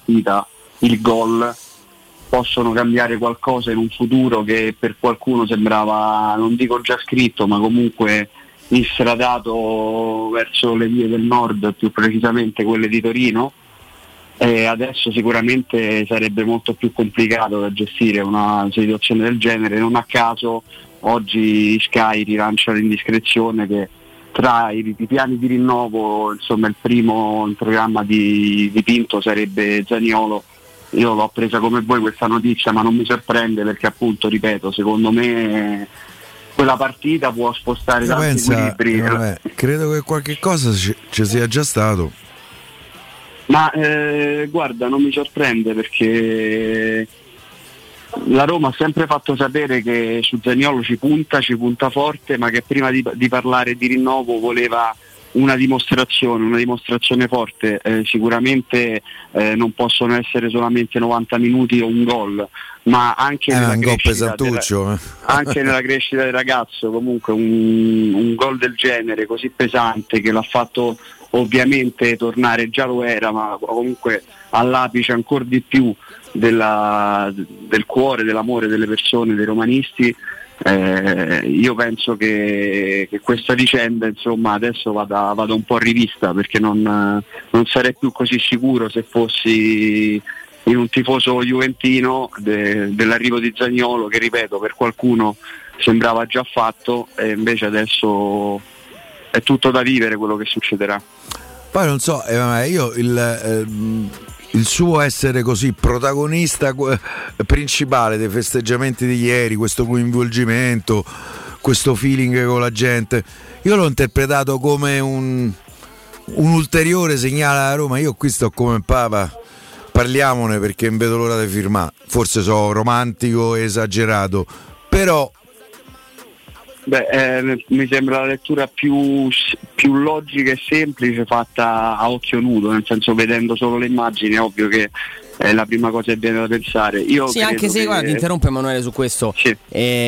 partita, il gol, possono cambiare qualcosa in un futuro che per qualcuno sembrava, non dico già scritto, ma comunque instradato verso le vie del nord, più precisamente quelle di Torino. E adesso sicuramente sarebbe molto più complicato da gestire una situazione del genere. Non a caso oggi Sky rilancia l'indiscrezione che tra i, i piani di rinnovo, insomma, il primo in programma di, di Pinto sarebbe Zaniolo. Io l'ho presa come voi questa notizia, ma non mi sorprende perché, appunto, ripeto, secondo me quella partita può spostare tanti pensa, equilibri. Vabbè, credo che qualche cosa ci, ci sia già stato. Ma eh, guarda, non mi sorprende perché la Roma ha sempre fatto sapere che su Zaniolo ci punta, ci punta forte, ma che prima di, di parlare di rinnovo voleva una dimostrazione, una dimostrazione forte. Eh, sicuramente eh, non possono essere solamente novanta minuti o un gol, ma anche, eh, nella, un crescita pesantuccio, della, eh. anche nella crescita del ragazzo. Comunque un, un gol del genere così pesante che l'ha fatto ovviamente tornare, già lo era, ma comunque all'apice ancora di più della, del cuore, dell'amore delle persone, dei romanisti. Eh, io penso che, che questa vicenda, insomma, adesso vada, vada un po' a rivista, perché non, non sarei più così sicuro se fossi in un tifoso juventino de, dell'arrivo di Zaniolo, che ripeto per qualcuno sembrava già fatto, e invece adesso è tutto da vivere quello che succederà. Poi non so, eh, io il, eh, il suo essere così protagonista eh, principale dei festeggiamenti di ieri, questo coinvolgimento, questo feeling con la gente, io l'ho interpretato come un, un ulteriore segnale alla Roma. Io qui sto come Papa, parliamone perché non vedo l'ora di firmare. Forse sono romantico e esagerato, però Beh, eh, mi sembra la lettura più, più logica e semplice, fatta a occhio nudo, nel senso, vedendo solo le immagini è ovvio che è la prima cosa che viene da pensare. Io sì, anche se, che... guarda, ti interrompo Emanuele su questo. Sì.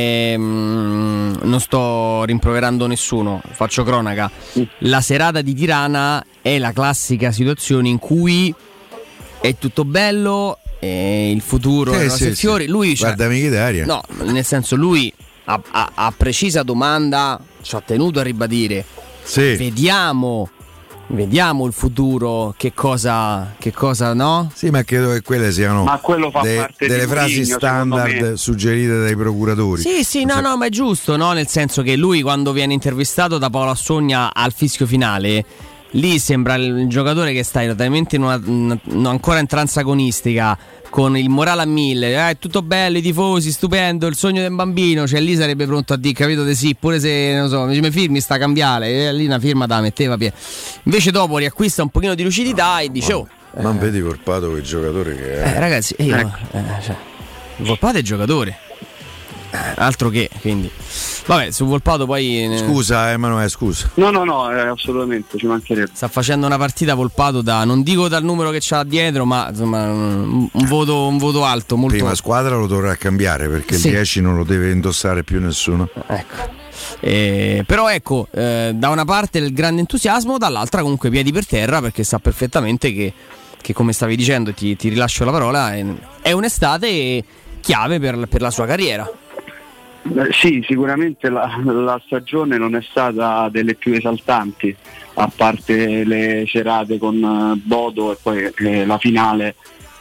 Ehm, non sto rimproverando nessuno, faccio cronaca. Mm. La serata di Tirana è la classica situazione in cui è tutto bello, e il futuro eh, è sì, fiori. Sì. Lui, guarda, amiche d'aria. No, nel senso, lui a, a, a precisa domanda ci ha tenuto a ribadire. Sì. Vediamo Vediamo il futuro, che cosa, che cosa, no? Sì, ma credo che quelle siano ma quello fa de, parte delle di frasi Mourinho, standard suggerite dai procuratori. Sì, sì, no, no, ma è giusto, no? Nel senso che lui, quando viene intervistato da Paolo Assogna al fischio finale, lì sembra il giocatore che sta talmente in una, una, ancora in tranza agonistica, con il morale a mille, eh, è tutto bello, i tifosi, stupendo, il sogno del bambino, cioè lì sarebbe pronto a dire, capito, di sì, pure se, non so, mi firmi sta cambiale, e lì una firma da metteva via. Invece dopo riacquista un pochino di lucidità e dice, oh, oh ma eh, vedi Volpato quel giocatore che è. Eh, ragazzi, io, eh, cioè, Volpato è giocatore, eh, altro che, quindi vabbè, su Volpato poi scusa Emanuele, scusa. No, no, no, eh, assolutamente, ci mancherebbe. Sta facendo una partita Volpato da, non dico dal numero che c'ha dietro, ma insomma un, un voto un voto alto, molto. Prima squadra lo dovrà cambiare perché sì. Il dieci non lo deve indossare più nessuno. Ecco. Eh, però ecco, eh, da una parte il grande entusiasmo, dall'altra comunque piedi per terra, perché sa perfettamente che, che come stavi dicendo, ti, ti rilascio la parola, è, è un'estate chiave per, per la sua carriera. Eh, sì, sicuramente la, la stagione non è stata delle più esaltanti, a parte le serate con uh, Bodo e poi eh, la finale.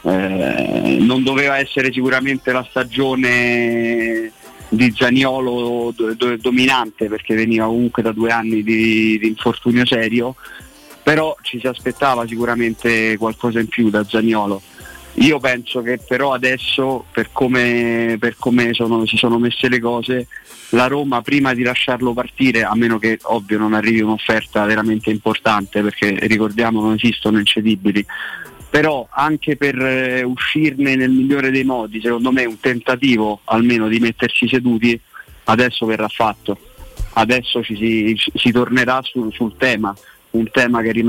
Eh, non doveva essere sicuramente la stagione di Zaniolo do, do, dominante, perché veniva comunque da due anni di, di infortunio serio, però ci si aspettava sicuramente qualcosa in più da Zaniolo. Io penso che però adesso, per come, per come sono, si sono messe le cose, la Roma, prima di lasciarlo partire, a meno che ovvio non arrivi un'offerta veramente importante, perché ricordiamo non esistono incedibili, però anche per eh, uscirne nel migliore dei modi, secondo me un tentativo almeno di mettersi seduti adesso verrà fatto. Adesso ci si, si tornerà sul, sul tema, un tema che è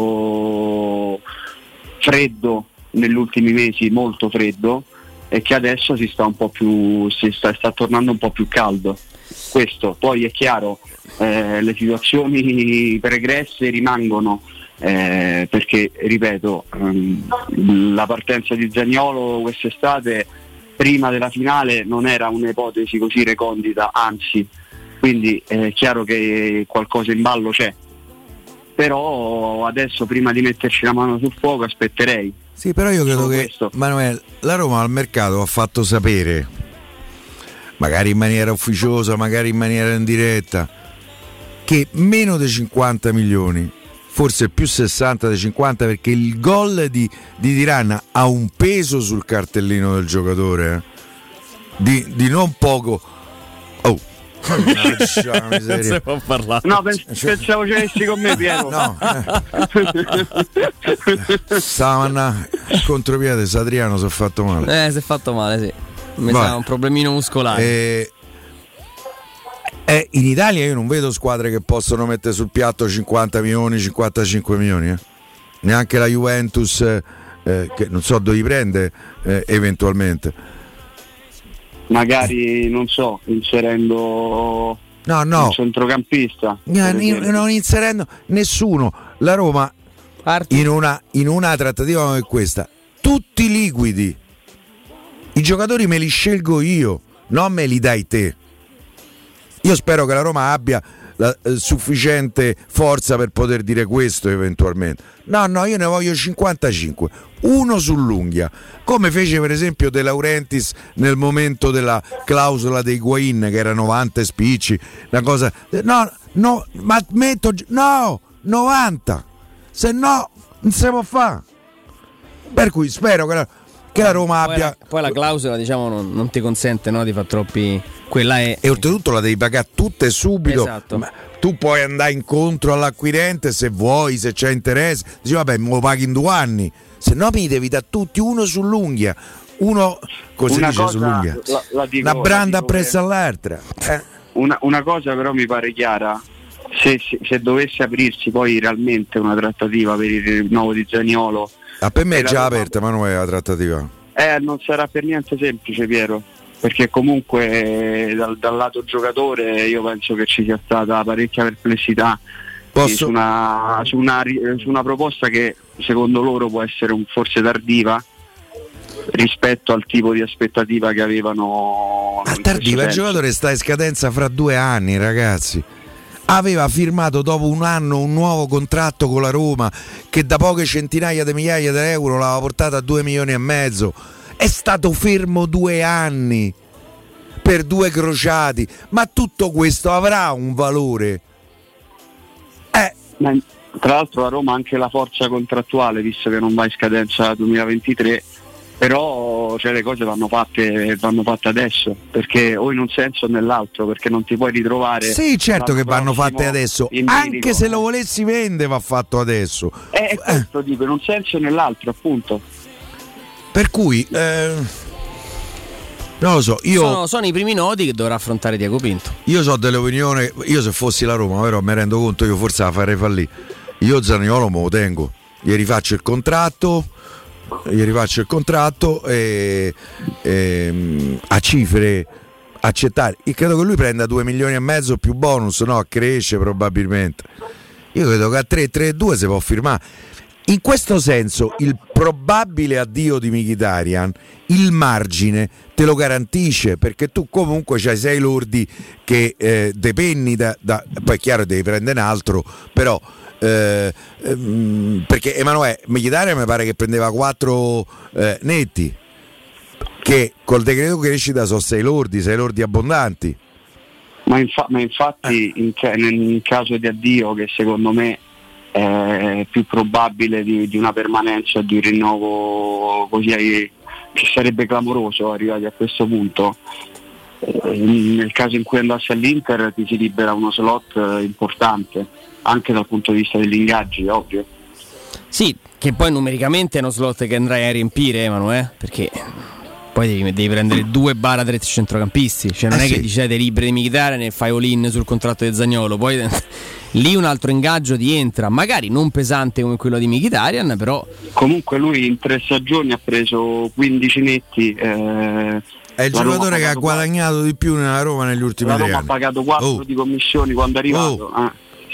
rimasto freddo negli ultimi mesi, molto freddo, e che adesso si sta un po' più si sta, sta tornando un po' più caldo. Questo poi è chiaro, eh, le situazioni pregresse rimangono, eh, perché ripeto, ehm, la partenza di Zaniolo quest'estate prima della finale non era un'ipotesi così recondita, anzi, quindi è chiaro che qualcosa in ballo c'è, però adesso prima di metterci la mano sul fuoco aspetterei. Sì, però io credo Solo che questo. Manuel, la Roma al mercato ha fatto sapere, magari in maniera ufficiosa, magari in maniera indiretta, che meno di cinquanta milioni, forse più sessanta di cinquanta, perché il gol di, di Tirana ha un peso sul cartellino del giocatore, eh? di, di non poco. Oh, non si può parlare. No, pens- pensavo ce l'avessi con me, Piero. No, eh. Stavano contropiede, Satriano si è fatto male. Eh, si è fatto male, sì. Mi Vai. sa un problemino muscolare. Eh, eh, in Italia io non vedo squadre che possono mettere sul piatto cinquanta milioni, cinquantacinque milioni. Eh. Neanche la Juventus, eh, che non so dove li prende eh, eventualmente. Magari, non so, inserendo no, no. un centrocampista. No, io, non inserendo nessuno. La Roma in una, in una trattativa come questa, tutti liquidi. I giocatori me li scelgo io, non me li dai te. Io spero che la Roma abbia la eh, sufficiente forza per poter dire questo eventualmente. No, no, io ne voglio cinquantacinque, uno sull'unghia, come fece per esempio De Laurentiis nel momento della clausola dei Higuain, che era novanta spicci, una cosa. No, no, ma metto no, novanta. Se no non si può fare. Per cui spero che la, che la Roma poi abbia la, poi la clausola, diciamo, non, non ti consente, no, di fare troppi. Quella è. E oltretutto la devi pagare tutte subito. Esatto. Ma tu puoi andare incontro all'acquirente se vuoi, se c'è interesse. Dici vabbè, me lo paghi in due anni. Se no mi devi da tutti uno sull'unghia. Uno così Una dice cosa, sull'unghia. la- la dico- Una branda la dico appresso che- all'altra. Eh. Una, una cosa però mi pare chiara, se, se, se dovesse aprirsi poi realmente una trattativa per il rinnovo di Zaniolo, Ah, per me è la già Roma- aperta, ma non è la trattativa. eh, non sarà per niente semplice, Piero, perché comunque eh, dal, dal lato giocatore io penso che ci sia stata parecchia perplessità Posso- su, una, su, una, ri- su una proposta che secondo loro può essere un, forse tardiva rispetto al tipo di aspettativa che avevano. Ma in tardiva, questo il senso. giocatore sta in scadenza fra due anni, ragazzi. Aveva firmato dopo un anno un nuovo contratto con la Roma che da poche centinaia di migliaia di euro l'aveva portato a due milioni e mezzo. È stato fermo due anni per due crociati. Ma tutto questo avrà un valore? Eh. Ma, tra l'altro la Roma ha anche la forza contrattuale, visto che non va in scadenza duemilaventitré, però cioè, le cose vanno fatte, vanno fatte adesso, perché o in un senso o nell'altro, perché non ti puoi ritrovare. Sì, certo che vanno prossimo fatte adesso. in Anche bilico. se lo volessi vendere va fatto adesso. Eh, è questo dico, in un senso o nell'altro, appunto. Per cui eh, non lo so, io Sono, sono i primi nodi che dovrà affrontare Diego Pinto. Io so delle opinioni, io se fossi la Roma, però mi rendo conto che io forse la farei fallire. Io Zaniolo me lo tengo, gli rifaccio il contratto, gli rifaccio il contratto e, e a cifre accettare. Io credo che lui prenda due milioni e mezzo più bonus, no? Cresce probabilmente. Io credo che a tre tre due si può firmare. In questo senso il probabile addio di Mkhitaryan il margine te lo garantisce, perché tu comunque c'hai sei lordi che eh, depenni da, da poi è chiaro devi prendere un altro, però eh, ehm, perché Emanuele Mkhitaryan mi pare che prendeva quattro eh, netti, che col decreto crescita sono sei lordi, sei lordi abbondanti. Ma, infa- ma infatti in, ca- in caso di addio, che secondo me è più probabile di, di una permanenza, di un rinnovo così ai- che sarebbe clamoroso arrivati a questo punto, eh, nel caso in cui andassi all'Inter ti si libera uno slot eh, importante anche dal punto di vista degli ingaggi, ovvio. Sì, che poi numericamente è uno slot che andrai a riempire, Emanuele, perché poi devi, devi prendere due barra tre centrocampisti, cioè non Eh è sì. che dici dei liberi di Mkhitaryan e fai all-in sul contratto di Zaniolo, poi lì un altro ingaggio ti entra, magari non pesante come quello di Mkhitaryan, però Comunque lui in tre stagioni ha preso quindici netti, eh, È il la Roma giocatore che ha pagato guadagnato di più nella Roma negli ultimi La tre Roma ha anni. pagato quattro Oh. di commissioni quando è arrivato. Oh. eh, sì.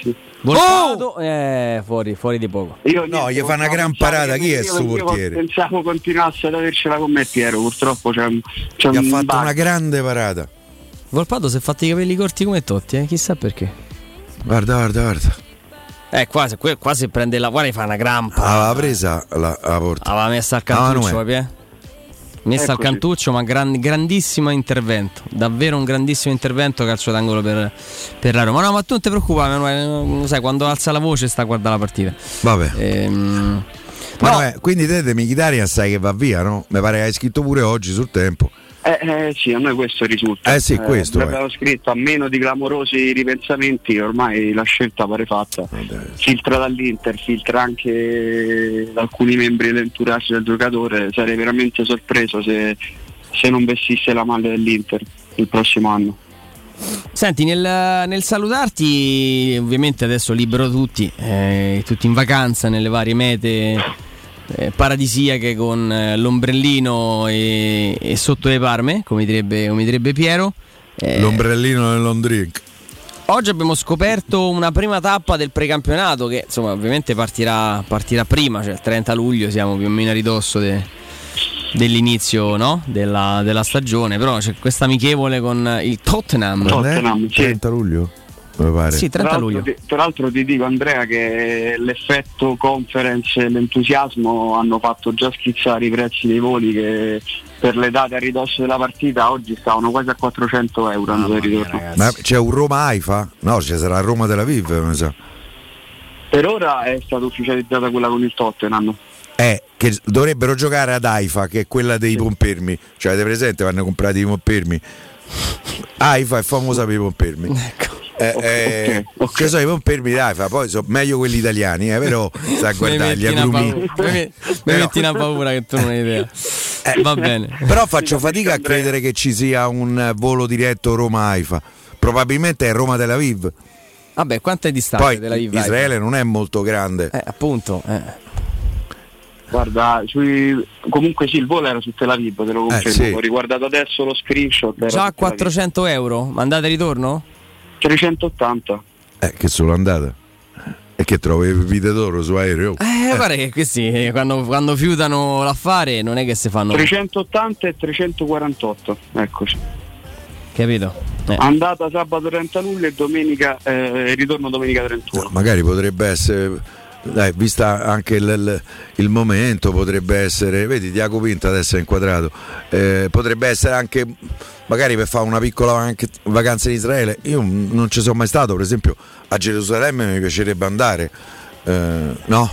Volpato, oh! eh, fuori, fuori di poco. Io no, gli fa una gran parata. Chi è sto portiere? Pensavo continuasse ad avercela con me Piero, purtroppo c'è un, c'è gli un ha fatto bar. una grande parata. Volpato si è fatto i capelli corti come Totti, eh? Chissà perché. Guarda, guarda, guarda. Eh, quasi, quasi prende la. Guarda, fa una gran parata. Aveva presa la, la porta. Aveva messa al cantuccio, ah, eh? Messa al cantuccio, ma gran, grandissimo intervento. Davvero un grandissimo intervento, calcio d'angolo per, per la Roma. No, ma tu non ti preoccupare, Emanuele, sai, quando alza la voce sta a guardare la partita. Vabbè. Ehm, ma no. no, quindi te de Mkhitaryan sai che va via, no? Mi pare che hai scritto pure oggi sul Tempo. Eh, eh sì, a noi questo risulta. Eh sì, questo. Eh, abbiamo scritto, a meno di clamorosi ripensamenti, ormai la scelta pare fatta. Filtra dall'Inter, filtra anche alcuni membri dell'entourage del giocatore. Sarei veramente sorpreso se, se non vestisse la maglia dell'Inter il prossimo anno. Senti, nel, nel salutarti, ovviamente adesso libero tutti, eh, tutti in vacanza nelle varie mete Eh, paradisiache con eh, l'ombrellino e, e sotto le palme, come direbbe, come direbbe Piero. Eh, l'ombrellino nel long drink. Oggi abbiamo scoperto una prima tappa del precampionato che insomma ovviamente partirà, partirà prima, cioè il trenta luglio, siamo più o meno a ridosso de, dell'inizio, no? della, della stagione, però c'è questa amichevole con il Tottenham. Tottenham, sì. trenta luglio? Sì, trenta luglio. Tra, tra l'altro ti dico, Andrea, che l'effetto conference e l'entusiasmo hanno fatto già schizzare i prezzi dei voli che per le date a ridosso della partita oggi stavano quasi a quattrocento euro. Ah, mia, ma c'è un Roma Haifa? No, ci sarà Roma Tel Aviv, mi sa. Per ora è stata ufficializzata quella con il Tottenham. Eh, che dovrebbero giocare ad Haifa, che è quella dei pompermi. Cioè, avete presente, vanno comprati i pompermi. Haifa è famosa per i pompermi. Ecco. Eh, okay, eh, okay. Cioè, so, i pompermi dai, poi sono meglio quelli italiani, eh, però sta a guardare gli agrumi. Mi metti una paura che tu non hai idea. Eh, va bene. Però faccio fatica a credere che ci sia un volo diretto Roma-Haifa. Probabilmente è Roma-Tel Aviv. Vabbè, quanto è distante poi Tel Aviv? Israele non è molto grande. Eh, appunto. Eh. Guarda, sui... comunque sì, il volo era su Tel Aviv, te lo confermo. Eh, sì. Ho riguardato adesso lo screenshot. Già quattrocento euro? Mandate ritorno? trecentottanta. Eh, che solo andata. E che trovi le pepite d'oro su aereo? Eh, eh. Pare che questi quando, quando fiutano l'affare non è che si fanno. trecentottanta e trecentoquarantotto, eccoci. Capito? Eh. Andata sabato trenta luglio e domenica eh, ritorno domenica trentuno. No, magari potrebbe essere, dai, vista anche il, il, il momento, potrebbe essere, vedi Diaco Pinto adesso è inquadrato, eh, potrebbe essere anche magari per fare una piccola anche vacanza in Israele. Io non ci sono mai stato, per esempio a Gerusalemme mi piacerebbe andare, eh, no?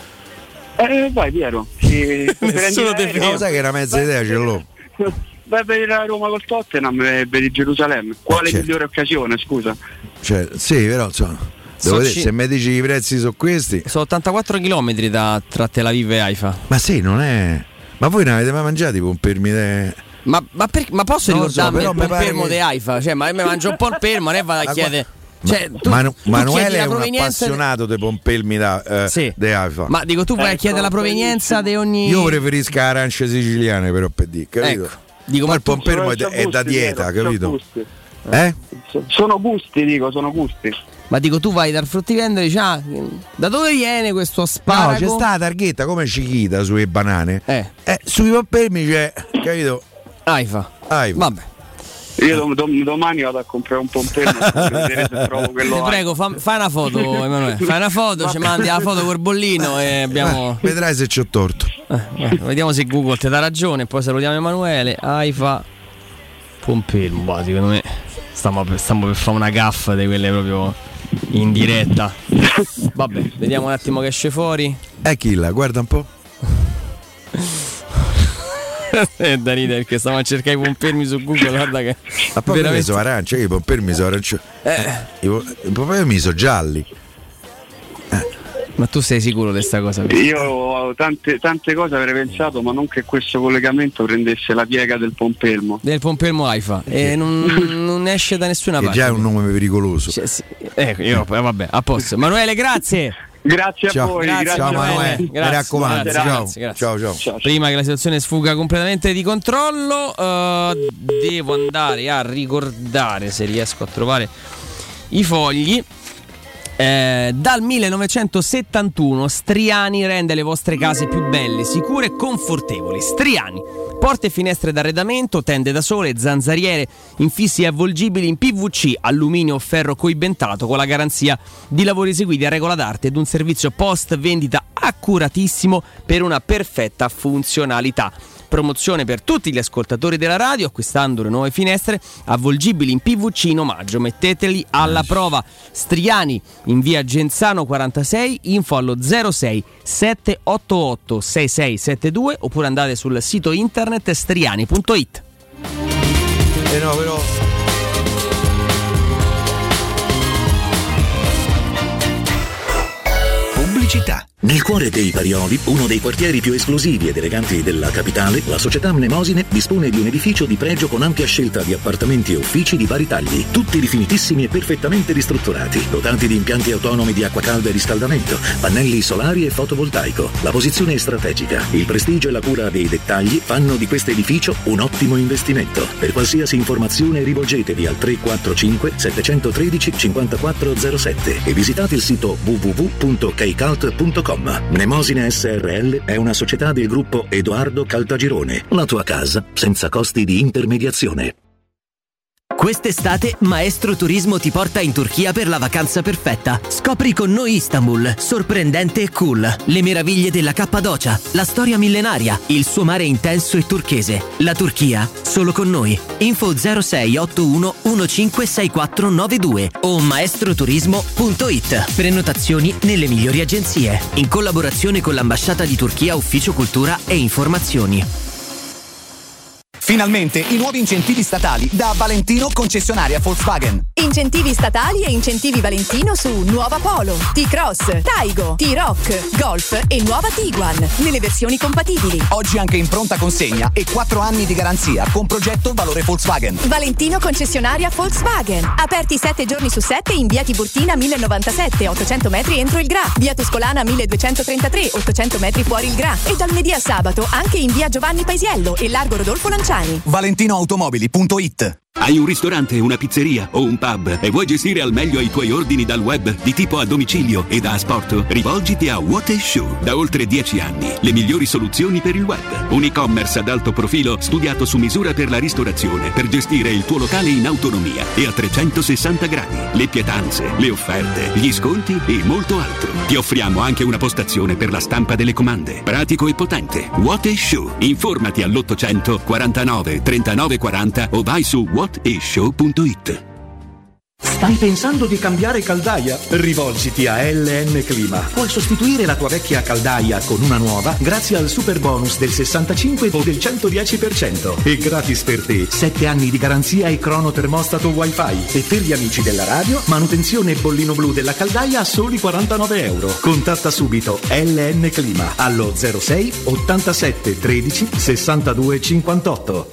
Eh vai Piero, ci... nessuno ti no, sai che era mezza idea ce l'ho. Vai a vedere a Roma col Tottenham e vedi Gerusalemme. Quale eh, certo. migliore occasione, scusa? Cioè, sì, però insomma, devo so dire, c- se mi dici i prezzi sono questi. Sono ottantaquattro chilometri da, tra Tel Aviv e Haifa. Ma sì, non è. Ma voi non avete mai mangiato i pompermi de... Ma, ma, per, ma posso non ricordarmi so, il pompermo di che... Haifa? Cioè, ma mi mangio un po' il permo, ne vado a chiedere. Cioè, tu, Manu- tu Manuele è un appassionato dei pompelmi da eh, sì. de Haifa. Ma dico, tu vai ecco, a chiedere la provenienza di ogni. Io preferisco arance siciliane, però per dire, capito? Ecco. Dico, ma il pompelmo è, è da dieta, capito? Eh? Sono gusti, dico, sono gusti. Ma dico, tu vai dal fruttivendolo e dici, ah, da dove viene questo sparago? No, c'è sta la targhetta come Cichita sulle banane. Eh. eh sui pompelmi c'è, capito? Haifa. Haifa. Vabbè. Io dom- dom- domani vado a comprare un pompelmo per vedere se trovo quello. Ti prego, fa- fai una foto, Emanuele. Fai una foto, ci mandi la foto col bollino e abbiamo. Eh, vedrai se c'ho torto. Eh, eh, vediamo se Google ti dà ragione. Poi salutiamo Emanuele. Haifa pompelmo. Bah, secondo me stiamo per, stiamo per fare una gaffa di quelle proprio in diretta. Vabbè, vediamo un attimo che esce fuori. Eh, chi là, guarda un po'. È da ridere perché stiamo a cercare i pompermi su Google, guarda che ma poi veramente... sono aranci, i pompermi sono aranci. Eh. I pompermi sono gialli. Eh. Ma tu sei sicuro di questa cosa? Io tante, tante cose avrei pensato, ma non che questo collegamento prendesse la piega del pompelmo. Del pompelmo Haifa e non, non esce da nessuna che parte. Già è un nome pericoloso. Cioè, sì. Ecco, io vabbè, a posto. Emanuele, grazie. Grazie a ciao. voi, grazie, grazie ciao Emanuele. Mi raccomando, grazie, ciao. Grazie, grazie. Ciao, ciao. Ciao. Prima che la situazione sfuga completamente di controllo, uh, devo andare a ricordare se riesco a trovare i fogli. Eh, dal millenovecentosettantuno Striani rende le vostre case più belle, sicure e confortevoli. Striani, porte e finestre d'arredamento, tende da sole, zanzariere, infissi e avvolgibili in P V C, alluminio o ferro coibentato, con la garanzia di lavori eseguiti a regola d'arte ed un servizio post vendita accuratissimo per una perfetta funzionalità. Promozione per tutti gli ascoltatori della radio: acquistando le nuove finestre avvolgibili in P V C in omaggio, metteteli alla prova. Striani in via Genzano quarantasei, info allo zero sei sette otto otto sei sei sette due, oppure andate sul sito internet striani punto it. Eh no, però pubblicità. Nel cuore dei Parioli, uno dei quartieri più esclusivi ed eleganti della capitale, la società Mnemosine dispone di un edificio di pregio con ampia scelta di appartamenti e uffici di vari tagli, tutti rifinitissimi e perfettamente ristrutturati, dotati di impianti autonomi di acqua calda e riscaldamento, pannelli solari e fotovoltaico. La posizione è strategica, il prestigio e la cura dei dettagli fanno di questo edificio un ottimo investimento. Per qualsiasi informazione rivolgetevi al tre quattro cinque sette uno tre cinque quattro zero sette e visitate il sito w w w punto keycult punto com. Mnemosine S R L è una società del gruppo Edoardo Caltagirone. La tua casa senza costi di intermediazione. Quest'estate Maestro Turismo ti porta in Turchia per la vacanza perfetta. Scopri con noi Istanbul, sorprendente e cool, le meraviglie della Cappadocia, la storia millenaria, il suo mare intenso e turchese. La Turchia, solo con noi. Info zero sei otto uno uno cinque sei quattro nove due o maestroturismo punto it. Prenotazioni nelle migliori agenzie, in collaborazione con l'Ambasciata di Turchia Ufficio Cultura e Informazioni. Finalmente i nuovi incentivi statali da Valentino concessionaria Volkswagen. Incentivi statali e incentivi Valentino su nuova Polo, T-Cross, Taigo, T-Rock, Golf e nuova Tiguan nelle versioni compatibili. Oggi anche in pronta consegna e quattro anni di garanzia con progetto valore Volkswagen. Valentino concessionaria Volkswagen. Aperti sette giorni su sette in via Tiburtina mille novantasette, ottocento metri entro il Gra. Via Tuscolana milleduecentotrentatré, ottocento metri fuori il Gra. E dal lunedì a sabato anche in via Giovanni Paisiello e largo Rodolfo Lanciani. valentinoautomobili punto it. Hai un ristorante, una pizzeria o un pub e vuoi gestire al meglio i tuoi ordini dal web di tipo a domicilio e da asporto? Rivolgiti a What is Shoe. Da oltre dieci anni, le migliori soluzioni per il web. Un e-commerce ad alto profilo studiato su misura per la ristorazione, per gestire il tuo locale in autonomia e a trecentosessanta gradi. Le pietanze, le offerte, gli sconti e molto altro. Ti offriamo anche una postazione per la stampa delle comande. Pratico e potente. What is Shoe. Informati all'ottocento quarantanove trentanove quaranta o vai su what is show punto it. Stai pensando di cambiare caldaia? Rivolgiti a L N Clima. Puoi sostituire la tua vecchia caldaia con una nuova grazie al super bonus del sessantacinque o del centodieci per cento. E gratis per te sette anni di garanzia e crono termostato wifi. E per gli amici della radio, manutenzione bollino blu della caldaia a soli quarantanove euro. Contatta subito L N Clima allo zero sei ottantasette tredici sessantadue cinquantotto.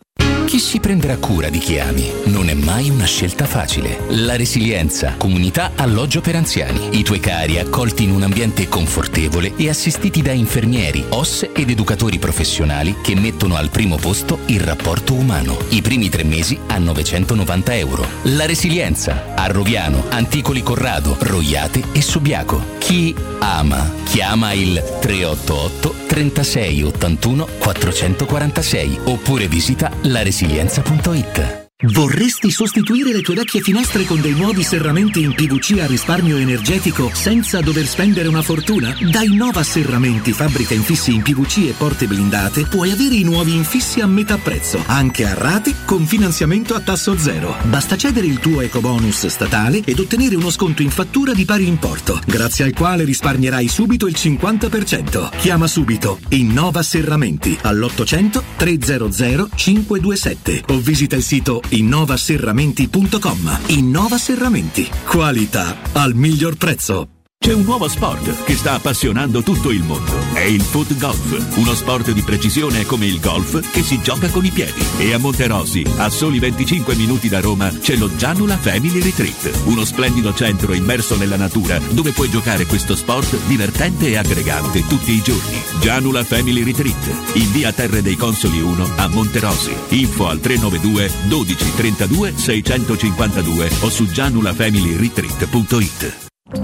Chi si prenderà cura di chi ami? Non è mai una scelta facile. La Resilienza, comunità alloggio per anziani. I tuoi cari accolti in un ambiente confortevole e assistiti da infermieri, O S ed educatori professionali che mettono al primo posto il rapporto umano. I primi tre mesi a novecentonovanta euro. La Resilienza, a Roviano, Anticoli Corrado, Roiate e Subiaco. Chi ama, chiama il tre otto otto trentasei ottantuno quattrocentoquarantasei oppure visita la resilienza punto it. Vorresti sostituire le tue vecchie finestre con dei nuovi serramenti in P V C a risparmio energetico senza dover spendere una fortuna? Da Innova Serramenti, fabbrica infissi in P V C e porte blindate, puoi avere i nuovi infissi a metà prezzo, anche a rate con finanziamento a tasso zero. Basta cedere il tuo ecobonus statale ed ottenere uno sconto in fattura di pari importo, grazie al quale risparmierai subito il cinquanta per cento. Chiama subito Innova Serramenti all'ottocento trecento cinquecentoventisette o visita il sito innova serramenti punto com. Innova Serramenti, qualità al miglior prezzo. C'è un nuovo sport che sta appassionando tutto il mondo. È il foot golf, uno sport di precisione come il golf che si gioca con i piedi. E a Monterosi, a soli venticinque minuti da Roma, c'è lo Gianula Family Retreat, uno splendido centro immerso nella natura dove puoi giocare questo sport divertente e aggregante tutti i giorni. Gianula Family Retreat, in via Terre dei Consoli uno a Monterosi. Info al tre nove due dodici trentadue seicentocinquantadue o su gianula family retreat punto it.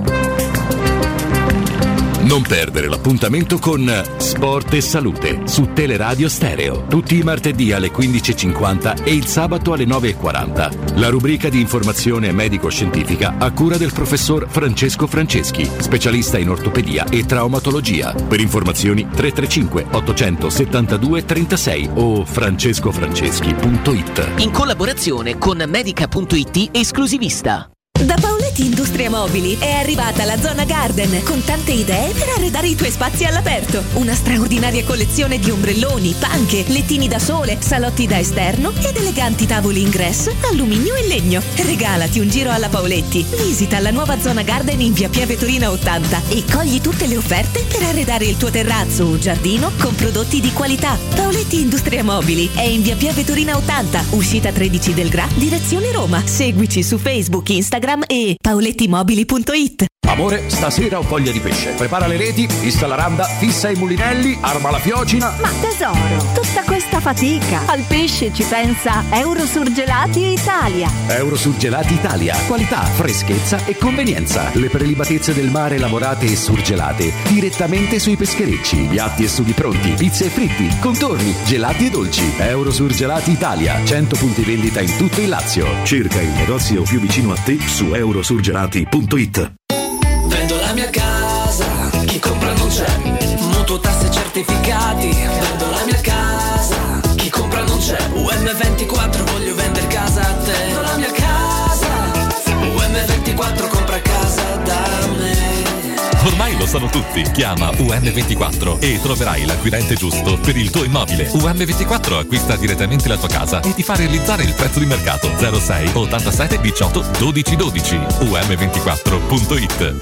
Non perdere l'appuntamento con Sport e Salute su Teleradio Stereo, tutti i martedì alle quindici e cinquanta e il sabato alle nove e quaranta. La rubrica di informazione medico-scientifica a cura del professor Francesco Franceschi, specialista in ortopedia e traumatologia. Per informazioni tre tre cinque ottocentosettantadue trentasei o francescofranceschi punto it. In collaborazione con medica punto it esclusivista. Da Paoletti Industria Mobili è arrivata la Zona Garden con tante idee per arredare i tuoi spazi all'aperto. Una straordinaria collezione di ombrelloni, panche, lettini da sole, salotti da esterno ed eleganti tavoli ingresso, alluminio e legno. Regalati un giro alla Paoletti. Visita la nuova Zona Garden in via Pieve Torina ottanta e cogli tutte le offerte per arredare il tuo terrazzo o giardino con prodotti di qualità. Paoletti Industria Mobili è in via Pieve Torina ottanta, uscita tredici del Gra, direzione Roma. Seguici su Facebook, Instagram e paolettimobili punto it. Amore, stasera ho voglia di pesce. Prepara le reti, fissa la randa, fissa i mulinelli, arma la fiocina. Ma tesoro, tutta questa fatica. Al pesce ci pensa Eurosurgelati Italia. Eurosurgelati Italia. Qualità, freschezza e convenienza. Le prelibatezze del mare lavorate e surgelate direttamente sui pescherecci. Piatti e sughi pronti, pizze e fritti, contorni, gelati e dolci. Eurosurgelati Italia. cento punti vendita in tutto il Lazio. Cerca il negozio più vicino a te su eurosurgelati punto it. Vendo la mia casa, chi compra non c'è. Mutuo, tasse, certificati. Vendo la mia casa, chi compra non c'è. U M ventiquattro, voglio vendere casa a te. Vendo la mia casa, U M ventiquattro, compra casa da me. Ormai lo sanno tutti. Chiama U M ventiquattro e troverai l'acquirente giusto per il tuo immobile. U M ventiquattro acquista direttamente la tua casa e ti fa realizzare il prezzo di mercato. zero sei ottantasette diciotto dodici dodici. U M ventiquattro punto it.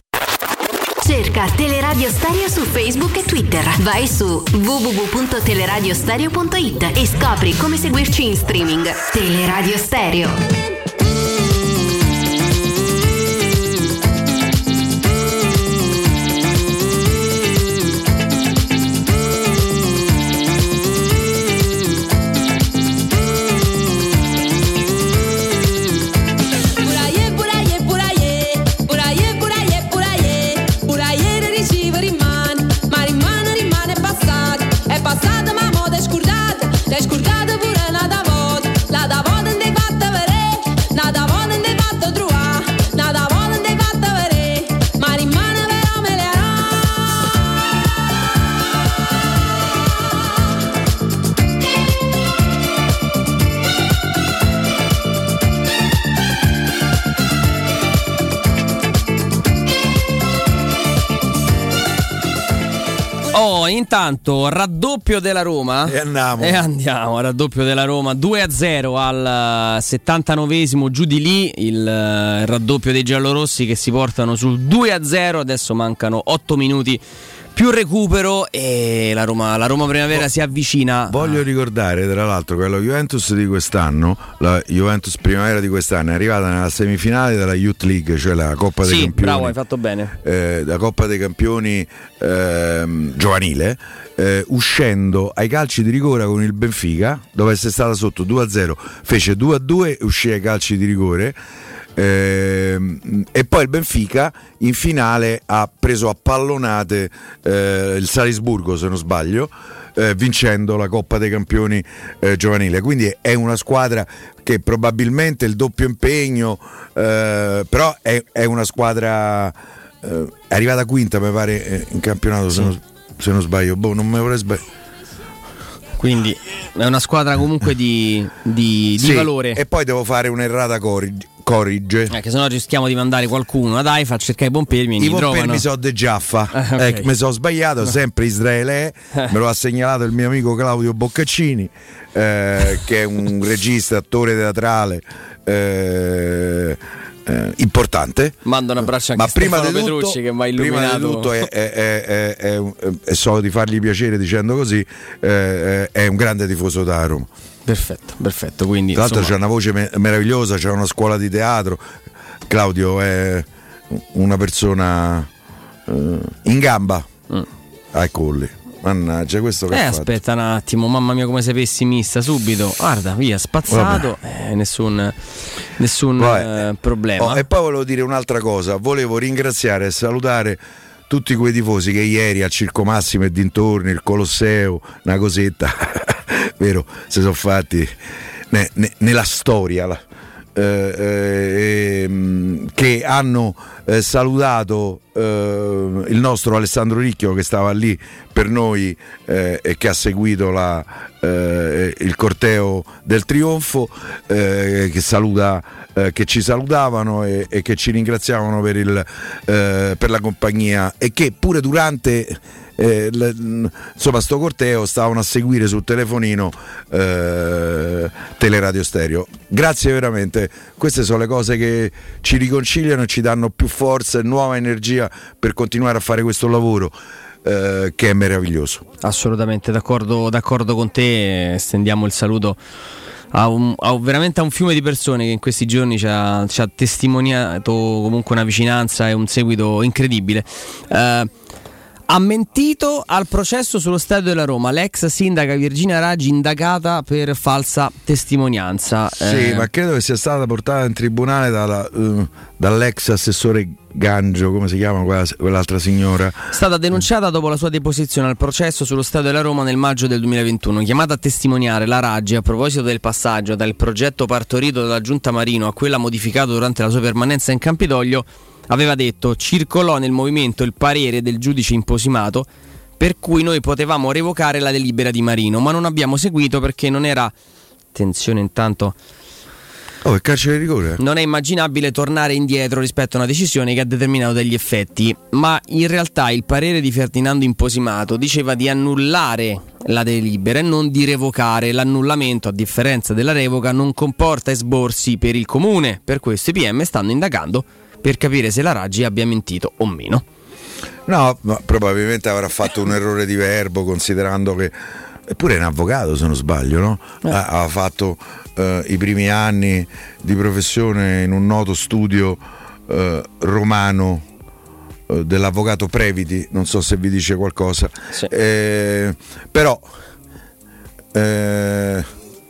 Cerca Teleradio Stereo su Facebook e Twitter. Vai su w w w punto teleradiostereo punto it e scopri come seguirci in streaming. Teleradio Stereo. L'hai scordata pure nada volta, la da volta non ti fatta vedere, nada volta non ti fatta trovare, nada volta non ti fatta vedere, ma rimane però me le Oh, intanto raddoppio della Roma e andiamo e andiamo raddoppio della Roma due a zero al settantanovesimo, giù di lì il raddoppio dei giallorossi che si portano sul due a zero. Adesso mancano otto minuti più recupero e la Roma, la Roma Primavera oh, si avvicina. Voglio ricordare tra l'altro che la Juventus di quest'anno, la Juventus Primavera di quest'anno è arrivata nella semifinale della Youth League, cioè la Coppa dei sì, Campioni. Bravo, hai fatto bene. Eh, la Coppa dei Campioni eh, giovanile, eh, uscendo ai calci di rigore con il Benfica, dove è stata sotto due a zero, fece due a due e uscì ai calci di rigore. Eh, e poi il Benfica in finale ha preso a pallonate eh, il Salisburgo, se non sbaglio, eh, vincendo la Coppa dei Campioni eh, giovanile. Quindi è una squadra che probabilmente il doppio impegno, eh, però è, è una squadra eh, è arrivata quinta mi pare eh, in campionato, sì. se, non, se non sbaglio, boh, non me vorrei sbagliare. Quindi è una squadra comunque di, di, di sì, valore. E poi devo fare un'errata corrige, corrige. Eh, che se no rischiamo di mandare qualcuno ad Haifa a cercare i pompermi. I pompermi sono De Giaffa. Eh, okay. eh, mi sono sbagliato, sempre Israele. Me lo ha segnalato il mio amico Claudio Boccaccini, eh, che è un regista, attore teatrale. Eh, Eh, importante. Mando un abbraccio anche ma a prima Stefano di tutto, Petrucci che mi ha illuminato. Prima di tutto è, è, è, è, è so di fargli piacere dicendo così, eh, è un grande tifoso da Roma. Perfetto, perfetto. Quindi, tra l'altro insomma... c'ha una voce me- meravigliosa, c'ha una scuola di teatro. Claudio è una persona eh, in gamba mm. ai colli. Mannaggia, questo che eh, ha aspetta un attimo, mamma mia, come sei pessimista subito. Guarda, via, spazzato, eh, nessun, nessun eh, problema. Oh, e poi volevo dire un'altra cosa, volevo ringraziare e salutare tutti quei tifosi che ieri al Circo Massimo e dintorni, il Colosseo, una cosetta, vero, si sono fatti ne, ne, nella storia la, eh, eh, che hanno eh, salutato eh, il nostro Alessandro Ricchio che stava lì per noi eh, e che ha seguito la, eh, il corteo del trionfo, eh, che saluta eh, che ci salutavano e, e che ci ringraziavano per, il, eh, per la compagnia, e che pure durante Eh, le, insomma sto corteo stavano a seguire sul telefonino eh, Teleradio Stereo. Grazie veramente, queste sono le cose che ci riconciliano e ci danno più forza e nuova energia per continuare a fare questo lavoro eh, che è meraviglioso. Assolutamente d'accordo, d'accordo con te, stendiamo il saluto a, un, a veramente a un fiume di persone che in questi giorni ci ha, ci ha testimoniato comunque una vicinanza e un seguito incredibile. eh, Ha mentito al processo sullo stadio della Roma l'ex sindaca Virginia Raggi, indagata per falsa testimonianza. Sì, eh, ma credo che sia stata portata in tribunale dalla, uh, dall'ex assessore Gangio, come si chiama quella, quell'altra signora? È stata denunciata dopo la sua deposizione al processo sullo stadio della Roma nel maggio del duemilaventuno. Chiamata a testimoniare, la Raggi, a proposito del passaggio dal progetto partorito dalla Giunta Marino a quella modificato durante la sua permanenza in Campidoglio, aveva detto: circolò nel movimento il parere del giudice imposimato per cui noi potevamo revocare la delibera di Marino, ma non abbiamo seguito perché non era, attenzione intanto, oh, il carcere di rigore, non è immaginabile tornare indietro rispetto a una decisione che ha determinato degli effetti. Ma in realtà il parere di Ferdinando Imposimato diceva di annullare la delibera e non di revocare. L'annullamento, a differenza della revoca, non comporta esborsi per il comune. Per questo i P M stanno indagando per capire se la Raggi abbia mentito o meno. No, ma probabilmente avrà fatto un errore di verbo, considerando che eppure è un avvocato, se non sbaglio, no? Eh. Ha fatto eh, i primi anni di professione in un noto studio eh, romano eh, dell'avvocato Previti, non so se vi dice qualcosa. Sì. Eh, però eh,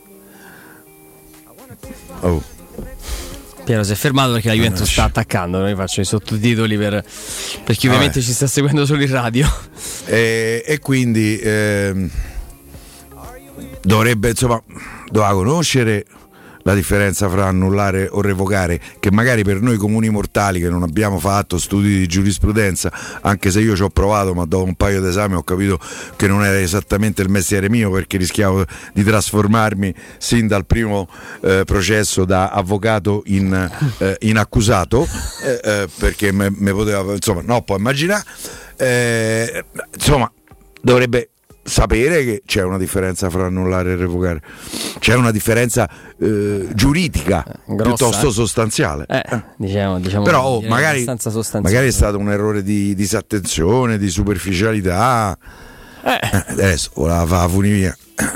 oh Piero si è fermato perché la Juventus sta attaccando. Noi faccio i sottotitoli per, per chi ovviamente Vabbè. ci sta seguendo solo in radio. E, e quindi eh, dovrebbe, insomma, doveva conoscere la differenza fra annullare o revocare, che magari per noi comuni mortali che non abbiamo fatto studi di giurisprudenza, anche se io ci ho provato, ma dopo un paio di esami ho capito che non era esattamente il mestiere mio, perché rischiavo di trasformarmi sin dal primo eh, processo da avvocato in, eh, in accusato, eh, eh, perché me, me poteva, insomma, no, può immaginare, eh, insomma, dovrebbe sapere che c'è una differenza fra annullare e revocare, c'è una differenza eh, giuridica Grossa, piuttosto eh? sostanziale, eh, diciamo, diciamo però oh, magari, sostanziale. magari è stato un errore di disattenzione, di superficialità, eh. Eh, adesso voleva fare la funivia,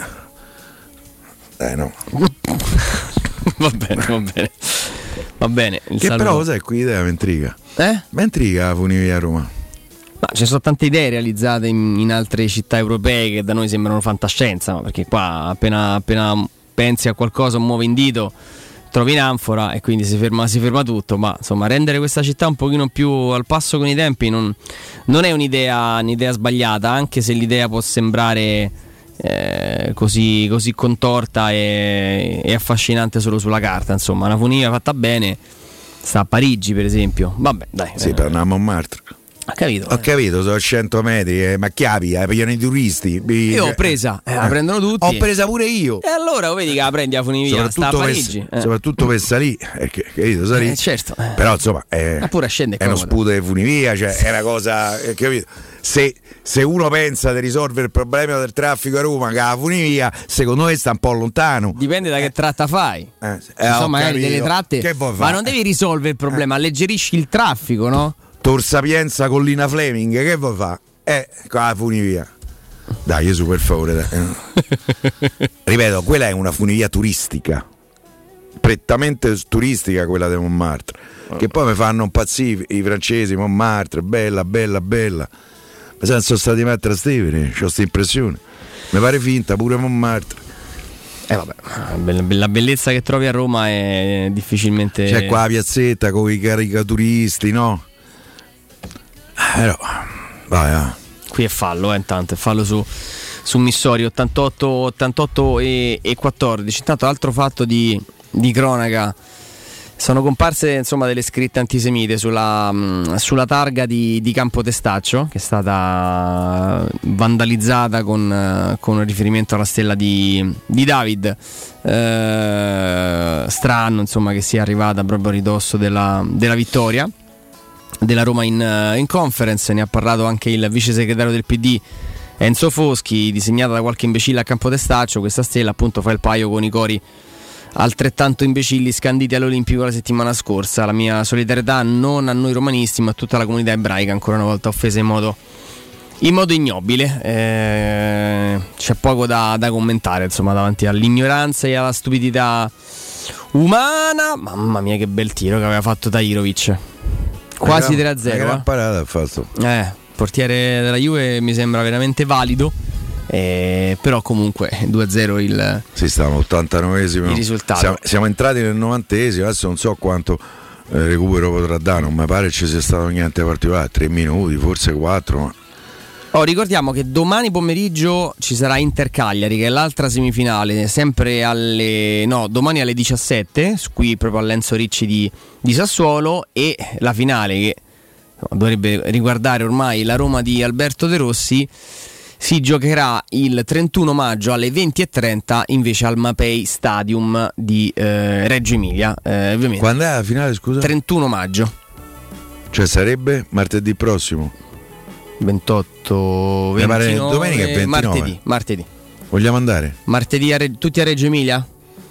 eh no va bene, va bene, va bene, il che saluto. Però cos'è qui idea m'intriga, eh? m'intriga la funivia a Roma. Ma ci sono tante idee realizzate in, in altre città europee che da noi sembrano fantascienza, ma perché qua appena, appena pensi a qualcosa, muovi in dito, trovi in anfora e quindi si ferma, si ferma tutto. Ma insomma, rendere questa città un pochino più al passo con i tempi non, non è un'idea, un'idea sbagliata, anche se l'idea può sembrare eh, così, così contorta e, e affascinante solo sulla carta. Insomma, una funivia fatta bene sta a Parigi, per esempio. Vabbè, dai. Sì, eh. per una Montmartre. Ho capito, ho capito, sono cento metri, eh, ma chiavi, eh, pigliano i turisti. Io ho presa, eh, la prendono tutti. Ho presa pure io. E allora vedi che la prendi la funivia, sta a Parigi. Per, eh. Soprattutto per salì, perché, capito, salì. Eh, certo. Però insomma, è, ma pure scende è uno sputo di funivia, cioè è una cosa, eh, capito? Se, se uno pensa di risolvere il problema del traffico a Roma che la funivia, secondo me sta un po' lontano. Dipende da che tratta fai. Eh, Insomma, magari delle tratte, che vuoi fare? Ma non devi risolvere il problema, alleggerisci il traffico, no? Tor Sapienza Collina Fleming, che vuoi fare? Eh, con la funivia. Dai, Gesù, per favore, dai. Ripeto, quella è una funivia turistica, prettamente turistica, quella di Montmartre, che poi mi fanno impazzire i francesi. Montmartre, bella, bella, bella. Ma se sono stati mettere a Steveni, ho questa impressione. Mi pare finta pure Montmartre. Eh vabbè, la bellezza che trovi a Roma è difficilmente. C'è qua la piazzetta con i caricaturisti, no? Però Vai, ah. Qui è fallo, eh, intanto è fallo su, su Missori, ottantotto, ottantotto e, e quattordici. Intanto altro fatto di, di cronaca, sono comparse insomma delle scritte antisemite sulla, mh, sulla targa di, di Campo Testaccio, che è stata vandalizzata con, uh, con riferimento alla stella di, di David. Eh, strano insomma che sia arrivata proprio a ridosso della, della vittoria della Roma in, in conference. Ne ha parlato anche il vice segretario del P D Enzo Foschi. Disegnata da qualche imbecille a Campo Testaccio, questa stella appunto fa il paio con i cori altrettanto imbecilli scanditi all'Olimpico la settimana scorsa. La mia solidarietà non a noi romanisti ma a tutta la comunità ebraica, ancora una volta offesa in modo, in modo ignobile. Eh, c'è poco da, da commentare insomma davanti all'ignoranza e alla stupidità umana. Mamma mia che bel tiro che aveva fatto Tahirovic, quasi tre a zero. Una gran parata ha fatto. Eh, portiere della Juve mi sembra veramente valido. Eh, però comunque due a zero il si stavano ottantanovesimo il risultato. Siamo, siamo entrati nel novantesimo, adesso non so quanto eh, recupero potrà dare, non mi pare ci sia stato niente particolare, tre minuti, forse quattro. Ma... Oh, ricordiamo che domani pomeriggio ci sarà Inter Cagliari, che è l'altra semifinale, sempre alle no, domani alle diciassette, qui proprio all'Enzo Ricci di, di Sassuolo, e la finale che dovrebbe riguardare ormai la Roma di Alberto De Rossi si giocherà il trentuno maggio alle venti e trenta invece al Mapei Stadium di eh, Reggio Emilia. Eh, ovviamente. Quando è la finale, scusa? trentuno maggio. Cioè sarebbe martedì prossimo? ventotto, ventinove, domenica è ventinove. Martedì, martedì. Vogliamo andare? Martedì a Re- tutti a Reggio Emilia?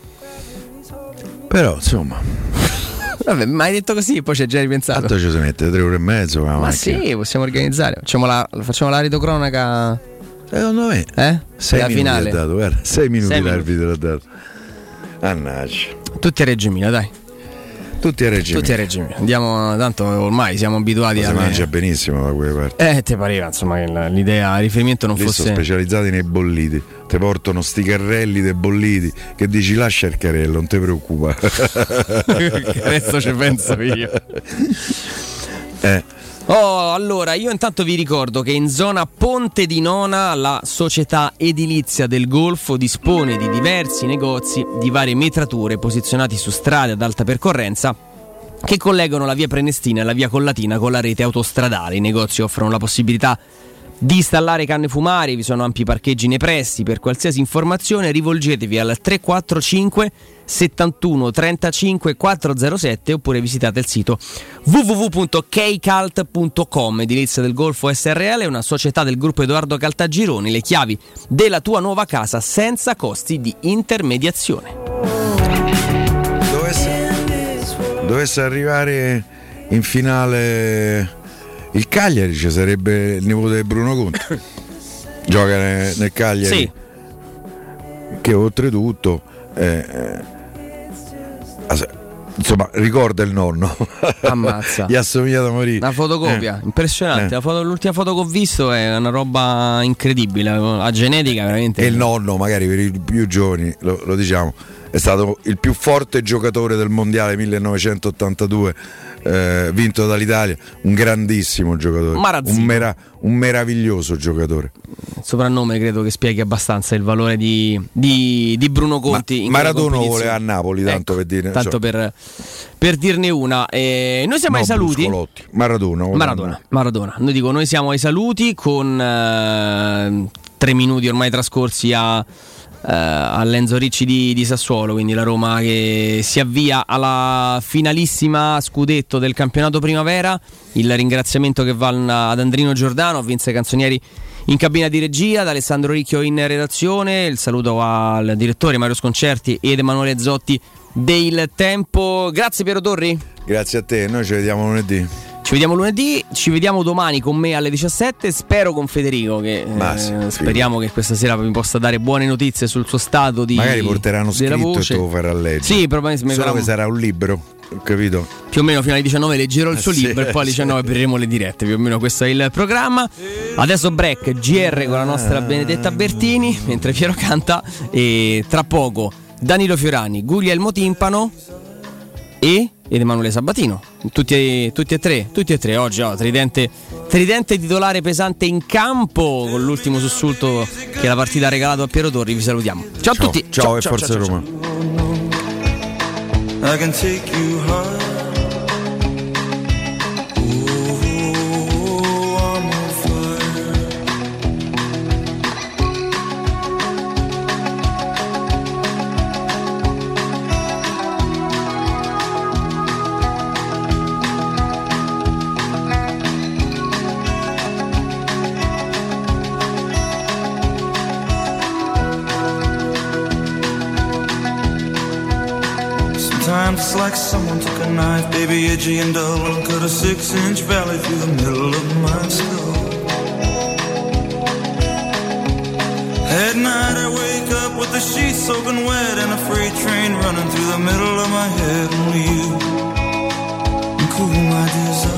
Però insomma vabbè, ma hai detto così, poi ci hai già ripensato. Tanto ci si mette tre ore e mezzo. Ma macchina. Sì, possiamo organizzare. Facciamo la, facciamo la retocronaca. Secondo me eh? sei la minuti finale. ha dato, guarda, sei minuti sei l'arbitro ha dato. Annaccia. Tutti a Reggio Emilia, dai. Tutti a Reggio Emilia. Tutti a Reggio Emilia. Andiamo, tanto ormai siamo abituati a. Si mangia benissimo da quelle parti. Eh, te pareva insomma che l'idea, il riferimento non Lì fosse. Sono specializzati nei bolliti. Te portano sti carrelli dei bolliti che dici lascia il carrello, non ti preoccupa. Adesso ci penso io. Eh. Oh, allora io intanto vi ricordo che in zona Ponte di Nona la società edilizia del Golfo dispone di diversi negozi di varie metrature posizionati su strade ad alta percorrenza che collegano la via Prenestina e la via Collatina con la rete autostradale. I negozi offrono la possibilità di installare canne fumarie, vi sono ampi parcheggi nei pressi. Per qualsiasi informazione rivolgetevi al tre quattro cinque settantuno trentacinque quattrocentosette oppure visitate il sito w w w punto keicalt punto com. Edilizia del Golfo S R L è una società del gruppo Edoardo Caltagironi, le chiavi della tua nuova casa senza costi di intermediazione. Dovesse, dovesse arrivare in finale il Cagliari, ci sarebbe il nipote di Bruno Conte. Gioca nel, nel Cagliari, sì. Che oltretutto eh, eh, insomma ricorda il nonno. Ammazza. Gli assomiglia da morire. Una fotocopia eh. impressionante. eh. La foto, l'ultima foto che ho visto è una roba incredibile. La genetica veramente. E il nonno, magari per i più giovani, lo, lo diciamo, è stato il più forte giocatore del mondiale millenovecentottantadue, eh, vinto dall'Italia, un grandissimo giocatore, un, mera, un meraviglioso giocatore. Il soprannome credo che spieghi abbastanza il valore di, di, di Bruno Conti. Ma, in Maradona vuole a Napoli, tanto ecco, per dire, tanto cioè. per, per dirne una. Eh, noi siamo no, ai saluti. Maradona, Maradona, Maradona. Noi dico, noi siamo ai saluti con eh, tre minuti ormai trascorsi a Uh, all'Enzo Ricci di, di Sassuolo, quindi la Roma che si avvia alla finalissima scudetto del campionato primavera. Il ringraziamento che va ad Andrino Giordano, Vince Canzonieri in cabina di regia, ad Alessandro Ricchio in redazione, il saluto al direttore Mario Sconcerti ed Emanuele Zotti del Tempo. Grazie Piero Torri. Grazie a te, noi ci vediamo lunedì. Ci vediamo lunedì, ci vediamo domani con me alle diciassette, spero con Federico che eh, sì, speriamo sì. che questa sera mi possa dare buone notizie sul suo stato di magari porteranno scritto voce. E tu lo farà leggere. Sì, probabilmente solo farà... che sarà un libro, ho capito? Più o meno fino alle diciannove leggerò il suo sì, libro e poi alle diciannove sì. apriremo le dirette, più o meno questo è il programma. Adesso break, G R con la nostra Benedetta Bertini mentre Piero canta, e tra poco Danilo Fiorani, Guglielmo Timpano e ed Emanuele Sabatino, tutti e, tutti e tre, tutti e tre oggi, oh, tridente, tridente titolare pesante in campo con l'ultimo sussulto che la partita ha regalato a Piero Torri. Vi salutiamo. Ciao, ciao a tutti. Ciao, ciao e ciao, forza ciao, Roma. I can take you high. Sometimes it's like someone took a knife, baby, edgy and dull, and cut a six-inch valley through the middle of my skull. At night I wake up with the sheets soaking wet and a freight train running through the middle of my head. Only you can cool my desire.